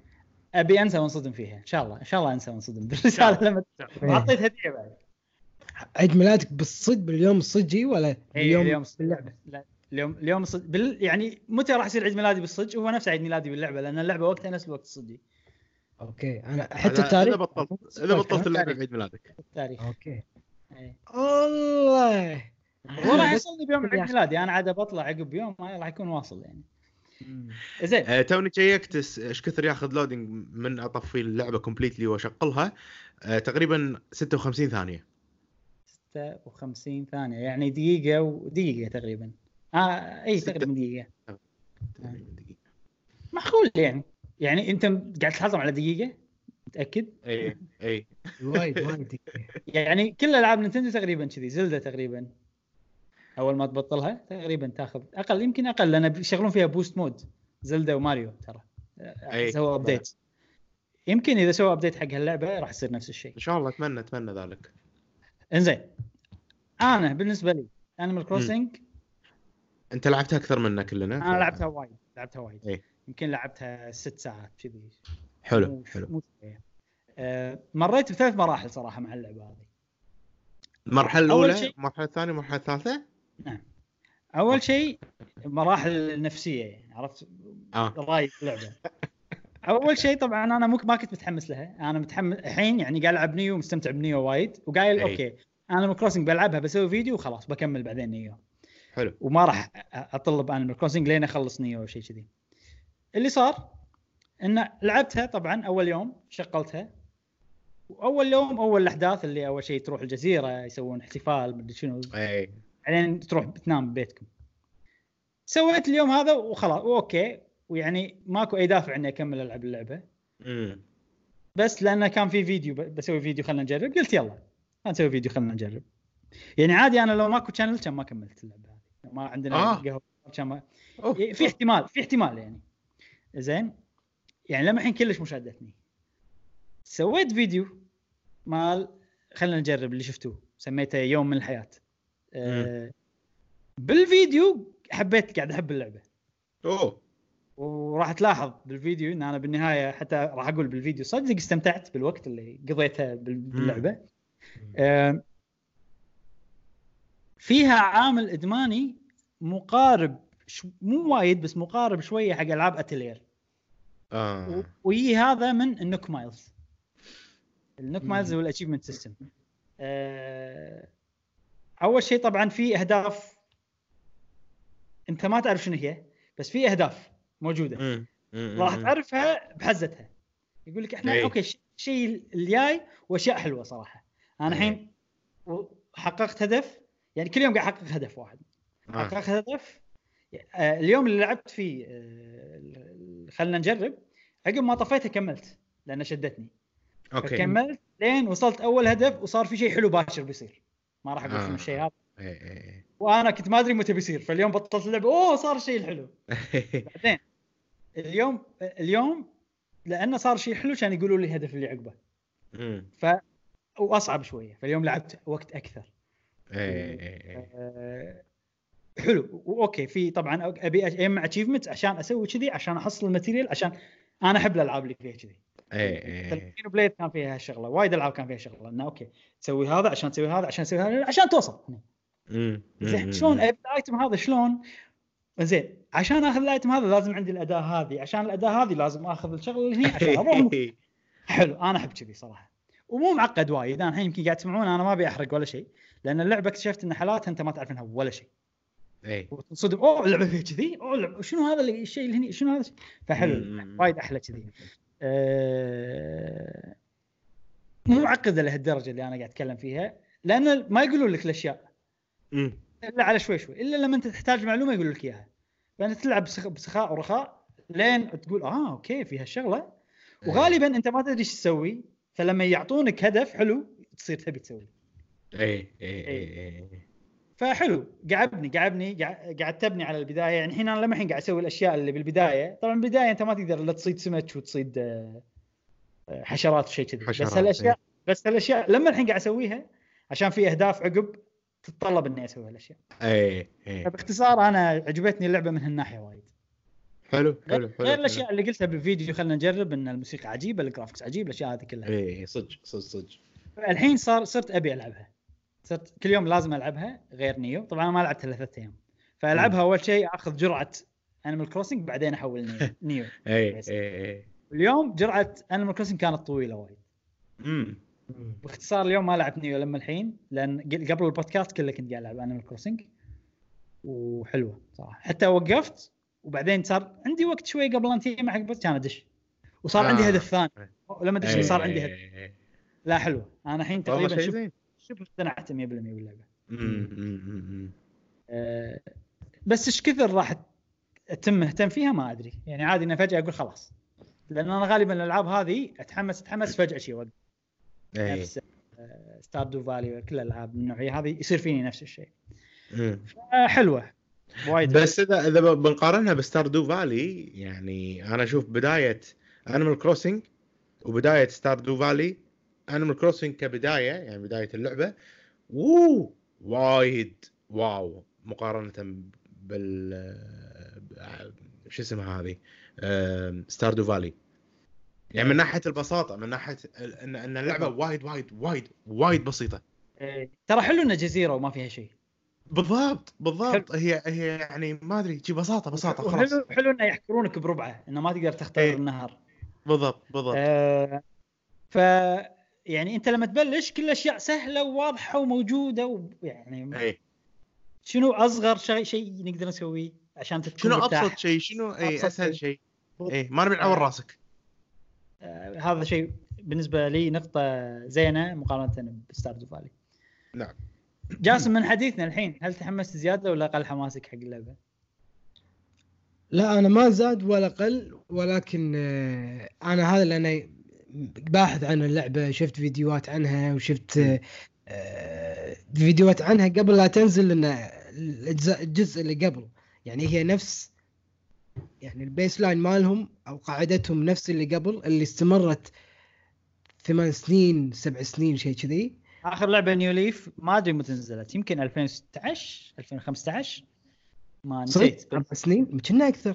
A: ابي انسى وانصدم فيها. ان شاء الله ان شاء الله انسى وانصدم بالرساله لما حطيت هديه بعد.
B: عيد ميلادك بالصدق باليوم الصجي ولا
A: باليوم
B: باليوم
A: باللعبه؟ لا اليوم اليوم الصج... بال... يعني متى راح يصير عيد ميلادي بالصج؟ هو نفس عيد ميلادي باللعبه، لان اللعبه وقتها نفس الوقت الصجي.
B: اوكي انا حتى التاريخ
C: اذا بطلت اذا بطلت اللعبه بعيد ميلادك
A: التاريخ.
B: اوكي.
A: ايه.
B: الله
A: وراح يوصلني بيوم عيد ميلادي، انا عاد بطلع عقب بيوم راح يكون واصل يعني. زين.
C: آه، توني شيكت ايش كثر ياخذ لودينج من اطفي اللعبه كومبليتلي واشغلها. آه، تقريبا ستة وخمسين ثانيه.
A: ستة وخمسين ثانيه يعني دقيقه ودقيقه تقريبا. اه اي تقريبا دقيقه.
C: تقريبا دقيقه
A: معقول يعني. يعني انت قاعد تحطم على دقيقه متاكد؟
C: اي اي
B: وايد وايد.
A: يعني كل العاب نينتندو تقريبا كذي. زلدة تقريبا اول ما تبطلها تقريبا تاخذ اقل، يمكن اقل، لان يشغلون فيها بوست مود. زلدة وماريو ترى سووا ابديت. يمكن اذا سووا ابديت حق هاللعبه راح يصير نفس الشيء
C: ان شاء الله. اتمنى اتمنى ذلك.
A: انزين. انا بالنسبه لي انيمال كروسنج
C: انت لعبتها اكثر منا كلنا.
A: انا ف... لعبتها وايد لعبتها وايد
C: ايه.
A: يمكن لعبتها ست ساعات كذي.
C: حلو
A: مو...
C: حلو.
A: مو... آه... مريت بثلاث مراحل صراحه مع اللعبه هذه.
C: المرحله الاولى، المرحله الثانيه، المرحله الثالثه.
A: نعم. اول شيء مراحل نفسيه يعني عرفت
C: اه
A: رايق اللعبه. اول شيء طبعا انا مو ما كنت متحمس لها. انا متحمس الحين يعني قاعد العب نيو ومستمتع بنيو وايد وقايل
C: أي.
A: اوكي انا كروسنج بلعبها بسوي فيديو وخلاص بكمل بعدين نيو.
C: حلو.
A: وما راح اطلب انيمال كروسنج لين اخلص نيو او شيء كذي. اللي صار ان لعبتها طبعا اول يوم شغلتها، واول يوم اول الاحداث اللي اول شيء تروح الجزيره يسوون احتفال مدري شنو،
C: اي
A: بعدين تروح تنام ببيتكم. سويت اليوم هذا وخلاص اوكي، ويعني ماكو اي دافع اني اكمل العب اللعبه.
C: امم
A: بس لانه كان في فيديو بسوي فيديو خلنا نجرب، قلت يلا نسوي فيديو خلنا نجرب. يعني عادي انا لو ماكو شانل كان ما كملت اللعبه هذه. ما عندنا
C: آه.
A: قهوه كان ما... في احتمال في احتمال يعني. زين يعني لما الحين كلش مشادتني. سويت فيديو مال خلنا نجرب اللي شفتوه سميته يوم من الحياه. أه بالفيديو حبيت قاعد احب اللعبه.
C: اوه
A: وراح تلاحظ بالفيديو ان انا بالنهايه حتى راح اقول بالفيديو صدق استمتعت بالوقت اللي قضيته باللعبه. أه فيها عامل ادماني مقارب مو وايد بس مقارب شويه حق العاب اتلير.
C: اه
A: وهي هذا من النوك مايلز. النوك مايلز هو الاتشيفمنت سيستم. أه اول شيء طبعا في اهداف انت ما تعرف شنو هي، بس في اهداف موجوده راح تعرفها بحزتها. يقول لك احنا اوكي شيء الجاي واشياء حلوه صراحه. انا الحين حققت هدف، يعني كل يوم قاعد احقق هدف واحد. حققت هدف آه اليوم اللي لعبت فيه آه خلنا نجرب، عقب ما طفيته كملت لأن شدتني.
C: اوكي
A: كملت لين وصلت اول هدف وصار في شيء حلو باشر بيصير، ما راح اقول
C: آه.
A: شنو الشيء هذا.
C: اي اي
A: وانا كنت ما ادري متى بيصير، فاليوم بطلت اللعبه اوه صار شيء الحلو. بعدين اليوم اليوم لانه صار شيء حلو كان يقولوا لي الهدف اللي عقبه
C: امم
A: ف واصعب شويه، فاليوم لعبت وقت اكثر.
C: اي
A: أه... حلو اوكي. في طبعا ابي اجمع اتشيفمنت عشان اسوي كذي، عشان احصل الماتيريال، عشان انا احب الالعاب اللي فيها كذي.
C: اي
A: كينو بليد كان فيها هالشغله، وايد العاب كان فيها شغله انه اوكي تسوي هذا عشان تسوي هذا عشان تسوي هذا عشان توصل هنا.
C: امم
A: زين شلون ابي الايتم هذا شلون؟ زين عشان اخذ الايتم هذا لازم عندي الاداه هذه، عشان الاداه هذه لازم اخذ الشغله اللي هنا عشان اروح. حلو انا احب كذي صراحه، ومو معقد وايد. انا الحين يمكن قاعد تسمعون انا ما ابي احرق ولا شيء، لان اللعبه اكتشفت ان حالاتها انت ما تعرف عنها ولا شيء.
C: اي
A: وتصدم اوه اللعبه فيها كذي، اوه شنو هذا الشيء اللي هنا، شنو هذا. فحلو وايد احلى كذي. أه... مو معقده لهالدرجه اللي انا قاعد اتكلم فيها، لان ما يقولوا لك الاشياء
C: امم
A: الا على شوي شوي، الا لما انت تحتاج معلومه يقولوا لك اياها. فانت تلعب بسخاء ورخاء لين تقول اه اوكي في هالشغله، وغالبا انت ما تدري ايش تسوي، فلما يعطونك هدف حلو تصير تبي تسوي.
C: اي اي اي
A: فحلو قعبني قعبني قاعد تبني على البدايه. يعني الحين انا لما الحين قاعد اسوي الاشياء اللي بالبدايه، طبعا بالبدايه انت ما تقدر الا تصيد سمك وتصيد حشرات وشيء كذي، بس هالاشياء بس هالاشياء لما الحين قاعد اسويها عشان في اهداف عقب تتطلب اني اسوي هالاشياء.
C: اي اي
A: باختصار انا عجبتني اللعبه من هالناحيه وايد.
C: حلو حلو حلو
A: غير الاشياء اللي قلتها بالفيديو خلنا نجرب، ان الموسيقى عجيبه، الجرافيكس عجيب، الاشياء هذه كلها
C: اي صدق صدق صدق.
A: الحين صار صرت ابي العبها، صرت كل يوم لازم العبها غير نيو. طبعا انا ما لعبت ثلاثة ايام، فالعبها اول شيء اخذ جرعه انيمال كروسنج بعدين احول نيو نيو
C: اي اي اي
A: اليوم جرعه انيمال كروسنج كانت طويله وايد.
C: امم
A: باختصار اليوم ما لعبت نيو لما الحين، لان قبل البودكاست كله كنت قاعد العب انيمال كروسنج وحلوه صراحه. حتى وقفت وبعدين صار عندي وقت شوي قبل ان تيجي معك بس كان ادش وصار آه. عندي هدف ثاني، ولما ادش صار عندي هدف. لا حلوه. انا الحين تقريبا شوف شوف اقتنعت مية بالمية باللعبه.
C: امم
A: أه بس ايش كثر راح اتم مهتم فيها ما ادري. يعني عادي ان فجاه اقول خلاص، لان انا غالبا الالعاب هذه اتحمس اتحمس فجاه شيء وقت. نفس ستاردو فالي وكل الالعاب من النوعيه هذه يصير فيني نفس الشيء. حلوه وايد.
C: بس اذا اذا بنقارنها بستاردو فالي، يعني انا اشوف بدايه انيمال كروسنج وبدايه ستاردو فالي. انيمال كروسنج كبدايه يعني بدايه اللعبه وو وايد واو مقارنه بال شو اسمها هذه ستاردو فالي. يعني من ناحيه البساطه، من ناحيه ان ان اللعبه وايد وايد وايد وايد بسيطه.
A: ترى حلو انها جزيره وما فيها شيء.
C: بالضبط بالضبط. هي هي يعني ما ادري شي بساطه بساطه خلاص.
A: حلو حلو انه يحكرونك بربعه، انه ما تقدر تختار
C: ايه.
A: النهر.
C: بالضبط بالضبط.
A: آه ف يعني انت لما تبلش كل الاشياء سهله وواضحه وموجوده، ويعني
C: ايه.
A: شنو اصغر شيء شيء نقدر نسويه عشان تكون
C: شنو
A: مرتاح؟
C: ابسط شيء؟ شنو اي اسهل شيء؟ ايه ما نبي نعور راسك.
A: آه هذا شيء بالنسبه لي نقطه زينه مقارنه بستاردو فالي.
C: نعم.
A: جاسم من حديثنا الحين، هل تحمست زياده ولا قل حماسك حق اللعبه؟
B: لا انا ما زاد ولا قل، ولكن انا هذا اللي انا باحث عن اللعبه، شفت فيديوهات عنها وشفت فيديوهات عنها قبل لا تنزل، لان الاجزاء الجزء اللي قبل يعني هي نفس يعني البيس لاين مالهم او قاعدتهم نفس اللي قبل، اللي استمرت ثمان سنين سبع سنين شيء كذي.
A: اخر لعبه نيو ليف ما ادري متى نزلت، يمكن ألفين وستة عشر ألفين وخمسة عشر ما نسيت.
B: اربع سنين كنا اكثر.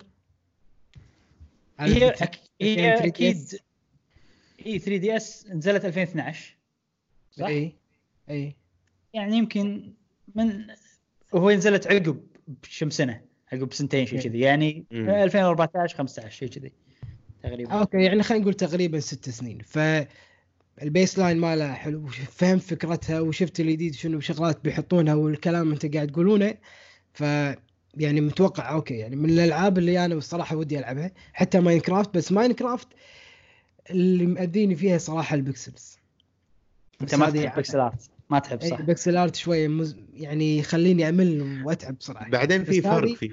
A: هي هي اكيد اي ثري دي اس نزلت ألفين واثني عشر صح؟
B: اي اي
A: يعني يمكن من هو نزلت عقب بكم سنه، عقب سنتين شيء كذي، يعني ألفين وأربعة عشر خمسة عشر شيء كذي تقريبا.
B: اوكي يعني خلينا نقول تقريبا ست سنين. ف البيس لاين ماله حلو، فهم فكرتها وشفت الجديد شنو شغلات بيحطونها والكلام انت قاعد تقولونه. ف يعني متوقع اوكي يعني من الالعاب اللي انا بصراحه ودي العبها، حتى ماينكرافت. بس ماينكرافت اللي مأذيني فيها صراحه البكسلز.
A: انت ما تحب بكسلات؟ ما تحب صح؟
B: بكسلات شويه مز... يعني يخليني امل واتعب بسرعه.
C: بعدين في فرق في فرق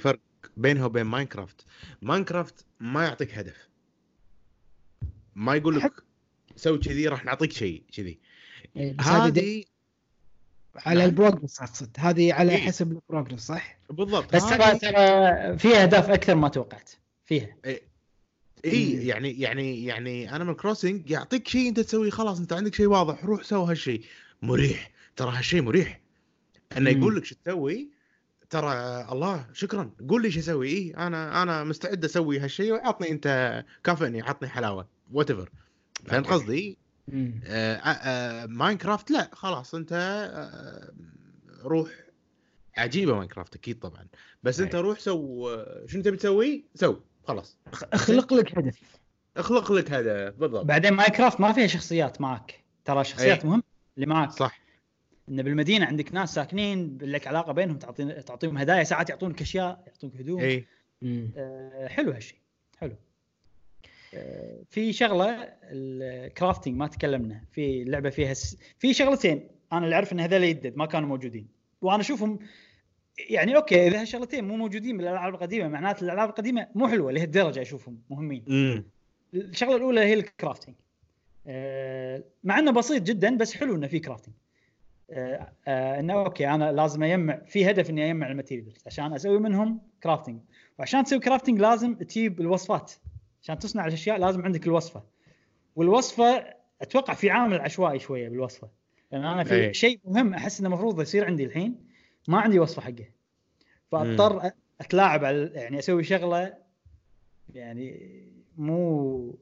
C: بينها وبين ماينكرافت، ماينكرافت ما يعطيك هدف، ما يقول لك سوي كذي راح نعطيك شيء كذي. هذه
B: على نعم. البروجرس اقصد هذه على
C: إيه؟
B: حسب البروجرس صح
C: بالضبط.
A: بس ترى ترى فيها اهداف اكثر ما توقعت فيها.
C: اي إيه يعني يعني يعني انا من كروسنج يعطيك شيء انت تسويه، خلاص انت عندك شيء واضح، روح سوي هالشيء مريح. ترى هالشيء مريح انه يقول لك شو تسوي. ترى الله شكرا قول لي شو اسوي. اي انا انا مستعد اسوي هالشيء وعطني انت كافئني، عطني حلاوه وات ايفر. فهمت قصدي؟ آه آه ماينكرافت لا خلاص انت آه روح. عجيبه ماينكرافت اكيد طبعا، بس أي. انت روح سو شنو تبي تسوي سو خلاص،
B: اخلق لك هدف
C: اخلق لك هدف بالضبط.
A: بعدين ماينكرافت ما فيها شخصيات معك، ترى شخصيات مهم اللي معك
C: صح.
A: ان بالمدينه عندك ناس ساكنين لك علاقه بينهم، تعطي تعطيهم هدايا، ساعات يعطونك اشياء، يعطونك هدوم.
C: اي
A: آه حلو هالشيء حلو. آه في شغله الكرافتنج ما تكلمنا في اللعبه، فيها س... في شغلتين انا اللي اعرف ان هذول يدد ما كانوا موجودين، وانا اشوفهم يعني اوكي اذا هالشغلتين مو موجودين بالالعاب القديمه معناته الالعاب القديمه مو حلوه لهالدرجه، اشوفهم مهمين.
C: مم.
A: الشغله الاولى هي الكرافتنج، آه مع انه بسيط جدا بس حلو انه في كرافتنج. آه آه انه اوكي انا لازم اجمع في هدف اني اجمع الماتيريالز عشان اسوي منهم كرافتنج، وعشان تسوي كرافتنج لازم تجيب الوصفات عشان تصنع الاشياء، لازم عندك الوصفه، والوصفه اتوقع في عامل عشوائي شويه بالوصفه، لان انا في أي. شيء مهم احس انه المفروض يصير عندي الحين ما عندي وصفه حقه، فاضطر اتلاعب على يعني اسوي شغله يعني مو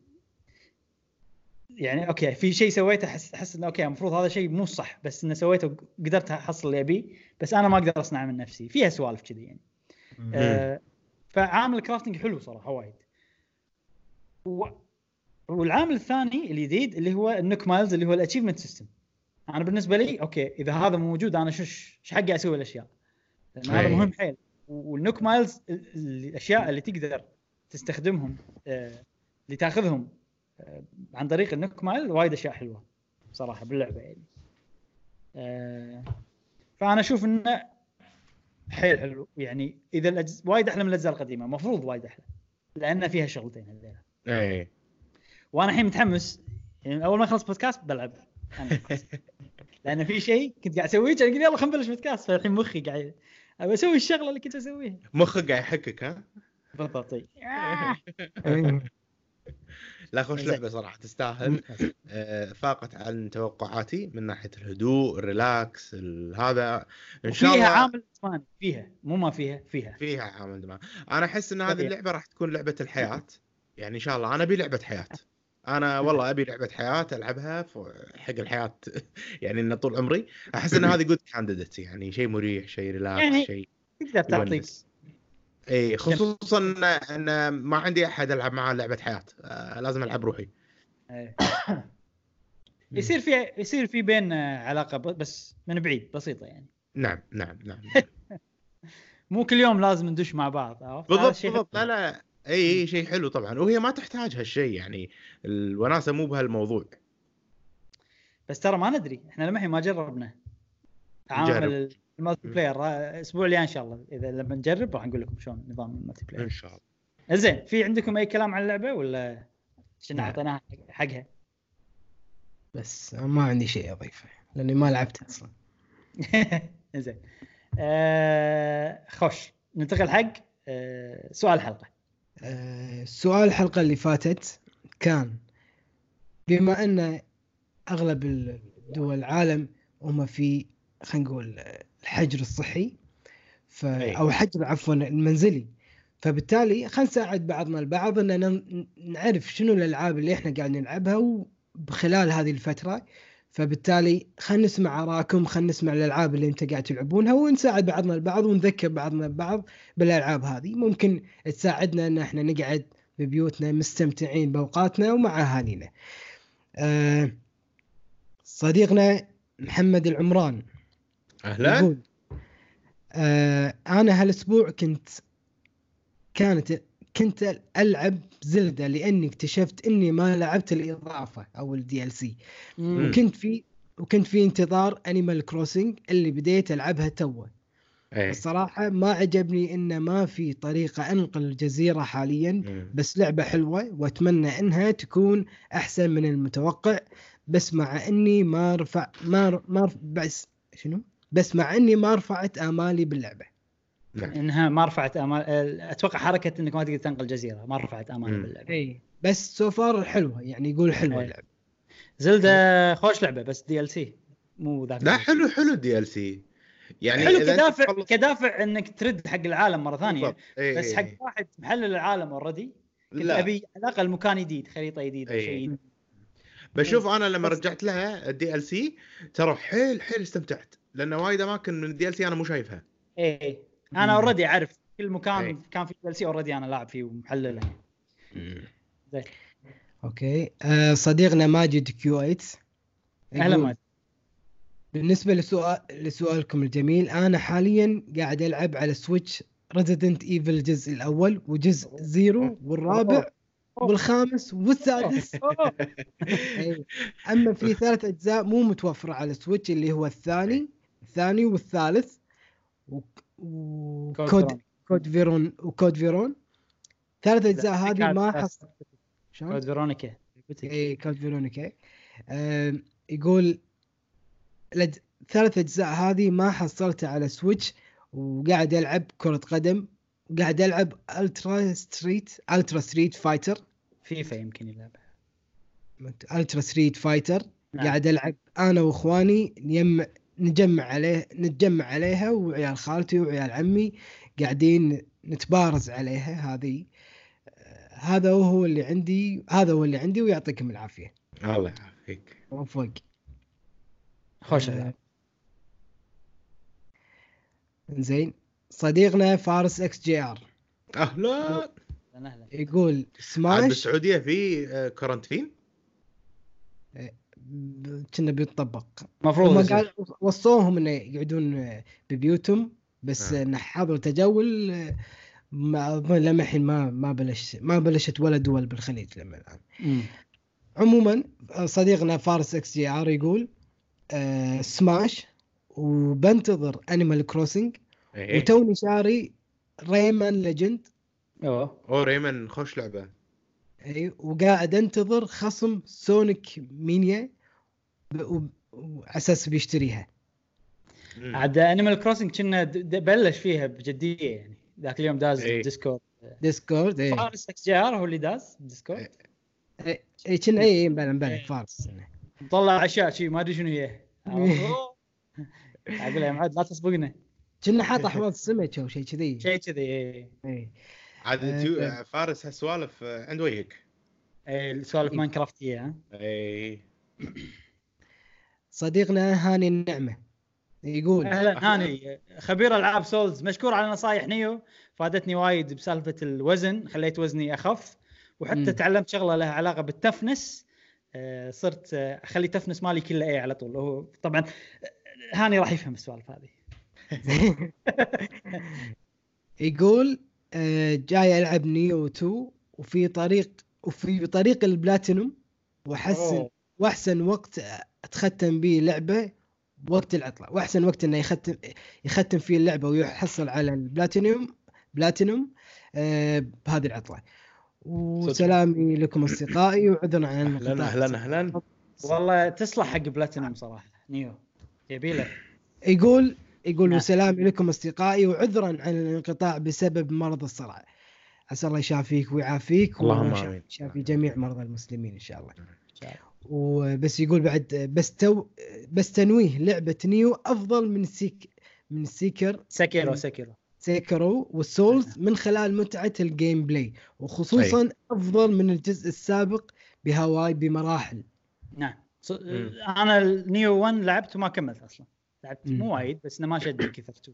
A: يعني اوكي في شيء سويته احس احس انه اوكي المفروض هذا شيء مو صح، بس انه سويته قدرت احصل اللي ابيه، بس انا ما اقدر اصنع من نفسي، فيها سوالف كذي يعني. آه فعامل الكرافتنج حلو صراحه وايد. و... والعامل الثاني الجديد اللي هو النوك مايلز اللي هو الاتشيفمنت سيستم. انا بالنسبه لي اوكي اذا هذا موجود انا شش ايش حقي اسوي الاشياء، لان هذا مهم حيل. والنوك مايلز الاشياء اللي تقدر تستخدمهم آه اللي تاخذهم آه عن طريق النوك مايل وايد اشياء حلوه صراحه باللعبه يعني. آه فانا اشوف انه حيل حلو يعني، اذا الأجز... وايد احلى من الاجزاء القديمه، مفروض وايد احلى لان فيها شغلتين هذول.
C: اي
A: وانا الحين متحمس يعني، اول ما اخلص بودكاست بلعب انا لان في شيء كنت قاعد اسويه كان يقول يلا خلينا نبلش بودكاست، فالحين مخي قاعد ابى اسوي الشغله اللي كنت اسويها،
C: مخك قاعد يحكك. ها
A: بالضبط.
C: لا خوش لعبه صراحه تستاهل. آه فاقت عن توقعاتي من ناحيه الهدوء الريلاكس هذا ان شاء الله.
A: فيها عامل ادمان، فيها مو ما فيها فيها
C: فيها عامل ادمان. انا احس ان هذه اللعبه راح تكون لعبه الحياه يعني، ان شاء الله. انا ابي لعبه حياه، انا والله ابي لعبه حياه العبها حق الحياه يعني ان طول عمري احس ان هذه جود كانديديت يعني، شيء مريح شيء ريلاكس يعني شيء
A: تقدر تعطيك
C: اي، خصوصا ان ما عندي احد العب معاه لعبه حياه، آه لازم العب روحي.
A: يصير في يصير في بين علاقه بس من بعيد بسيطه يعني.
C: نعم نعم نعم
A: مو كل يوم لازم ندش مع بعض.
C: بالضبط بالضبط. لا لا اي شيء حلو طبعا، وهي ما تحتاج هالشيء يعني، الوناسه مو بهالموضوع.
A: بس ترى ما ندري احنا لما ما جربنا عامل المالتي بلاير. الاسبوع اللي ان شاء الله اذا لما نجرب راح نقول لكم شلون نظام المالتي بلاير
C: ان شاء الله.
A: زين في عندكم اي كلام عن اللعبه ولا شنو اعطيناها حقها؟
B: بس ما عندي شيء اضيفه لاني ما لعبت اصلا.
A: زين آه خوش ننتقل حق آه سؤال الحلقه.
B: آه سؤال الحلقه اللي فاتت كان بما ان اغلب الدول العالم هم في خلينا نقول الحجر الصحي ف... او حجر عفوا المنزلي، فبالتالي خلينا نساعد بعضنا البعض ان نعرف شنو الالعاب اللي احنا قاعدين نلعبها بخلال هذه الفتره، فبالتالي خلينا نسمع آراءكم، خلينا نسمع الالعاب اللي انت قاعد تلعبونها ونساعد بعضنا البعض ونذكر بعضنا البعض بالالعاب هذه. ممكن تساعدنا ان احنا نقعد ببيوتنا مستمتعين باوقاتنا ومع اهالينا. أه صديقنا محمد العمران
C: اهلا
B: يقول أه انا هالاسبوع كنت كانت كنت العب زلدة لاني اكتشفت اني ما لعبت الاضافه او الدي ال سي، وكنت في وكنت في انتظار انيمال كروسنج اللي بديت العبها توه.
C: إيه.
B: الصراحة ما عجبني إنه ما في طريقة أنقل الجزيرة حاليا،
C: مم.
B: بس لعبة حلوة وأتمنى إنها تكون أحسن من المتوقع. بس مع إني ما رفع ما ما رف- بس شنو بس مع إني ما رفعت آمالي باللعبة.
C: نعم.
A: انها ما رفعت امال. اتوقع حركه انك ما تقدر تنقل جزيره ما رفعت امال
C: مم.
A: باللعبه.
B: إي بس سوفار حلوة، يعني يقول حلوة
A: إيه.
B: اللعبة.
A: زلدة خوش لعبه بس دي ال سي مو ذاك
C: لا
A: الشيء.
C: حلو حلو الدي ال سي يعني
A: حلو
C: اذا انت
A: كدافع
C: تخلص
A: كدافع انك ترد حق العالم مره ثانيه.
C: بالضبط. إيه
A: بس
C: إيه
A: حق
C: إيه.
A: واحد محلل العالم اوريدي كنت
C: لا
A: ابي على الاقل مكان جديد، خريطه جديده،
C: إيه.
A: شيء.
C: بشوف انا لما
A: بس-
C: رجعت لها الدي ال سي ترى حيل حيل استمتعت، لان وايد اماكن من الدي ال سي انا مو شايفها.
A: ايه انا اوريدي اعرف كل
C: إيه.
A: مكان كان في دي ال سي اوريدي انا لاعب فيه ومحلله.
C: مم.
A: زين.
B: أوكي. أه صديقنا ماجد كيو ثمانية
A: اهلا
B: يقول
A: ماجد.
B: بالنسبة لسؤال لسؤالكم الجميل، أنا حاليا قاعد ألعب على سويتش ريزيدنت ايفل الجزء الأول وجزء زيرو والرابع والخامس والسادس.
A: أوه.
B: أي. أما في ثلاث أجزاء مو متوفرة على سويتش، اللي هو الثاني الثاني والثالث وك- وكود كود فيرون وكود فيرون. ثلاث أجزاء هذه ما حصل. شلون؟
A: كود فيرونيكا.
B: اي كود فيرونيكا. أه يقول الأج- ثلاث أجزاء هذه ما حصلتها على سويتش، وقاعد ألعب كرة قدم، وقاعد ألعب ألترا ستريت ألترا ستريت فايتر
A: فيفا يمكن يلعب.
B: ألترا ستريت فايتر.
A: نعم.
B: قاعد ألعب أنا وإخواني، نجمع نجمع عليه نتجمع عليها، وعيال خالتي وعيال عمي قاعدين نتبارز عليها. هذه آه، هذا هو اللي عندي هذا هو اللي عندي ويعطيكم العافية.
C: الله يعافيك.
B: وفوق.
A: خوش
B: آه،
A: العب.
B: زين. صديقنا فارس اكس جي ار
C: اهلا.
A: اهلا.
B: يقول
C: عاد
B: سماش
C: بالسعوديه في آه، كورنتين.
B: ب- كنا بيتطبق.
A: المفروض
B: هم
A: يصير.
B: قال وصوهم انه يقعدون ببيوتهم، بس
C: آه.
B: نحضوا تجول. ما أظن لما الحين ما ما بلش ما بلشت ولا دول بالخليج لما الان.
A: مم.
B: عموما صديقنا فارس اكس جي ار يقول آه سماش، وبنتظر انيمال كروسنج،
C: ايه
B: وتوني شاري ريمان ليجند.
A: اوه
C: او ريمان خوش لعبه.
B: اي وقاعد انتظر خصم سونيك مينيا ب- و- وعلى اساس بيشتريها.
C: مم.
A: عاد انيمال كروسنج كنا د- د- بلش فيها بجديه يعني ذاك اليوم داز
C: إيه.
A: ديسكورد.
B: ديسكورد. اي
A: فارس اكس جي ار هو اللي داز ديسكورد.
B: اي اي كنا اي مبلا مبلا فارس.
A: طلع اشياء شيء ما ادري شنو هي. اقول يا معد لا تسبقنا
B: كنا حاط احواض سمك او شيء كذي.
A: شيء كذي.
B: اي
C: عاد
B: آه،
C: تيو-
B: آه.
C: فارس هالسوالف آه، عند وجهك.
A: اي سوالف ماينكرافتيه. ها
C: اي
B: صديقنا هاني النعمه يقول
A: اهلا هاني خبير العاب سولز، مشكور على نصايح نيو، فادتني وايد بسالفه الوزن، خليت وزني اخف، وحتى
B: مم.
A: تعلمت شغله لها علاقه بالتفنس. آه، صرت آه، اخلي تفنس مالي كله اي على طول. هو طبعا آه، هاني راح يفهم السوالف هذه.
B: يقول آه، جاي العب نيو تو، وفي طريق وفي طريق البلاتينوم، واحسن
A: أوه.
B: واحسن وقت اتختم به لعبه وقت العطله، واحسن وقت انه يختم يختم فيه اللعبه ويحصل على البلاتينوم بلاتينوم آه، بهذه العطله. وسلامي لكم اصدقائي، وعذرا عن
C: اهلا
B: الانقطاع.
C: اهلا اهلا.
A: والله تصلح حق بلاتينوم صراحه نيو يبي له.
B: يقول يقول
A: نعم.
B: وسلامي لكم اصدقائي، وعذرا عن الانقطاع بسبب مرض الصرع. عسى الله يشافيك ويعافيك،
C: اللهم
B: ويشافي
C: آمين.
B: يشافي جميع مرضى المسلمين ان شاء الله.
A: إن شاء الله.
B: وبس يقول بعد بس تو بس تنويه لعبه نيو افضل من سيك من سيكر
A: سكيرو سكيرو
B: سيكرو والسولز من خلال متعه الجيم بلاي، وخصوصا افضل من الجزء السابق بهواي بمراحل.
A: نعم. ص-
C: مم.
A: انا النيو واحد لعبت وما كملت اصلا، لعبت
B: مم.
A: مو وايد بس انه ما شدني كثر تو.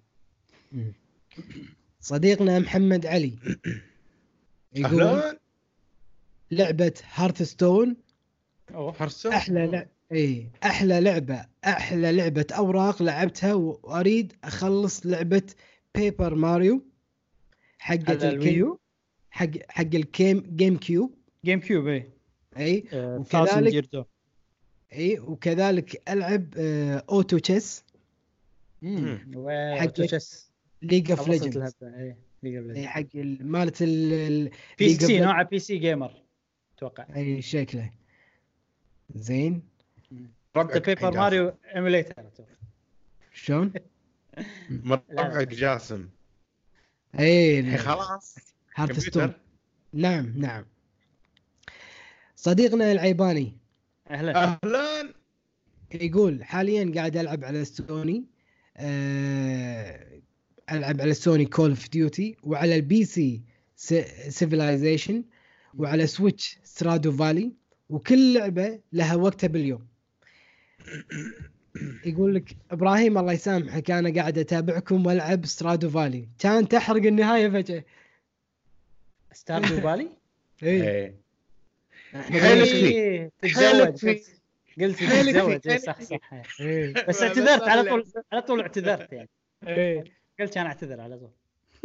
B: صديقنا محمد علي يقول
C: اهلا.
B: لعبه هارثستون
A: اوه
C: هرسون.
B: احلى لعبه اي احلى لعبه احلى لعبه اوراق لعبتها، واريد اخلص لعبه بيبر ماريو حقت
A: على
B: الكيم
A: الويو
B: حق حق الكيم جيم كيوب.
A: جيم كيوب. اي
B: اي
A: آه،
B: وكذلك
A: جيردو.
B: اي وكذلك العب آه اوتو تشيس
C: مم.
A: حق
B: حق
A: توشس
B: ليج اوف
A: خلصت
B: ليجندز
A: لها اي ليج اوف
B: اي
A: ليجندز
B: حق ال- مالت ال
A: بي
B: League of
A: سي
B: Legends.
A: نوعه بي سي جيمر اتوقع.
B: اي شكله زين.
A: حتى بيبر ماريو ايميليتر
B: شلون
C: مربعك جاسم
B: اي
C: خلاص
B: هارتستون. نعم نعم. صديقنا العيباني
A: اهلا
C: اهلا
B: يقول حاليا قاعد العب على سوني أه... العب على سوني كول اوف ديوتي، وعلى البي سي سيفيلايزيشن، وعلى سويتش سترادو فالي، وكل لعبه لها وقتها باليوم. يقول لك ابراهيم الله يسامحك انا قاعد اتابعكم والعب سترادو فالي، كان تحرق النهايه فجاه.
A: ستاردو فالي
B: اي
C: حيلك فيه
A: تتزوج قلت تتزوج صح صح بس اعتذرت على طول على طول اعتذرت يعني قلت كان اعتذر على طول.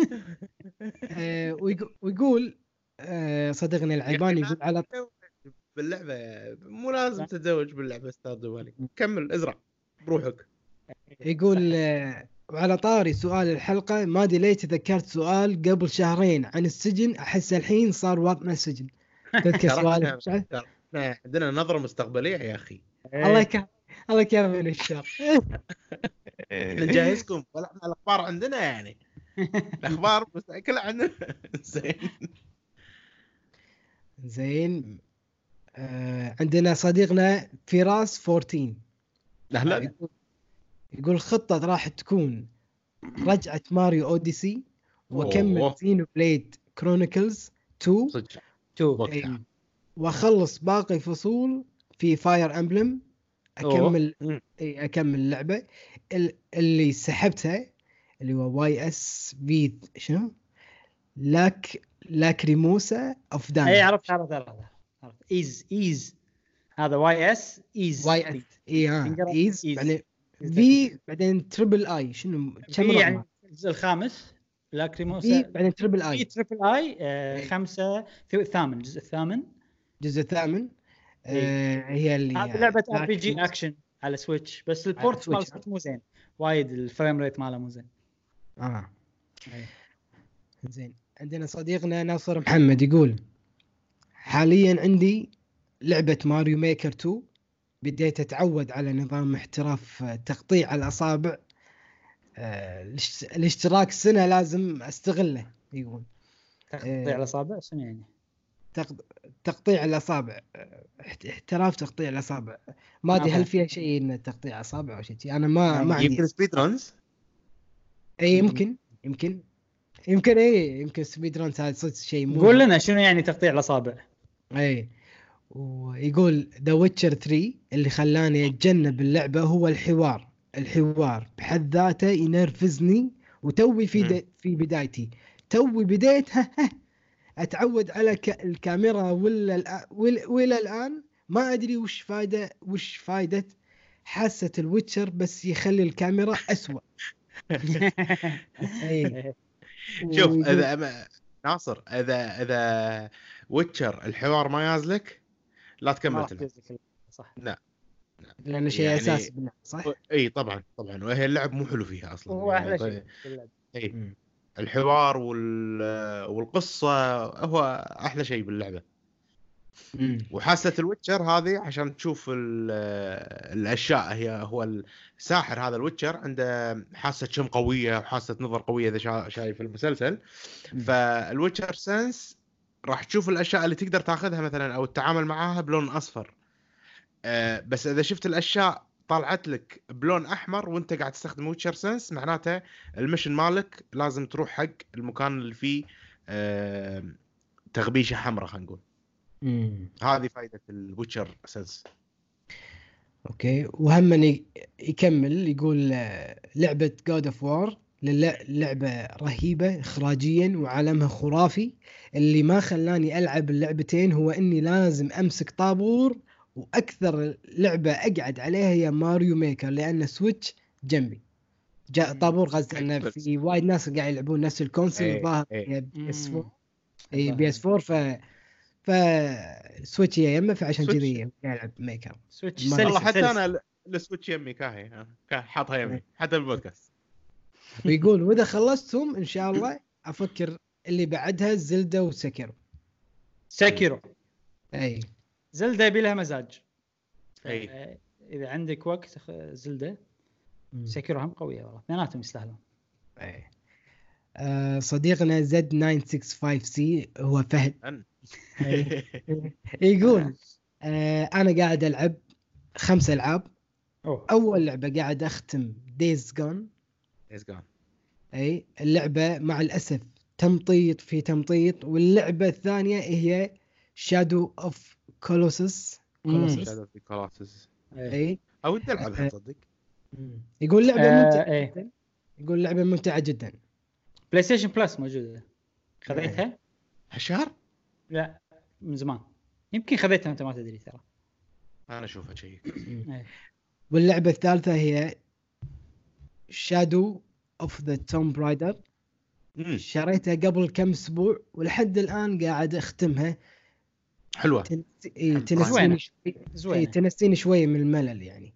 B: ويقول صديقنا العيباني يقول على
C: باللعبه مو لازم تتزوج باللعبه ستاردو فالي، كمل ازرع بروحك.
B: يقول وعلى طاري سؤال الحلقه، ما ادري ليه تذكرت سؤال قبل شهرين عن السجن، احس الحين صار وضعنا السجن. تذكر سؤال
C: عندنا نظره مستقبليه يا اخي.
B: الله يك الله يكرم من الشر.
C: نجهزكم ولا احنا الاخبار عندنا يعني الاخبار بس كلها عندنا. زين
B: زين. آه عندنا صديقنا فراس أربعتاشر.
C: اهلا.
B: يقول, يقول خطة راح تكون رجعة ماريو اوديسي، وكمل زينو بليد كرونيكلز تو
C: تو
B: واخلص باقي فصول في فاير امبلم. اكمل اي اكمل اللعبة اللي سحبتها اللي هو واي اس في شنو لاك لاكريموسا اوف دام.
A: اي عرفت عرفت عرفت ايز ايز هذا واي اس ايز
B: واي اس اي ها ايز بعدين في بعدين تريبل اي شنو كم
A: يعني الجزء الخامس لاكريموسا
B: بعدين تريبل اي
A: في تريبل اي آه خمسة ثامن الجزء الثامن
B: الجزء الثامن آه هي اللي
A: هذه لعبة ار بي جي اكشن على سويتش، بس البورت مال سويتش مو زين وايد، الفريم ريت ماله مو زين.
B: اه أي. زين. عندنا صديقنا ناصر محمد يقول حاليا عندي لعبة ماريو ميكر تو، بديت أتعود على نظام احتراف تقطيع الأصابع. آه الاشتراك السنة لازم أستغله. يقول
A: تقطيع الأصابع شنو يعني؟
B: تقطيع الأصابع احتراف تقطيع الأصابع، ما أدري هل فيها شيء إن تقطيع أصابع أو شيء. أنا ما ما عندي.
C: يمكن سبيد رانز.
B: إيه يمكن يمكن يمكن إيه يمكن سبيد رانز هذا صدق شيء مو.
A: قول لنا شنو يعني تقطيع الأصابع.
B: إيه. ويقول ذا ويتشر ثري اللي خلاني أتجنب اللعبة هو الحوار. الحوار بحد ذاته ينرفزني، وتوي في في بدايتي توي بديتها أتعود على ك... الكاميرا ولا الآ... ولا... ولا الآن ما أدري وش فايدة وش فايدة حاسة الويتشر، بس يخلي الكاميرا أسوأ.
C: شوف ويقول... إذا أما... ناصر إذا إذا ويتشر الحوار ما يازلك لا تكمل.
A: صح.
C: لا
B: لأنه شيء يعني... أساسي بالله. صح.
C: اي طبعا طبعا، وهي اللعب مو حلو فيها اصلا.
A: هو احلى شيء
C: باللعب اي الحوار وال والقصه هو احلى شيء باللعبه. مم. وحاسه الويتشر هذه عشان تشوف الاشياء، هي هو الساحر هذا الويتشر عنده حاسه شم قويه وحاسه نظر قويه اذا شايف المسلسل. مم. فالويتشر سنس راح تشوف الاشياء اللي تقدر تاخذها مثلا او التعامل معها بلون اصفر. أه بس اذا شفت الاشياء طلعت لك بلون احمر وانت قاعد تستخدم ويتشر سنس، معناته المشن مالك لازم تروح حق المكان اللي فيه أه تغبيشه حمراء خلينا نقول. هذه فائده الويتشر سنس.
B: اوكي. وهم يكمل يقول لعبه جود اوف وار لعبه رهيبه اخراجيا وعالمها خرافي. اللي ما خلاني العب اللعبتين هو اني لازم امسك طابور، واكثر لعبه اقعد عليها هي ماريو ميكر لان سويتش جنبي. جاء طابور غزه انه في وايد ناس قاعد يلعبون نفس الكونسول الظاهر بي اس فور. اي بي اس فور ف ف سويتش يمه، فعشان كذي قاعد يلعب ميكر
A: سويتش.
C: والله حتى انا السويتش يمي كاهي كان حاطها يمي حتى البودكاست.
B: ويقول واذا خلصتهم ان شاء الله افكر اللي بعدها زلدة وسكيرو.
A: سكيرو
B: اي
A: زلدة يبي لها مزاج.
C: اي
A: آه، اذا عندك وقت أخ- زلدة سكيرو هم قويه والله، اثنيناتهم يستاهلون.
B: اي آه صديقنا زد تسعمية وخمسة وستين سي هو فهد
C: أن.
B: أي. يقول آه انا قاعد العب خمس العاب.
A: أوه.
B: اول لعبه قاعد اختم دايز جون.
C: Days Gone.
B: اي اللعبه مع الاسف تمطيط في تمطيط. واللعبه الثانيه هي شادو اوف كولوسس.
A: مم.
C: Shadow of the Colossus.
B: اي
C: او ودي العبها تصدق.
B: يقول لعبه
A: آه،
B: ممتعه
A: إيه.
B: جدا. يقول لعبه ممتعه جدا.
A: بلاي ستيشن بلس موجوده، خذيتها؟
C: هالشهر
A: لا من زمان، يمكن خذيتها انت ما تدري ترى.
C: انا اشوفها شيء.
A: إيه.
B: واللعبه الثالثه هي شادو اوف ذا توم برايدر.
C: مم.
B: شريتها قبل كم اسبوع ولحد الان قاعد اختمها.
C: حلوه.
B: تنس... إيه
A: زوينة.
B: تنسيني شوي. إيه
A: زوينه.
B: تنسيني شوي من الملل يعني.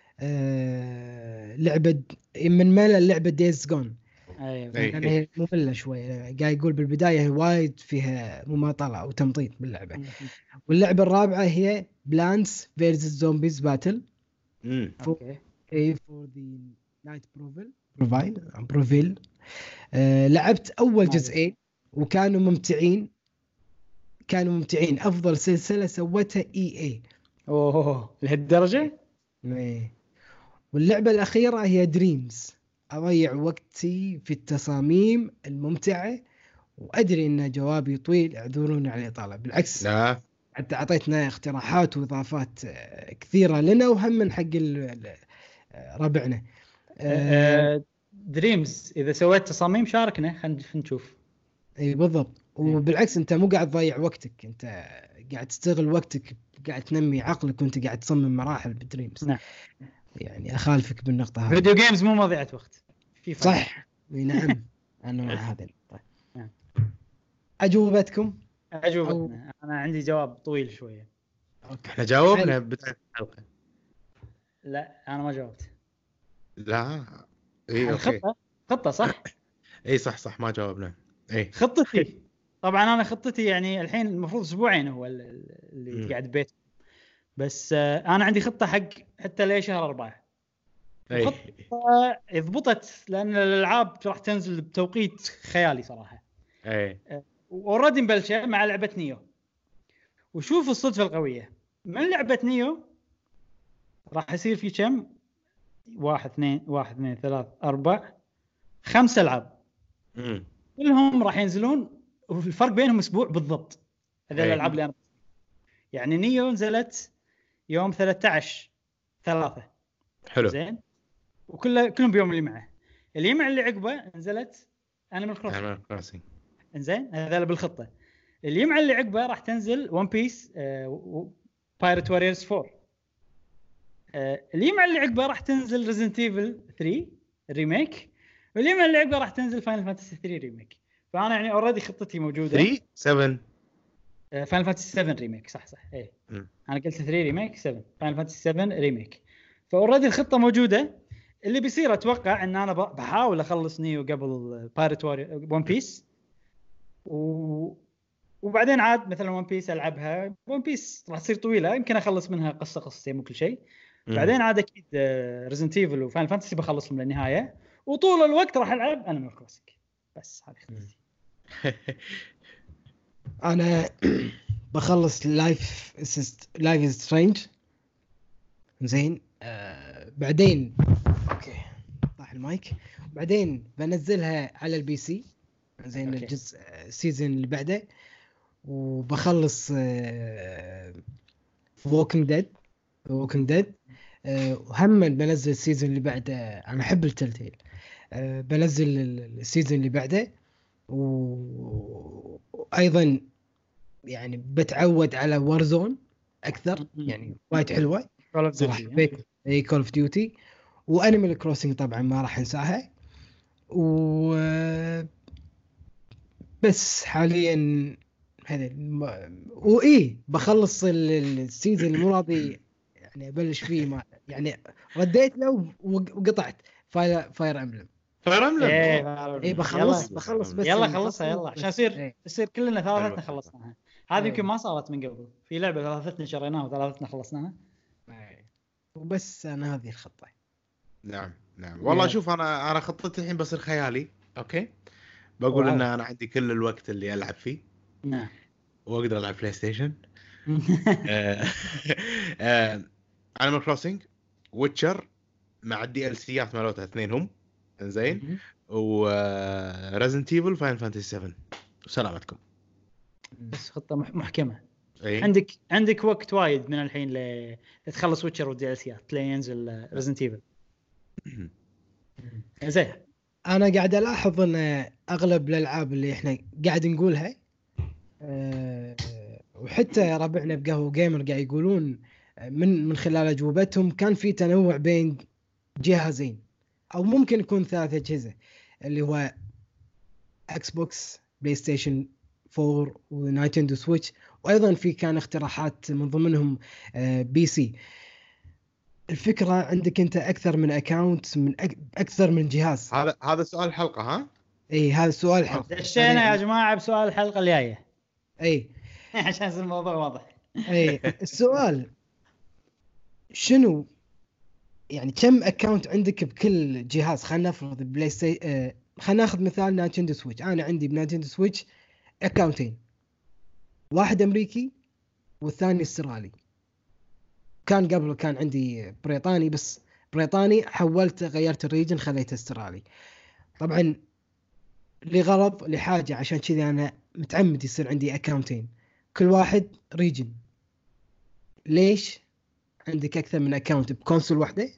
B: آه... لعبه من ملل لعبه دايز جون
A: ايوه
C: إيه.
B: يعني هي مملة شوي. قاعد يقول بالبداية وايد فيها مماطلة أو تمطيط باللعبة. واللعبة الرابعة هي بلانس فيرسز زومبيز باتل.
C: امم
A: اوكي.
B: اي فور ذا نايت بروفيل بروفايل بروفيل. آه لعبت أول جزئين وكانوا ممتعين. كانوا ممتعين. أفضل سلسلة سوتها إي إي.
A: اوه لهالدرجه.
B: إيه. واللعبة الأخيرة هي دريمز. أضيع وقتي في التصاميم الممتعة. وأدري إن جوابي طويل اعذروني على الإطالة. بالعكس
C: لا
B: حتى أعطيتنا اقتراحات وإضافات آه، كثيرة لنا وهم من حق ال- ال- آه، ربعنا. آه،
A: دريمز اذا سويت تصاميم شاركنا خلينا نشوف.
B: اي بالضبط. وبالعكس انت مو قاعد تضيع وقتك، انت قاعد تستغل وقتك، قاعد تنمي عقلك وانت قاعد تصمم مراحل بدريمز.
A: نعم.
B: يعني اخالفك بالنقطة هذه.
A: فيديو جيمز مو مضيعة وقت، في فرق.
B: صح. اي نعم. انا مع هذا النقطة.
A: نعم.
B: اجوبتكم.
A: اجوبتنا انا عندي جواب طويل شوية.
C: احنا جاوبنا بداية الحلقة.
A: لا انا ما جاوبت.
C: لا اي اوكي.
A: الخطة خطة صح.
C: اي صح صح ما جاوبنا. اي
A: خطتي طبعا انا خطتي يعني الحين المفروض اسبوعين هو اللي
C: مم.
A: قاعد ببيت، بس آه، انا عندي خطة حق حتى لي شهر أربعة.
C: اي
A: خطة ضبطت لان الالعاب راح تنزل بتوقيت خيالي صراحة.
C: اي
A: واوريدي مبلشه مع لعبه نيو. وشوف الصدفه القويه من لعبه نيو راح يصير في كم واحد اثنين واحد اثنين ثلاث اربع خمس العاب
C: امم
A: كلهم راح ينزلون والفرق بينهم اسبوع بالضبط. هذه
C: أي.
A: الالعاب اللي انا يعني نيو نزلت يوم ثلاثة عشر ثلاثة
C: حلو.
A: زين، وكله كلهم بيوم اللي معه. اللي مع اللي عقبه نزلت انيمال كروسنج.
C: أنا كروسنج.
A: انزين هذا بالخطه. اللي مع اللي عقبه راح تنزل ون بيس بايرت واريورز فور. آه، اللي مع اللي عقبه راح تنزل ريزنت ايفل ثري ريميك. واللي مع اللي عقبه راح تنزل فاينل فانتسي ثري ريميك. فانا يعني اوريدي خطتي موجوده.
C: ثري سبعة
A: فاينل فانتسي سفن ريميك صح صح ايه
C: م.
A: انا قلت ثري ريميك سفن فاينل فانتسي سفن ريميك. فاوريدي الخطه موجوده. اللي بيصير اتوقع ان انا بحاول اخلص نيو قبل بايرت واريورز ون بيس و... وبعدين عاد مثلا ون بيس العبها. ون بيس راح تصير طويله يمكن اخلص منها قصه قصتين مو كل شيء. بعدين عاد اكيد ريزنت ايفل وفاينل فانتسي بخلصهم للنهايه. وطول الوقت راح العب انيمال كروسنج. بس هذه خطتي.
B: انا بخلص لايف اسست لايف سترينج زين. آه بعدين اوكي طاح المايك. بعدين بنزلها على البي سي زين
A: أوكي.
B: الجزء السيزون اللي بعده. وبخلص ووكينج ديد ووكينج ديد وهم بنزل السيزون اللي بعده. انا احب التلتيل. أه بنزل السيزون اللي بعده. وايضا يعني بتعود على وارزون اكثر يعني وايد حلوه صراحه. اي كول اوف ديوتي وانيمال كروسنج طبعا ما راح انساها. و بس حاليا هذا وايه بخلص السيزون الماضي يعني ابلش فيه ما يعني رديت له وقطعت فاير فاير امبلم.
C: فاير امبلم
A: ايه
B: اي بخلص بخلص بس
A: يلا خلصها يلا عشان يصير يصير كلنا ثلاثتنا
C: حلو.
A: خلصناها. هذه يمكن ما صارت من قبل في لعبه ثلاثتنا شريناها وثلاثتنا خلصناها.
B: وبس انا هذه الخطه.
C: نعم نعم والله
A: يلا.
C: شوف انا انا خطتي الحين بصير خيالي اوكي بقول
A: واو.
C: ان انا عندي كل الوقت اللي العب فيه
A: نعم.
C: واقدر العب بلاي ستيشن. انيمال كروسنج ويتشر مع الدي ال سيات مالتها اثنين هم زين وريزنت ايفل فاين فانتسي سبعة وسلامتكم.
A: بس خطه مح- محكمه.
C: أي.
A: عندك عندك وقت وايد من الحين ل تخلص ويتشر والدي ال سيات لين ينزل ريزنت ايفل. زين
B: انا قاعد الاحظ ان اغلب الالعاب اللي احنا قاعد نقولها أه وحتى ربعنا بقهوه جيمر قاعد يقولون من من خلال اجوبتهم كان في تنوع بين جهازين او ممكن يكون ثلاث اجهزه اللي هو اكس بوكس بلاي ستيشن فور ونايتندو سويتش وايضا في كان اقتراحات من ضمنهم أه بي سي. الفكرة عندك أنت أكثر من أكاونت من أك... أكثر من جهاز.
C: هذا هذا سؤال الحلقة ها؟
B: إيه هذا سؤال الحلقة.
A: دشينا يا جماعة بسؤال الحلقة الجاية.
B: إيه
A: عشان الموضوع واضح.
B: إيه السؤال شنو يعني كم أكاونت عندك بكل جهاز؟ خلنا نفرض بلاي ستيشن آه... خلنا ناخذ مثال نينتندو سويتش. أنا عندي بنينتندو سويتش أكاونتين واحد أمريكي والثاني استرالي. كان قبل كان عندي بريطاني بس بريطاني حولت غيرت الريجن خليته استرالي طبعا لغرض لحاجة عشان كذي أنا متعمد يصير عندي أكاونتين كل واحد ريجن. ليش عندك أكثر من أكاونت بكونسول واحدة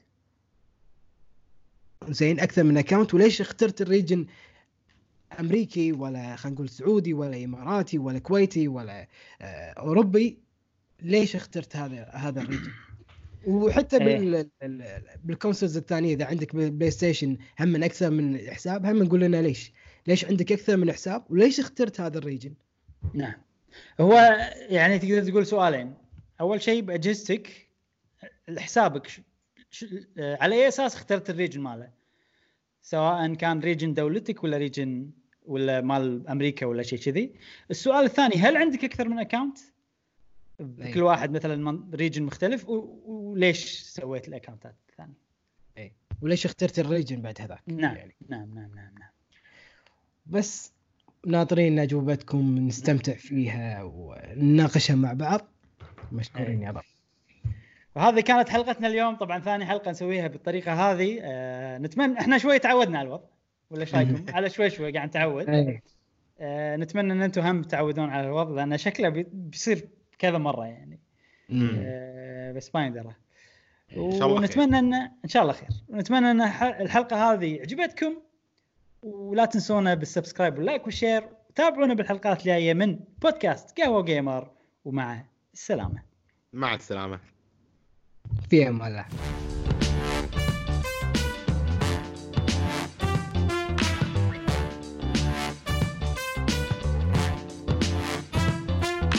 B: زين أكثر من أكاونت وليش اخترت الريجن أمريكي ولا خلينا نقول سعودي ولا إماراتي ولا كويتي ولا أوروبي؟ ليش اخترت هذا هذا الريجن؟ وحتى بال بالكونسولز الثانيه اذا عندك بلاي ستيشن هم من اكثر من حساب هم نقول لنا ليش ليش عندك اكثر من حساب وليش اخترت هذا الريجن.
A: نعم هو يعني تقدر تقول سؤالين. اول شيء باجهزتك حسابك ش... ش... على اي اساس اخترت الريجن ماله سواء كان ريجن دولتك ولا ريجن ولا مال امريكا ولا شيء كذي. السؤال الثاني هل عندك اكثر من اكاونت كل واحد مثلا ريجن مختلف وليش سويت الاكونتات الثانيه؟
B: اي وليش اخترت الريجن بعد هذاك؟
A: نعم. يعني. نعم نعم نعم نعم
B: بس ناطرين اجوبتكم نستمتع فيها ونناقشها مع بعض. مشكورين يا رب.
A: وهذه كانت حلقتنا اليوم. طبعا ثاني حلقه نسويها بالطريقه هذه. آه نتمنى احنا شوي تعودنا على الوضع ولا ايش رايكم؟ على شوي شوي قاعد نتعود. آه نتمنى ان انتم هم تعودون على الوضع لان شكله بيصير كذا مرة يعني. أه بس ما يندرى. ونتمنى ان ان شاء الله خير. ونتمنى ان الحلقة هذه عجبتكم ولا تنسونا بالسبسكرايب واللايك والشير. تابعونا بالحلقات الجاية من بودكاست قهوة جيمر ومع السلامة.
C: مع السلامة.
B: في امان الله.